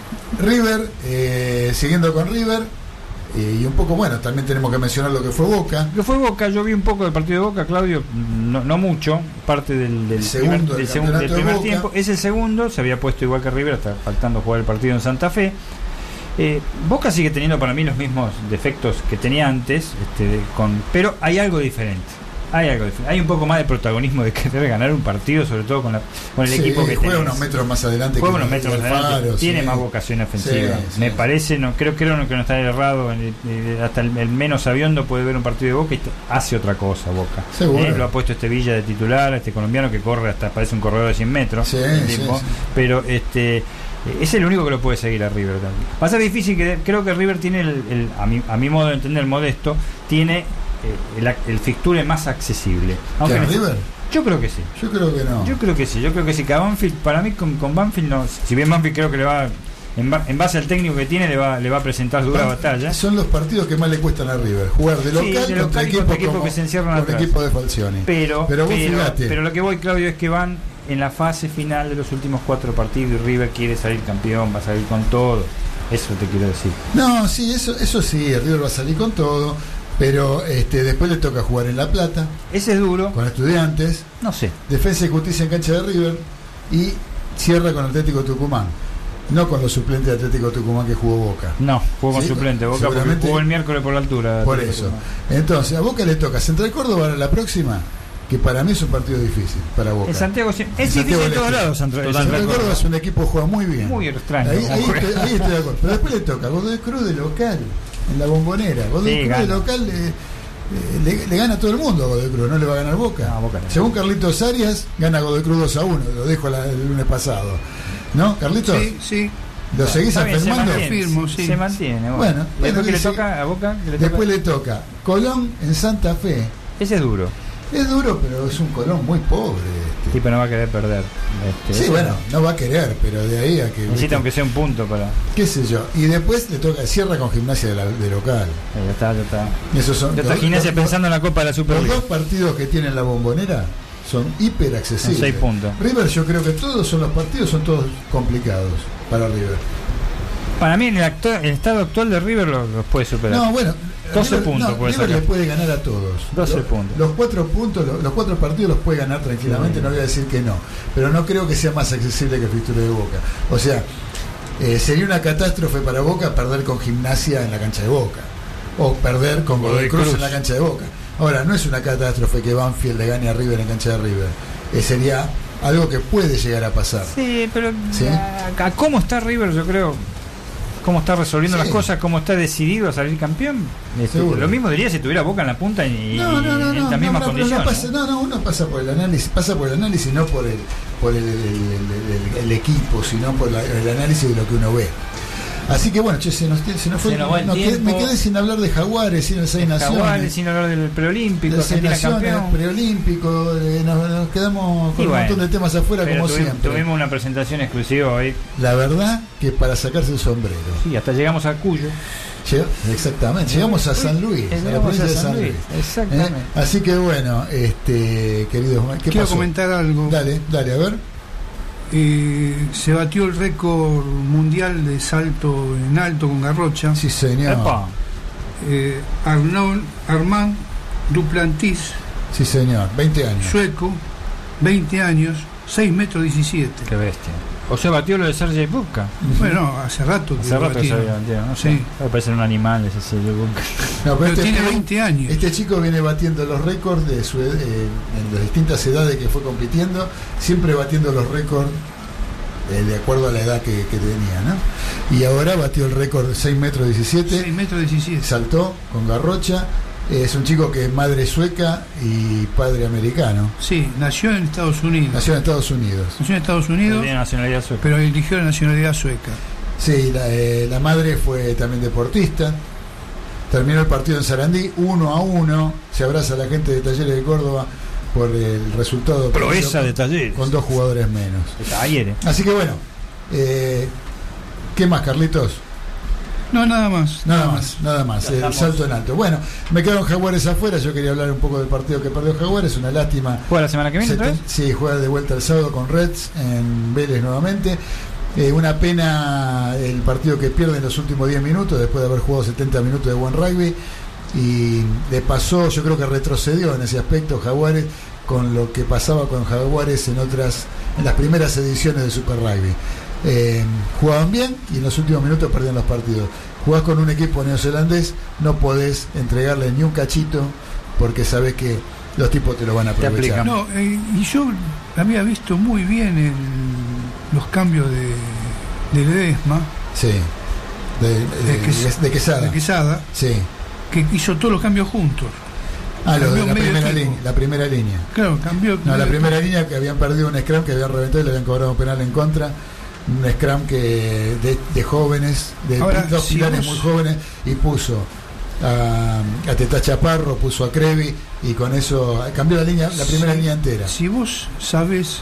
River, eh, siguiendo con River, eh, y un poco bueno, también tenemos que mencionar lo que fue Boca. Lo fue Boca, yo vi un poco del partido de Boca, Claudio, no, no mucho, parte del, del El segundo primer, del del segundo- del campeonato de primer Boca. tiempo. Es el segundo, se había puesto igual que River, hasta faltando jugar el partido en Santa Fe. Eh, Boca sigue teniendo para mí los mismos defectos que tenía antes, este, con, pero hay algo diferente. Hay algo diferente. Hay un poco más de protagonismo de querer ganar un partido, sobre todo con, la, con el Sí, equipo que juega tenés. unos metros más adelante Juega que unos metros más Alfaro, adelante, tiene sí. más vocación ofensiva. Sí, sí. Me parece, no creo, creo que no está errado. en- eh, hasta el, el menos sabiondo puede ver un partido de Boca y te- hace otra cosa Boca. Seguro. Eh, lo ha puesto este Villa de titular, este colombiano que corre hasta parece un corredor de cien metros. Sí, el sí, tipo. sí. Pero este eh, es el único que lo puede seguir a River también. Va a ser difícil, que creo que River tiene el, el- a, mi, a mi modo de entender, modesto, tiene eh, el, el fixture más accesible. ¿Que me- River? Yo creo que sí. Yo creo que no. Yo creo que sí, yo creo que sí, que a Banfield, para mí con, con Banfield no, si bien Banfield creo que le va, en, ba- en base al técnico que tiene, le va, le va a presentar dura batalla. Son los partidos que más le cuestan a River, jugar de Sí, local, de contra local y equipos contra equipos como- que se encierran con atrás. equipo de Falcioni. Pero, Pero vos pero, fíjate. pero lo que voy, Claudio, es que van en la fase final de los últimos cuatro partidos y River quiere salir campeón, va a salir con todo. Eso te quiero decir. No, sí, eso, eso sí, el River va a salir con todo, pero este, después le toca jugar en La Plata, Ese es duro, con Estudiantes, no sé. Defensa y Justicia en cancha de River, y cierra con Atlético Tucumán. No con los suplentes de Atlético Tucumán que jugó Boca. No, jugó con Sí, suplente, Boca porque seguramente- jugó el miércoles por la altura. Por eso. Entonces, a Boca le toca Central Córdoba la próxima, que para mí es un partido difícil para Boca. En Santiago sí. En es Santiago difícil en del todos Estero. lados. Central- Central Central Córdoba Córdoba. es un equipo que juega muy bien. Muy extraño. Ahí, cómo ahí juega. estoy, ahí estoy de acuerdo. Pero después le toca Godoy Cruz de local, en la Bombonera. Godoy Sí, Cruz gana. de local eh, eh, le, le gana a todo el mundo a Godoy Cruz, no le va a ganar Boca. No, Boca no. Según Carlitos Arias, gana Godoy Cruz dos a uno, lo dijo la- el lunes pasado. ¿No, Carlitos? Sí, sí. ¿Lo seguís Está bien, se afirmando? mantiene, Afirmo, sí. se mantiene. Bueno, Bueno, Y bueno, después que le dice- toca a Boca, que le Después toca- le toca Colón en Santa Fe. ese es duro. Es duro, pero es un Colón muy pobre. El Este. tipo no va a querer perder. Este, Sí, eso bueno, no va a querer, pero de ahí a que... necesita ¿viste? aunque sea un punto para. qué sé yo. Y después le toca, cierra con Gimnasia de, la- de local. Eh, ya está, ya está. Esos son Ya está los- Gimnasia los- pensando en la Copa de la Los Superliga. dos partidos que tiene la Bombonera son hiper accesibles. Seis puntos. River, yo creo que todos son los partidos, son todos complicados para River. Para mí, en el, actu- el estado actual de River los, los puede superar. No, bueno, doce River, puntos no, puede River sacar. le puede ganar a todos. doce los, puntos. Los cuatro puntos, los, los cuatro partidos los puede ganar tranquilamente, Sí. no voy a decir que no. Pero no creo que sea más accesible que el fixture de Boca. O sea, eh, sería una catástrofe para Boca perder con Gimnasia en la cancha de Boca. O perder con Godoy Cruz, Cruz en la cancha de Boca. Ahora, no es una catástrofe que Banfield le gane a River en cancha de River. Eh, sería algo que puede llegar a pasar. Sí, pero ¿Sí? A, a cómo está River, yo creo, cómo está resolviendo Sí. las cosas, cómo está decidido a salir campeón. Este, Seguro. lo mismo diría si tuviera Boca en la punta y, No, no, no, en no, estas mismas no, no, condiciones. no, pasa, no, no, uno pasa por el análisis, pasa por el análisis no por el por el, el- el- el- el equipo, sino por la- el análisis de lo que uno ve. Así que bueno, che, se nos, se nos fue, Se nos va el no, quedé- tiempo. me quedé sin hablar de Jaguares, sin el Seis Jaguares, Naciones, sin hablar del preolímpico, del Seis Argentina Naciones, campeón. preolímpico, eh, nos, nos quedamos con Y un bueno, montón de temas afuera Pero como tuvi- siempre. Tuvimos una presentación exclusiva hoy. La verdad que para sacarse el sombrero. Sí, hasta llegamos a Cuyo. Llegó- exactamente, llegamos a San Luis, a la Llegamos provincia a de San San Luis, Luis. exactamente. ¿Eh? Así que bueno, este queridos, ¿qué Quiero pasó? comentar algo. Dale, dale, a ver. Eh, se batió el récord mundial de salto en alto con garrocha. Sí, señor. Epa. Eh, Arnaud, Armand Duplantis, Sí, señor. veinte años. sueco, veinte años, seis metros diecisiete. Qué bestia. O sea, batió lo de Sergei Bubka. Bueno, hace rato que Hace lo rato que se batieron. había batido, no sé. Sí. Debe parecer un animal ese Sergei Bubka. No, Pero tiene pibe- veinte años. Este chico viene batiendo los récords de su, ed- eh, en las distintas edades que fue compitiendo, siempre batiendo los récords eh, de acuerdo a la edad que, que tenía, ¿no? Y ahora batió el récord de seis metros diecisiete, seis metros diecisiete. saltó con garrocha. Eh, es un chico que es madre sueca y padre americano. Sí, nació en Estados Unidos. Nació en Estados Unidos. Nació en Estados Unidos, Tiene nacionalidad sueca. pero eligió la nacionalidad sueca. Sí, la, eh, la madre fue también deportista. Terminó el partido en Sarandí, uno a uno. Se abraza a la gente de Talleres de Córdoba por el resultado. Proeza con- de Talleres. Con dos jugadores menos. De Talleres. Así que bueno, eh, ¿qué más, Carlitos? No, nada más. Nada más, nada más. El estamos. salto en alto. Bueno, me quedaron Jaguares afuera. Yo quería hablar un poco del partido que perdió Jaguares. Una lástima. ¿Juega la semana que viene otra vez? Seten- Sí, juega de vuelta el sábado con Reds en Vélez nuevamente. Eh, una pena el partido que pierde en los últimos diez minutos después de haber jugado setenta minutos de buen rugby. Y le pasó, yo creo que retrocedió en ese aspecto Jaguares con lo que pasaba con Jaguares en otras, en las primeras ediciones de Super Rugby. Eh, jugaban bien y en los últimos minutos perdían los partidos. Jugás con un equipo neozelandés, no podés entregarle ni un cachito porque sabés que los tipos te lo van a Te aprovechar. aplican. No, eh, y yo había visto muy bien el- los cambios de, de Ledesma, Sí, de, de, de, Ques- de Quesada. de Quesada, Sí. que hizo todos los cambios juntos. Ah, lo de Cambió la medio primera, equipo. línea, la primera línea. Claro, cambió. No, la primera línea que habían perdido un scrum, que habían reventado y le habían cobrado un penal en contra. Un scrum que de, de jóvenes, de Ahora, dos si pilares vos- muy jóvenes, y puso a, a Teta Chaparro, puso a Crevi, y con eso cambió la línea, la primera Si- línea entera. Si vos sabés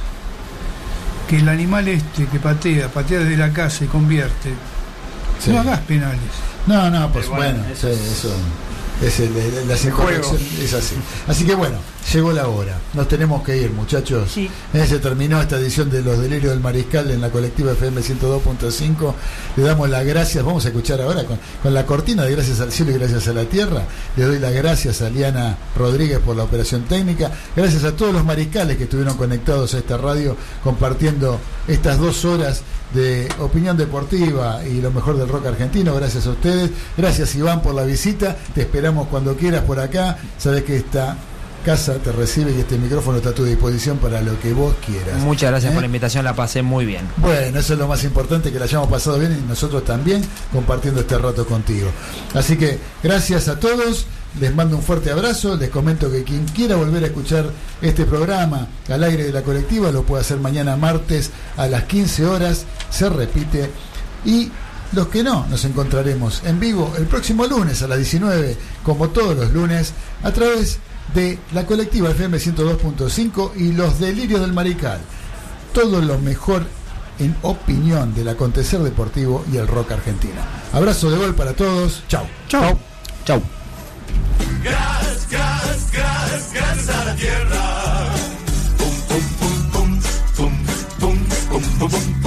que el animal este que patea, patea desde la casa y convierte, Sí. no hagas penales. No, no, pues Pero bueno, bueno, eso sí, es- eso es el, el- la circunstancia, es así. Así que bueno, llegó la hora. Nos tenemos que ir, muchachos. Sí. Eh, se terminó esta edición de Los Delirios del Mariscal en la colectiva F M ciento dos punto cinco. Le damos las gracias. Vamos a escuchar ahora con, con la cortina de Gracias al Cielo y Gracias a la Tierra. Le doy las gracias a Liana Rodríguez por la operación técnica. Gracias a todos los mariscales que estuvieron conectados a esta radio compartiendo estas dos horas de opinión deportiva y lo mejor del rock argentino. Gracias a ustedes. Gracias, Iván, por la visita. Te esperamos cuando quieras por acá. Sabes que esta casa te recibe y este micrófono está a tu disposición para lo que vos quieras. Muchas gracias ¿Eh? por la invitación, la pasé muy bien. Bueno, eso es lo más importante, que la hayamos pasado bien y nosotros también compartiendo este rato contigo. Así que gracias a todos, les mando un fuerte abrazo, les comento que quien quiera volver a escuchar este programa al aire de la colectiva lo puede hacer mañana martes a las quince horas, se repite, y los que no, nos encontraremos en vivo el próximo lunes a las diecinueve, como todos los lunes, a través de la colectiva F M ciento dos punto cinco y Los Delirios del Mariscal. Todo lo mejor en opinión del acontecer deportivo y el rock argentino. Abrazo de gol para todos. Chau. Chau. Chau. Gas, gas, gas, gas a la tierra. bum, bum.